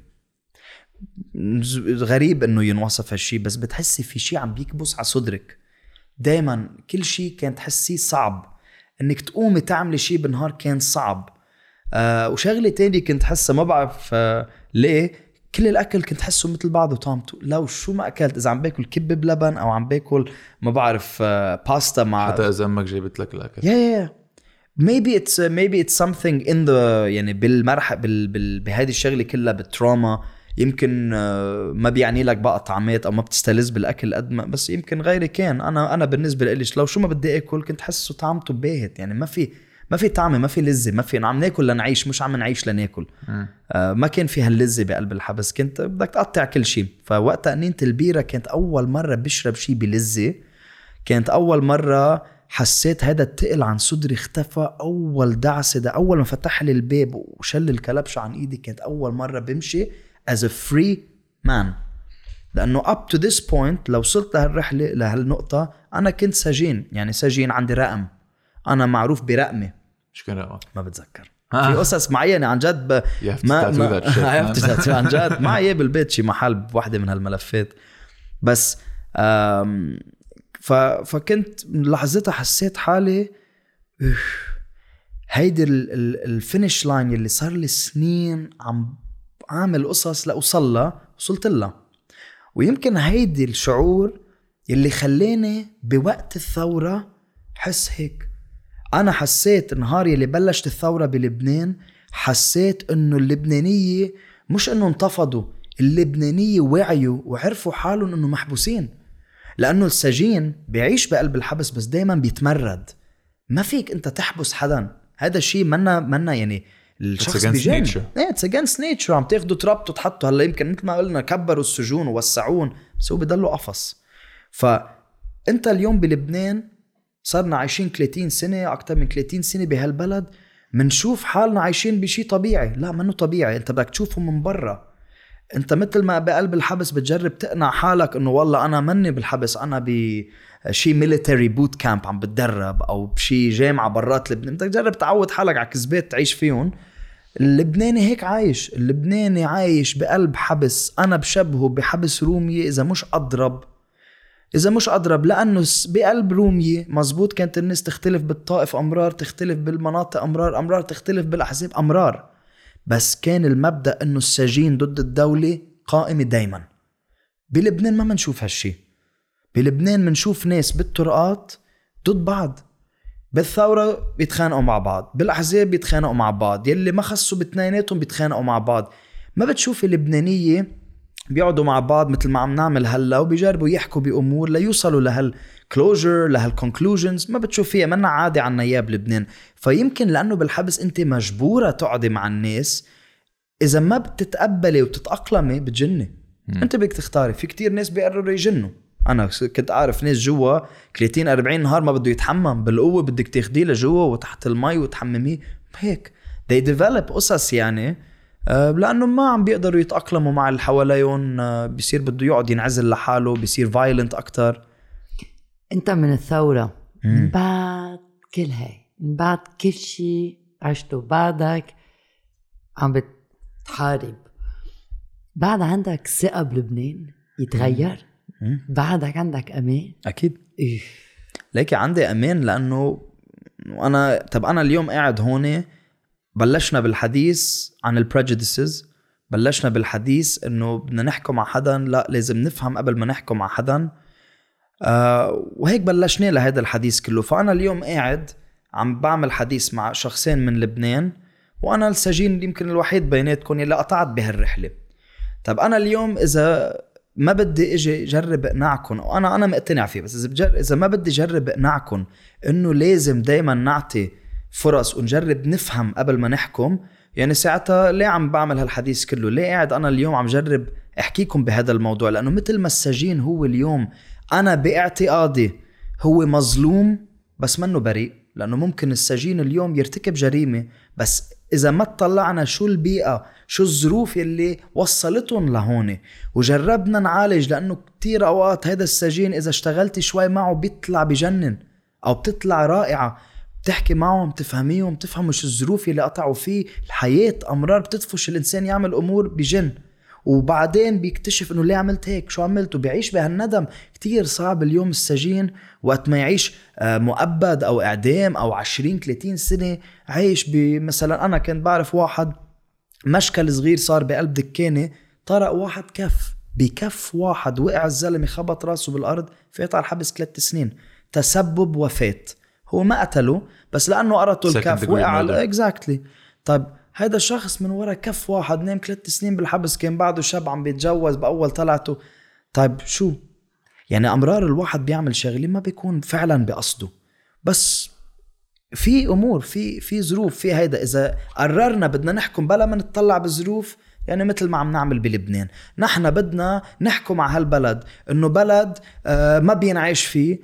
غريب انه ينوصف هالشي، بس بتحسي في شي عم بيكبس على صدرك دايما. كل شي كان تحسيه صعب، انك تقومي تعملي شي بالنهار كان صعب. وشغلة تاني كنت حسها ما بعرف ليه، كل الاكل كنت حسه مثل بعضه طعمته. لو شو ما اكلت، اذا عم باكل كبة بلبن او عم باكل ما بعرف باستا مع، حتى اذا امك جايبت لك الاكل maybe it's something in the يعني بالمرحله بهذه الشغله كلها بالتراما. يمكن ما بيعني لك بقى طعمات او ما بتستلذ بالاكل قد ما، بس يمكن غيري كان. انا بالنسبه لي لو شو ما بدي اكل كنت حسه طعمته باهت. يعني ما في طعمه، ما في لذه، ما في عم ناكل لنعيش، مش عم نعيش لناكل. ما كان فيها اللذه بقلب الحبس، كنت بدك تقطع كل شيء. فوقتها قنينة البيرة كانت اول مره بشرب شيء بلذه. كانت اول مره حسيت هذا التقل عن صدري اختفى. اول دعسه ده اول ما فتح لي الباب وشل الكلبشه عن ايدي، كانت اول مره بمشي as a free man. لانه up to this point لو وصلت لهالرحله لهالنقطه انا كنت سجين. يعني سجين عندي رقم، انا معروف برقمي. شو كان رقمك؟ ما بتذكر. في قصص معينه عن جد ما عن جد معي بالبيت شي محل بوحده من هالملفات. بس فكنت لحظتها حسيت حالي هيدي الفينش لاين اللي صار لي سنين عم عامل قصص وصلت لها. ويمكن هيدي الشعور اللي خلاني بوقت الثورة حس هيك. أنا حسيت نهار اللي بلشت الثورة بلبنان، حسيت إنه اللبنانية مش إنه انتفضوا، اللبنانية وعيوا وعرفوا حالهم إنه محبوسين. لأنه السجين بيعيش بقلب الحبس بس دايما بيتمرد. ما فيك أنت تحبس حدا، هذا الشيء منا يعني الشخص بيجن. it's against nature. عم تاخدوا تربطوا تحطوا. هلا يمكن مثل ما قلنا كبروا السجون ووسعون، بس هو بيضلوا قفص. فأنت اليوم بلبنان صارنا عايشين 30 سنة، أكتر من 30 سنة بهالبلد، منشوف حالنا عايشين بشي طبيعي. لا، منه طبيعي. انت بدك تشوفه من برا. انت مثل ما بقلب الحبس بتجرب تقنع حالك انه والله انا مني بالحبس، انا بشي ميليتري بوت كامب عم بتدرب، او بشي جامعة برات لبنان. بدك تجرب تعود حالك على كذبات تعيش فيهم. اللبناني هيك عايش. اللبناني عايش بقلب حبس. انا بشبهه بحبس رومية اذا مش اضرب، لانه بقلب رومية مزبوط كانت الناس تختلف بالطائف امرار، تختلف بالمناطق امرار، تختلف بالاحزاب امرار، بس كان المبدأ انه السجين ضد الدولة قائمة دايما. بلبنان ما منشوف هالشي. بلبنان منشوف ناس بالطرقات ضد بعض، بالثورة بيتخانقوا مع بعض، بالاحزاب بيتخانقوا مع بعض، يلي ما خصوا باتنيناتهم بيتخانقوا مع بعض. ما بتشوف اللبنانية بيقعدوا مع بعض مثل ما عم نعمل هلا وبيجربوا يحكوا بأمور ليوصلوا لهالكلوجر لهالكونكلوجنز. ما بتشوف فيها، منا عادي عنا اياه بلبنان. فيمكن لأنه بالحبس انت مجبورة تقعدي مع الناس، إذا ما بتتقبلي وتتأقلمي بتجني. انت بدك تختاري. في كتير ناس بيقرروا يجنوا. أنا كنت أعرف ناس جوا 30-40 نهار ما بده يتحمم، بالقوة بدك تاخديه لجوا وتحت المي وتحمميه هيك. they develop قصص يعني، لأنه ما عم بيقدروا يتأقلموا مع اللي حواليهم. بيصير بده يقعد ينعزل لحاله، بيصير violent أكتر. أنت من الثورة من بعد كل هاي، من بعد كل شيء عشته، بعدك عم بتحارب، بعد عندك ثقة بلبنان يتغير؟ بعدك عندك أمان؟ أكيد. ليكي عندي أمان، لأنه أنا اليوم قاعد هون. بلشنا بالحديث عن البريجيديسز، بلشنا بالحديث انه بدنا نحكم مع حدا، لا لازم نفهم قبل ما نحكم مع حدا. وهيك بلشنا لهذا الحديث كله. فأنا اليوم قاعد عم بعمل حديث مع شخصين من لبنان، وأنا السجين يمكن الوحيد بيناتكم اللي قطعت بهالرحلة. طب أنا اليوم إذا ما بدي اجي جرب اقنعكم، وانا مقتنع فيه، بس اذا ما بدي جرب اقنعكم انه لازم دايما نعطي فرص ونجرب نفهم قبل ما نحكم، يعني ساعتها ليه عم بعمل هالحديث كله؟ ليه قاعد انا اليوم عم جرب احكيكم بهذا الموضوع؟ لانه مثل ما السجين هو اليوم انا باعتقادي هو مظلوم بس منه بريء، لانه ممكن السجين اليوم يرتكب جريمة، بس إذا ما تطلعنا شو البيئة شو الظروف اللي وصلتهم لهون وجربنا نعالج، لأنه كتير أوقات هذا السجين إذا اشتغلتي شوي معه بيطلع بجنن أو بتطلع رائعة، بتحكي معهم تفهميهم تفهموا شو الظروف اللي قطعوا فيه. الحياة أمرار بتدفش الإنسان يعمل أمور بجن، وبعدين بيكتشف انه ليه عملت هيك، شو عملت، وبيعيش بهالندم. كتير صعب اليوم السجين وقت ما يعيش مؤبد او اعدام او 20-30 سنة عايش مثلا انا كنت بعرف واحد مشكل صغير صار بقلب دكانة، طرق واحد بكف واحد، وقع الزلمة خبط راسه بالارض، فات على الحبس 3 سنين، تسبب وفاة. هو ما قتله بس لانه قرطه الكف وقع على اكزاكتلي. طيب هذا الشخص من وراء كف واحد نام 3 سنين بالحبس، كان بعده شاب عم بيتجوز بأول طلعته. طيب شو يعني؟ أمرار الواحد بيعمل شغلة ما بيكون فعلا بقصده، بس في أمور في ظروف في هيدا. إذا قررنا بدنا نحكم بلا ما نتطلع بالظروف، يعني مثل ما عم نعمل بلبنان، نحن بدنا نحكم مع هالبلد إنه بلد ما بينعيش فيه،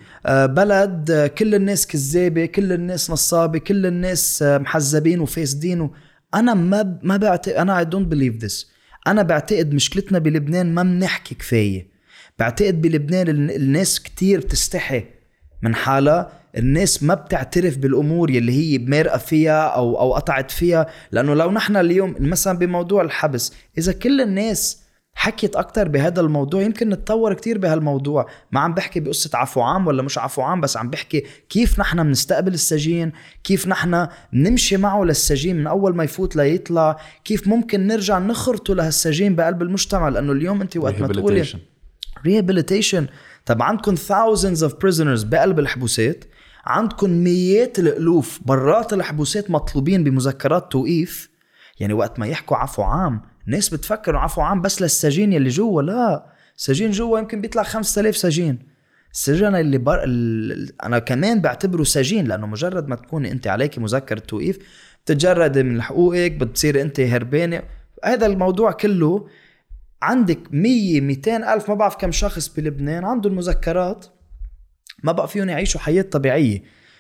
بلد كل الناس كذابة، كل الناس نصابة، كل الناس محزبين وفاسدين. أنا ما بعتقد، أنا I don't believe this. أنا بعتقد مشكلتنا بلبنان ما بنحكي كفاية. بعتقد بلبنان الناس كتير بتستحي من حالها، الناس ما بتعترف بالأمور يلي هي بمرقة فيها أو قطعت فيها. لأنه لو نحن اليوم مثلا بموضوع الحبس، إذا كل الناس حكيت أكتر بهذا الموضوع، يمكن نتطور كتير بهالموضوع. ما عم بحكي بقصة عفو عام ولا مش عفو عام، بس عم بحكي كيف نحن بنستقبل السجين، كيف نحن نمشي معه للسجين من أول ما يفوت ليطلع، كيف ممكن نرجع نخرطه لهالسجين بقلب المجتمع. لأنه اليوم أنت وقت ما تقولي rehabilitation، طب عندكم thousands of prisoners بقلب الحبوسات، عندكم مئات الألوف برات الحبوسات مطلوبين بمذكرات توقيف. يعني وقت ما يحكوا عفو عام الناس بتفكروا عفو عام بس للسجين يلي جوا، لا، السجين جوا يمكن بيطلع 5000 سجين. السجن اللي أنا كمان بعتبره سجين، لأنه مجرد ما تكوني أنت عليك مذكرة توقيف بتتجرد من حقوقك، بتصير أنت هربانة. هذا الموضوع كله عندك 100-200 ألف، ما بعرف كم شخص بلبنان عندهم مذكرات ما بقى فيهم يعيشوا حياة طبيعية.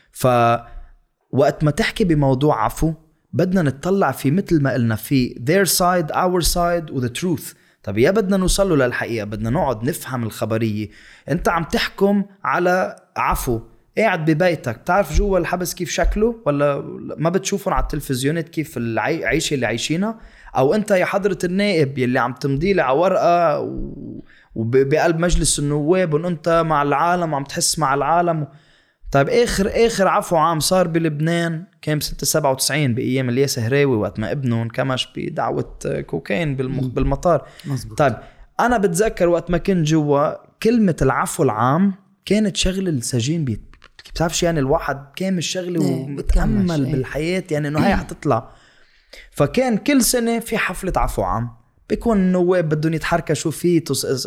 فوقت ما تحكي بموضوع عفو بدنا نتطلع في مثل ما قلنا في their side our side و the truth. طب يا بدنا نوصله للحقيقة، بدنا نقعد نفهم الخبرية. انت عم تحكم على عفو قاعد ببيتك، بتعرف جوا الحبس كيف شكله ولا ما بتشوفهم على التلفزيونات كيف العيشة اللي عايشينها؟ او انت يا حضرة النائب يلي عم تمضي لي على ورقة وبقلب مجلس النواب وان انت مع العالم وعم تحس مع العالم. طيب اخر عفو عام صار بلبنان كان ب97 بايام الياس هراوي وقت ما ابنه انكمش بدعوة كوكايين بالمطار. مزبوط. طيب انا بتذكر وقت ما كنت جوا كلمة العفو العام كانت شغل السجين بتعرفش، يعني الواحد كان مش شغله ومتأمل بالحياة يعني انه هاي حتطلع. فكان كل سنة في حفلة عفو عام، بيكون النواب بدهم يتحركشوا فيه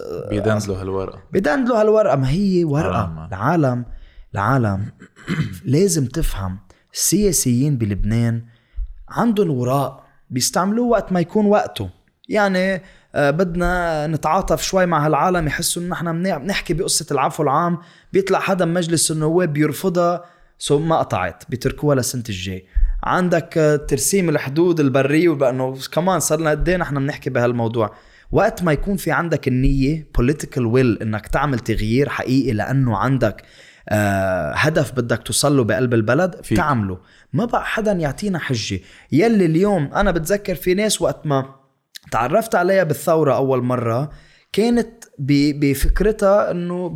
بيدندلوا هالورقة. ما هي ورقة العالم لازم تفهم السياسيين بلبنان عندهم وراء بيستعملوه وقت ما يكون وقته. يعني بدنا نتعاطف شوي مع هالعالم يحسوا ان احنا بنحكي بقصة العفو العام، بيطلع حدا مجلس النواب بيرفضها ثم قطعت بيتركوها لسنة الجاي. عندك ترسيم الحدود البرية وبأنه كمان صرنا قد ايه نحن بنحكي بهالموضوع. وقت ما يكون في عندك النية political will انك تعمل تغيير حقيقي لانه عندك هدف بدك توصله بقلب البلد تعمله. ما بقى حدا يعطينا حجة. يلي اليوم أنا بتذكر في ناس وقت ما تعرفت عليها بالثورة أول مرة كانت بفكرة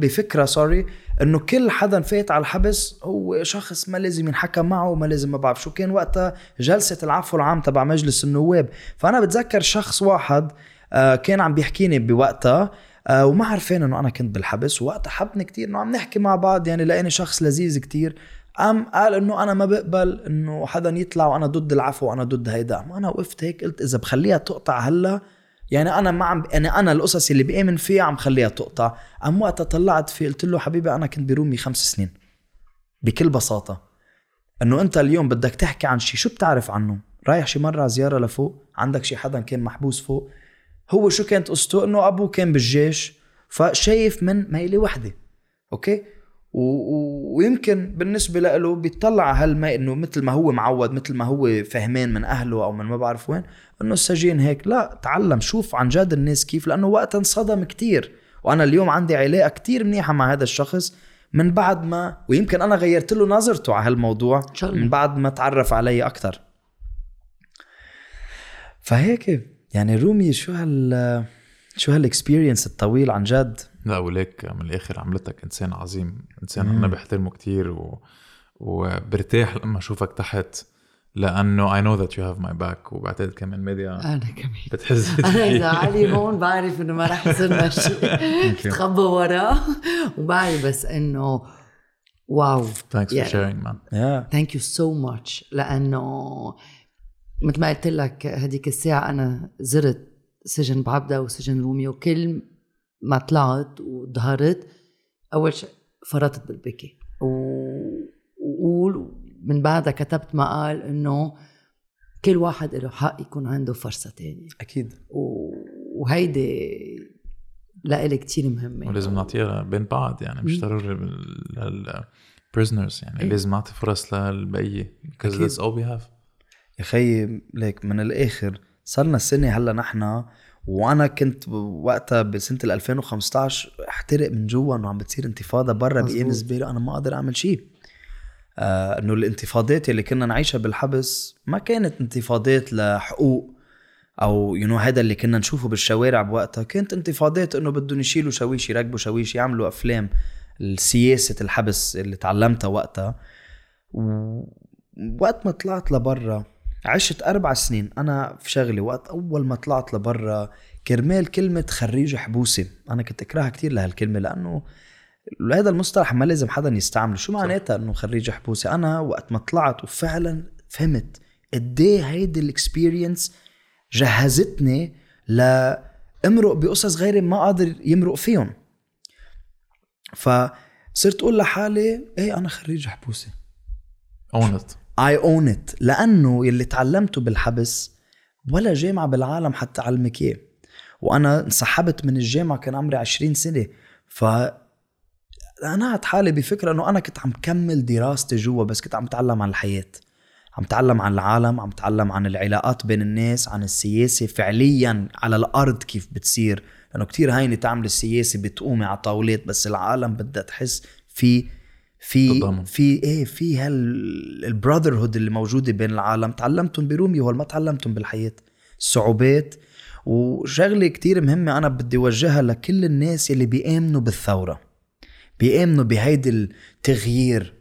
إنه كل حدا فات على الحبس هو شخص ما لازم ينحكم معه وما لازم ما بعرف شو. كان وقتها جلسة العفو العام تبع مجلس النواب. فأنا بتذكر شخص واحد كان عم بيحكيني بوقتها وما عارفين انه انا كنت بالحبس، ووقتها حبني كتير انه عم نحكي مع بعض، يعني لقيني شخص لذيذ كتير. قال انه انا ما بقبل انه حدا يطلع وانا ضد العفو وانا ضد هيدا. ما انا وقفت هيك قلت اذا بخليها تقطع هلا يعني انا ما عم انا القصص اللي بآمن فيها عم خليها تقطع. وقتها طلعت فيه قلت له حبيبي انا كنت برومي 5 سنين بكل بساطة. انه انت اليوم بدك تحكي عن شيء شو بتعرف عنه؟ رايح شي مرة زيارة لفوق؟ عندك شي حدا كان محبوس فوق؟ هو شو كانت قصته؟ انه ابوه كان بالجيش فشايف من ميلة وحدة. اوكي ويمكن بالنسبة له بيطلع هالما انه مثل ما هو معود، مثل ما هو فهمان من اهله او من ما بعرف وين انه السجين هيك. لا، تعلم شوف عن جد الناس كيف، لانه وقتها انصدم كتير. وانا اليوم عندي علاقة كتير منيحة مع هذا الشخص من بعد ما، ويمكن انا غيرت له نظرته على هالموضوع من بعد ما تعرف علي اكتر. فهيك يعني رومي شو هالاكسبيرينس الطويل عن جد. لا وليك من الاخر عملتك انسان عظيم، انسان انا بحترمه كتير وبرتاح لما اشوفك تحت، لانه I know that you have my back. وبعتقد كمان ميديا انا كمان بتحس انا اذا علي هون بعرف انه ما رح يصير شيء تخبى وراه وبعرف بس انه واو. thanks for sharing man. thank you so much. لانه مثل ما قلت لك هديك الساعة أنا زرت سجن بعبدة وسجن رومي، وكل ما طلعت وظهرت أول شيء فرطت بالبكي ومن بعدها كتبت مقال إنه كل واحد له حق يكون عنده فرصة تانية. أكيد. وهيدي لإلي كتير مهمة ولازم نعطيها بين بعض، يعني مش ضروري prisoners، يعني لازم نعطي فرص للبقية because that's all we have. يا خي ليك من الآخر صارنا السنة هلا نحنا، وأنا كنت وقتها بسنة 2015 احترق من جوا إنه عم بتصير انتفاضة برا بأيام زبالة. أنا ما أقدر أعمل شيء. إنه الانتفاضات اللي كنا نعيشها بالحبس ما كانت انتفاضات لحقوق، او هذا اللي كنا نشوفه بالشوارع بوقتها. كانت انتفاضات انه بدهم يشيلوا شويش، يركبوا شويش، يعملوا افلام. السياسة الحبس اللي تعلمتها وقتها. وقت ما طلعت لبرا عشت 4 سنين انا في شغلي. وقت اول ما طلعت لبرا كرمال كلمة خريج حبوسي، انا كنت اكرهها كتير لهالكلمة، لانه هذا المصطلح ما لازم حدا يستعمله. شو معناتها انه خريج حبوسي؟ انا وقت ما طلعت وفعلا فهمت قديه هيدي الاكسبيرينس جهزتني لامرق بقصص غيري ما قادر يمرق فيهم. فصرت اقول لحالي ايه انا خريج حبوسي، I own it. لانه يلي تعلمته بالحبس ولا جامعة بالعالم حتى علمك اياه. وانا انسحبت من الجامعة كان عمري 20 سنة. انا حالي بفكرة انه انا كنت عم كمل دراستي جوا، بس كنت عم تعلم عن الحياة، عم تعلم عن العالم، عم تعلم عن العلاقات بين الناس، عن السياسة فعليا على الارض كيف بتصير. لانه كتير هيني تعمل السياسة بتقومي على طاولات، بس العالم بدها تحس في هالبراذر هود اللي موجودة بين العالم. تعلمتهم برومي ولا ما تعلمتهم بالحياة، الصعوبات. وشغلة كتير مهمة أنا بدي وجهها لكل الناس اللي بيآمنوا بالثورة، بيآمنوا بهيدي التغيير.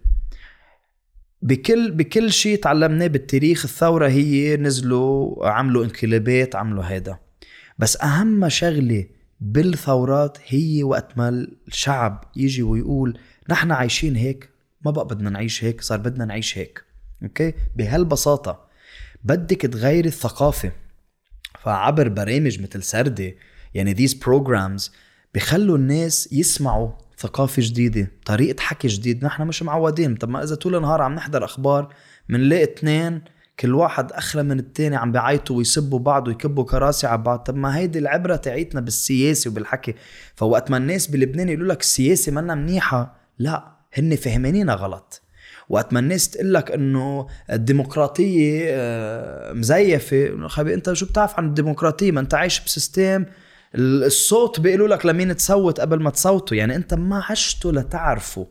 بكل شيء تعلمناه بالتاريخ، الثورة هي نزلوا عملوا انقلابات، عملوا هيدا. بس أهم شغلة بالثورات هي وقت ما الشعب يجي ويقول نحن عايشين هيك، ما بقى بدنا نعيش هيك، صار بدنا نعيش هيك. اوكي، بهالبساطة بدك تغير الثقافة. فعبر برامج مثل سردة، these programs بيخلوا الناس يسمعوا ثقافة جديدة، طريقة حكي جديد. نحن مش معودين. طب ما إذا طول النهار عم نحضر أخبار منلاقي 2 كل واحد أخلى من التاني عم بيعيطوا ويسبوا بعض ويكبوا كراسي على بعض. طب ما هيدي العبرة تعيتنا بالسياسة وبالحكي. فوقت ما الناس بلبنان يقولوا لك السياسة منا منيحة، لا، هن فهمانينا غلط. وقت ما الناس تقلك انه الديمقراطية مزيفة، خبي انت شو بتعرف عن الديمقراطية؟ ما انت عايش بسيستم الصوت بيقولوا لك لمين تصوت قبل ما تصوتوا. انت ما عشتوا لتعرفوا.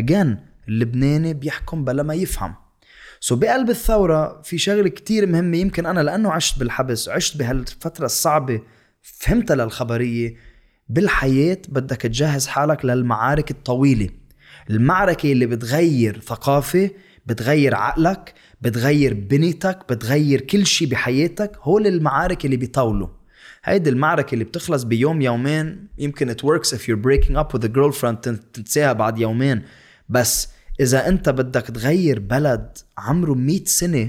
اللبناني بيحكم بلا ما يفهم. بقلب الثورة في شغلة كتير مهمة. يمكن أنا لأنه عشت بالحبس وعشت بهالفترة الصعبة فهمتها للخبرية. بالحياة بدك تجهز حالك للمعارك الطويلة، المعركة اللي بتغير ثقافة، بتغير عقلك، بتغير بنيتك، بتغير كل شيء بحياتك. هول المعارك اللي بيطولوا. هيدي المعركة اللي بتخلص بيوم يومين، يمكن it works if you're breaking up with a girlfriend تنساها بعد يومين. بس إذا أنت بدك تغير بلد عمره 100 سنة،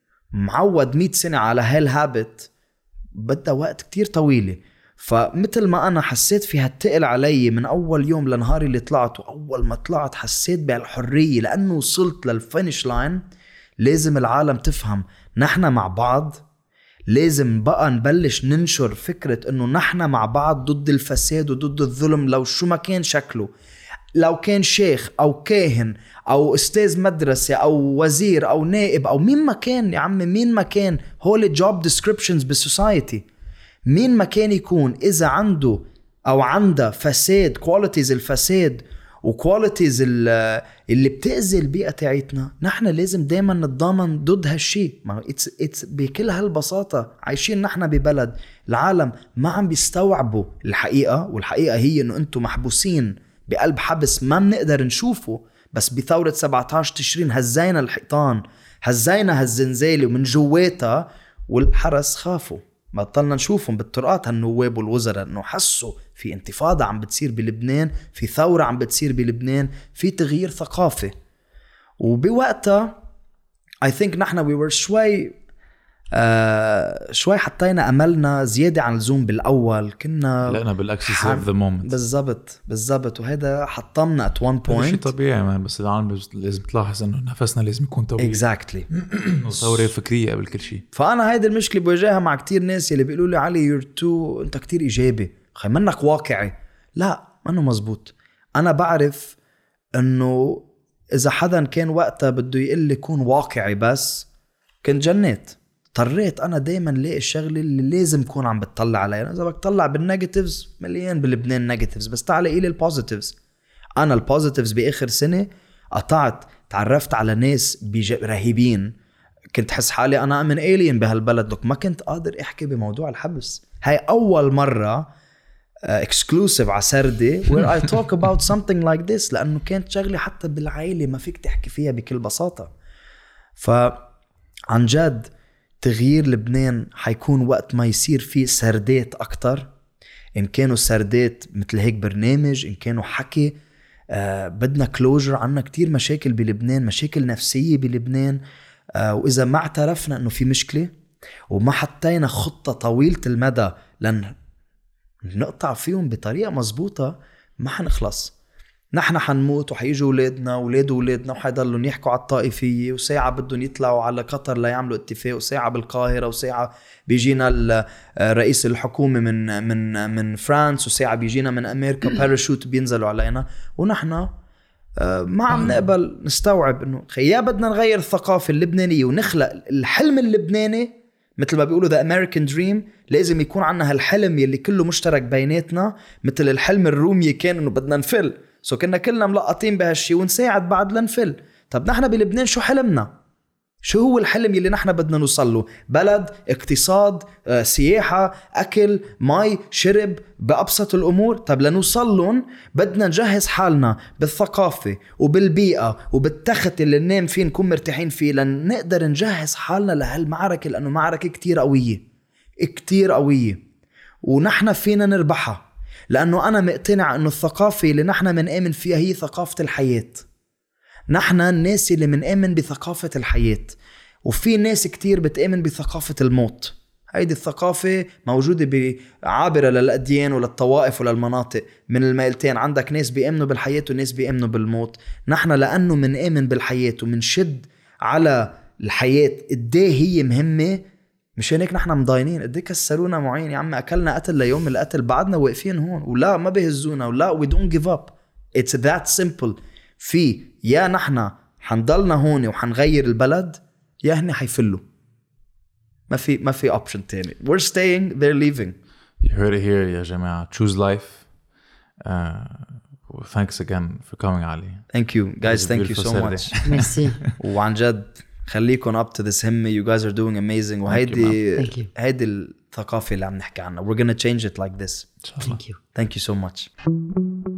معود 100 سنة على هالهابت، بدها وقت كتير طويلة. فمثل ما أنا حسيت فيها التقل علي من أول يوم لنهاري اللي طلعت، وأول ما طلعت حسيت بالحرية لأنه وصلت للفينش لاين. لازم العالم تفهم نحن مع بعض. لازم بقى نبلش ننشر فكرة أنه نحن مع بعض ضد الفساد وضد الظلم، لو شو ما كان شكله. لو كان شيخ أو كاهن أو أستاذ مدرسة أو وزير أو نائب أو مين ما كان، يا عمي مين ما كان، هول job descriptions بالسوسايتي. مين ما كان يكون، إذا عنده أو عنده فساد، qualities الفساد وqualities اللي بتأذي البيئة تاعتنا، نحن لازم دايما نتضامن ضد هالشي. it's بكل هالبساطة. عايشين نحن ببلد العالم ما عم بيستوعبوا الحقيقة، والحقيقة هي إنه أنتم محبوسين بقلب حبس ما بنقدر نشوفه. بس بثورة 17 تشرين هزينا الحيطان، هزينا هالزنزالة ومن جواتها، والحرس خافوا. بطلنا نشوفهم بالطرقات هالنواب والوزراء، انه حسوا في انتفاضة عم بتصير بلبنان، في ثورة عم بتصير بلبنان، في تغيير ثقافي. وبوقتها I think نحن we were شوي حطينا أملنا زيادة عن اللزوم بالأول. كنا لقنا بالأكسس of the moment. بالضبط. وهذا حطمنا at one point. شيء طبيعي مان، بس العالم لازم تلاحظ إنه نفسنا لازم يكون طويل. exactly. ثورة فكرية قبل كل شيء. فأنا هيدا المشكلة بواجهها مع كتير ناس اللي بيقولوا لي علي أنت كتير إيجابي، خي منك واقعي. لا، منه مزبوط. أنا بعرف إنه إذا حدا كان وقتها بده يقول لي كون واقعي بس كنت جنيت. اضطريت أنا دايما لاقي الشغلة اللي لازم كون عم بتطلع عليها. إذا بتطلع بالنيجاتيفز مليان بلبنان نيجاتيفز، بس تعال إلي البوزيتيفز. أنا البوزيتيفز بآخر سنة قطعت، تعرفت على ناس رهيبين، كنت حس حالي أنا من alien بهالبلد. لك ما كنت قادر أحكي بموضوع الحبس. هاي أول مرة exclusive على سردي where I talk about something like this, لأنه كانت شغلة حتى بالعائلة ما فيك تحكي فيها بكل بساطة. فعن جد تغيير لبنان حيكون وقت ما يصير فيه سردات أكتر، إن كانوا سردات مثل هيك برنامج، إن كانوا حكي. بدنا كلوجر. عنا كتير مشاكل بلبنان، مشاكل نفسية بلبنان. وإذا ما اعترفنا أنه في مشكلة وما حطينا خطة طويلة المدى لن نقطع فيهم بطريقة مزبوطة ما حنخلص. نحن حنموت وحيجوا ولادنا ولاد ولادنا وحيضلوا يحكوا على الطائفية، وساعة بدهم يطلعوا على قطر ليعملوا اتفاق، وساعة بالقاهرة، وساعة بيجينا رئيس الحكومة من فرانس، وساعة بيجينا من أمريكا باراشوت بينزلوا علينا. ونحن ما عم نقبل نستوعب انه يا بدنا نغير الثقافة اللبنانية ونخلق الحلم اللبناني مثل ما بيقولوا the American Dream. لازم يكون عنا هالحلم يلي كله مشترك بيناتنا، مثل الحلم الرومي كان انه بدنا نفل، كنا كلنا ملقطين بهالشي ونساعد بعض لنفل. طب نحن بلبنان شو حلمنا؟ شو هو الحلم يلي نحن بدنا نوصله؟ بلد، اقتصاد، سياحة، أكل، مي، شرب، بأبسط الأمور. طب لنوصلهم بدنا نجهز حالنا بالثقافة وبالبيئة وبالتخت اللي ننام فيه نكون مرتاحين فيه، لن نقدر نجهز حالنا لهالمعركة، لأنه معركة كتير قوية كتير قوية، ونحن فينا نربحها. لأنه أنا مقتنع أنه الثقافة اللي نحن منآمن فيها هي ثقافة الحياة. نحن الناس اللي منآمن بثقافة الحياة، وفي ناس كتير بتآمن بثقافة الموت. هيدي الثقافة موجودة عابرة للأديان وللطوائف وللمناطق. من الميلتين عندك ناس بيأمنوا بالحياة وناس بيأمنوا بالموت. نحن لأنه منآمن بالحياة ومنشد على الحياة قديه هي مهمة، مشان هيك نحن مضاينين. قديه كسرونا معين يا عم، أكلنا قتل ليوم القتل بعدنا واقفين هون، ولا ما بيهزونا، ولا we don't give up. It's that simple. في يا نحن حنضلنا هون وحنغير البلد، يا هني حيفلوا. ما في option تاني. We're staying, they're leaving. You heard it here يا جماعة. Choose life. Thanks again for coming علي. Thank you guys, thank you so much. ميرسي. وعن جد خليكم up to this همة. You guys are doing amazing. وهيدي الثقافة اللي عم نحكي عنها. We're gonna change it like this. Thank you. Thank you so much.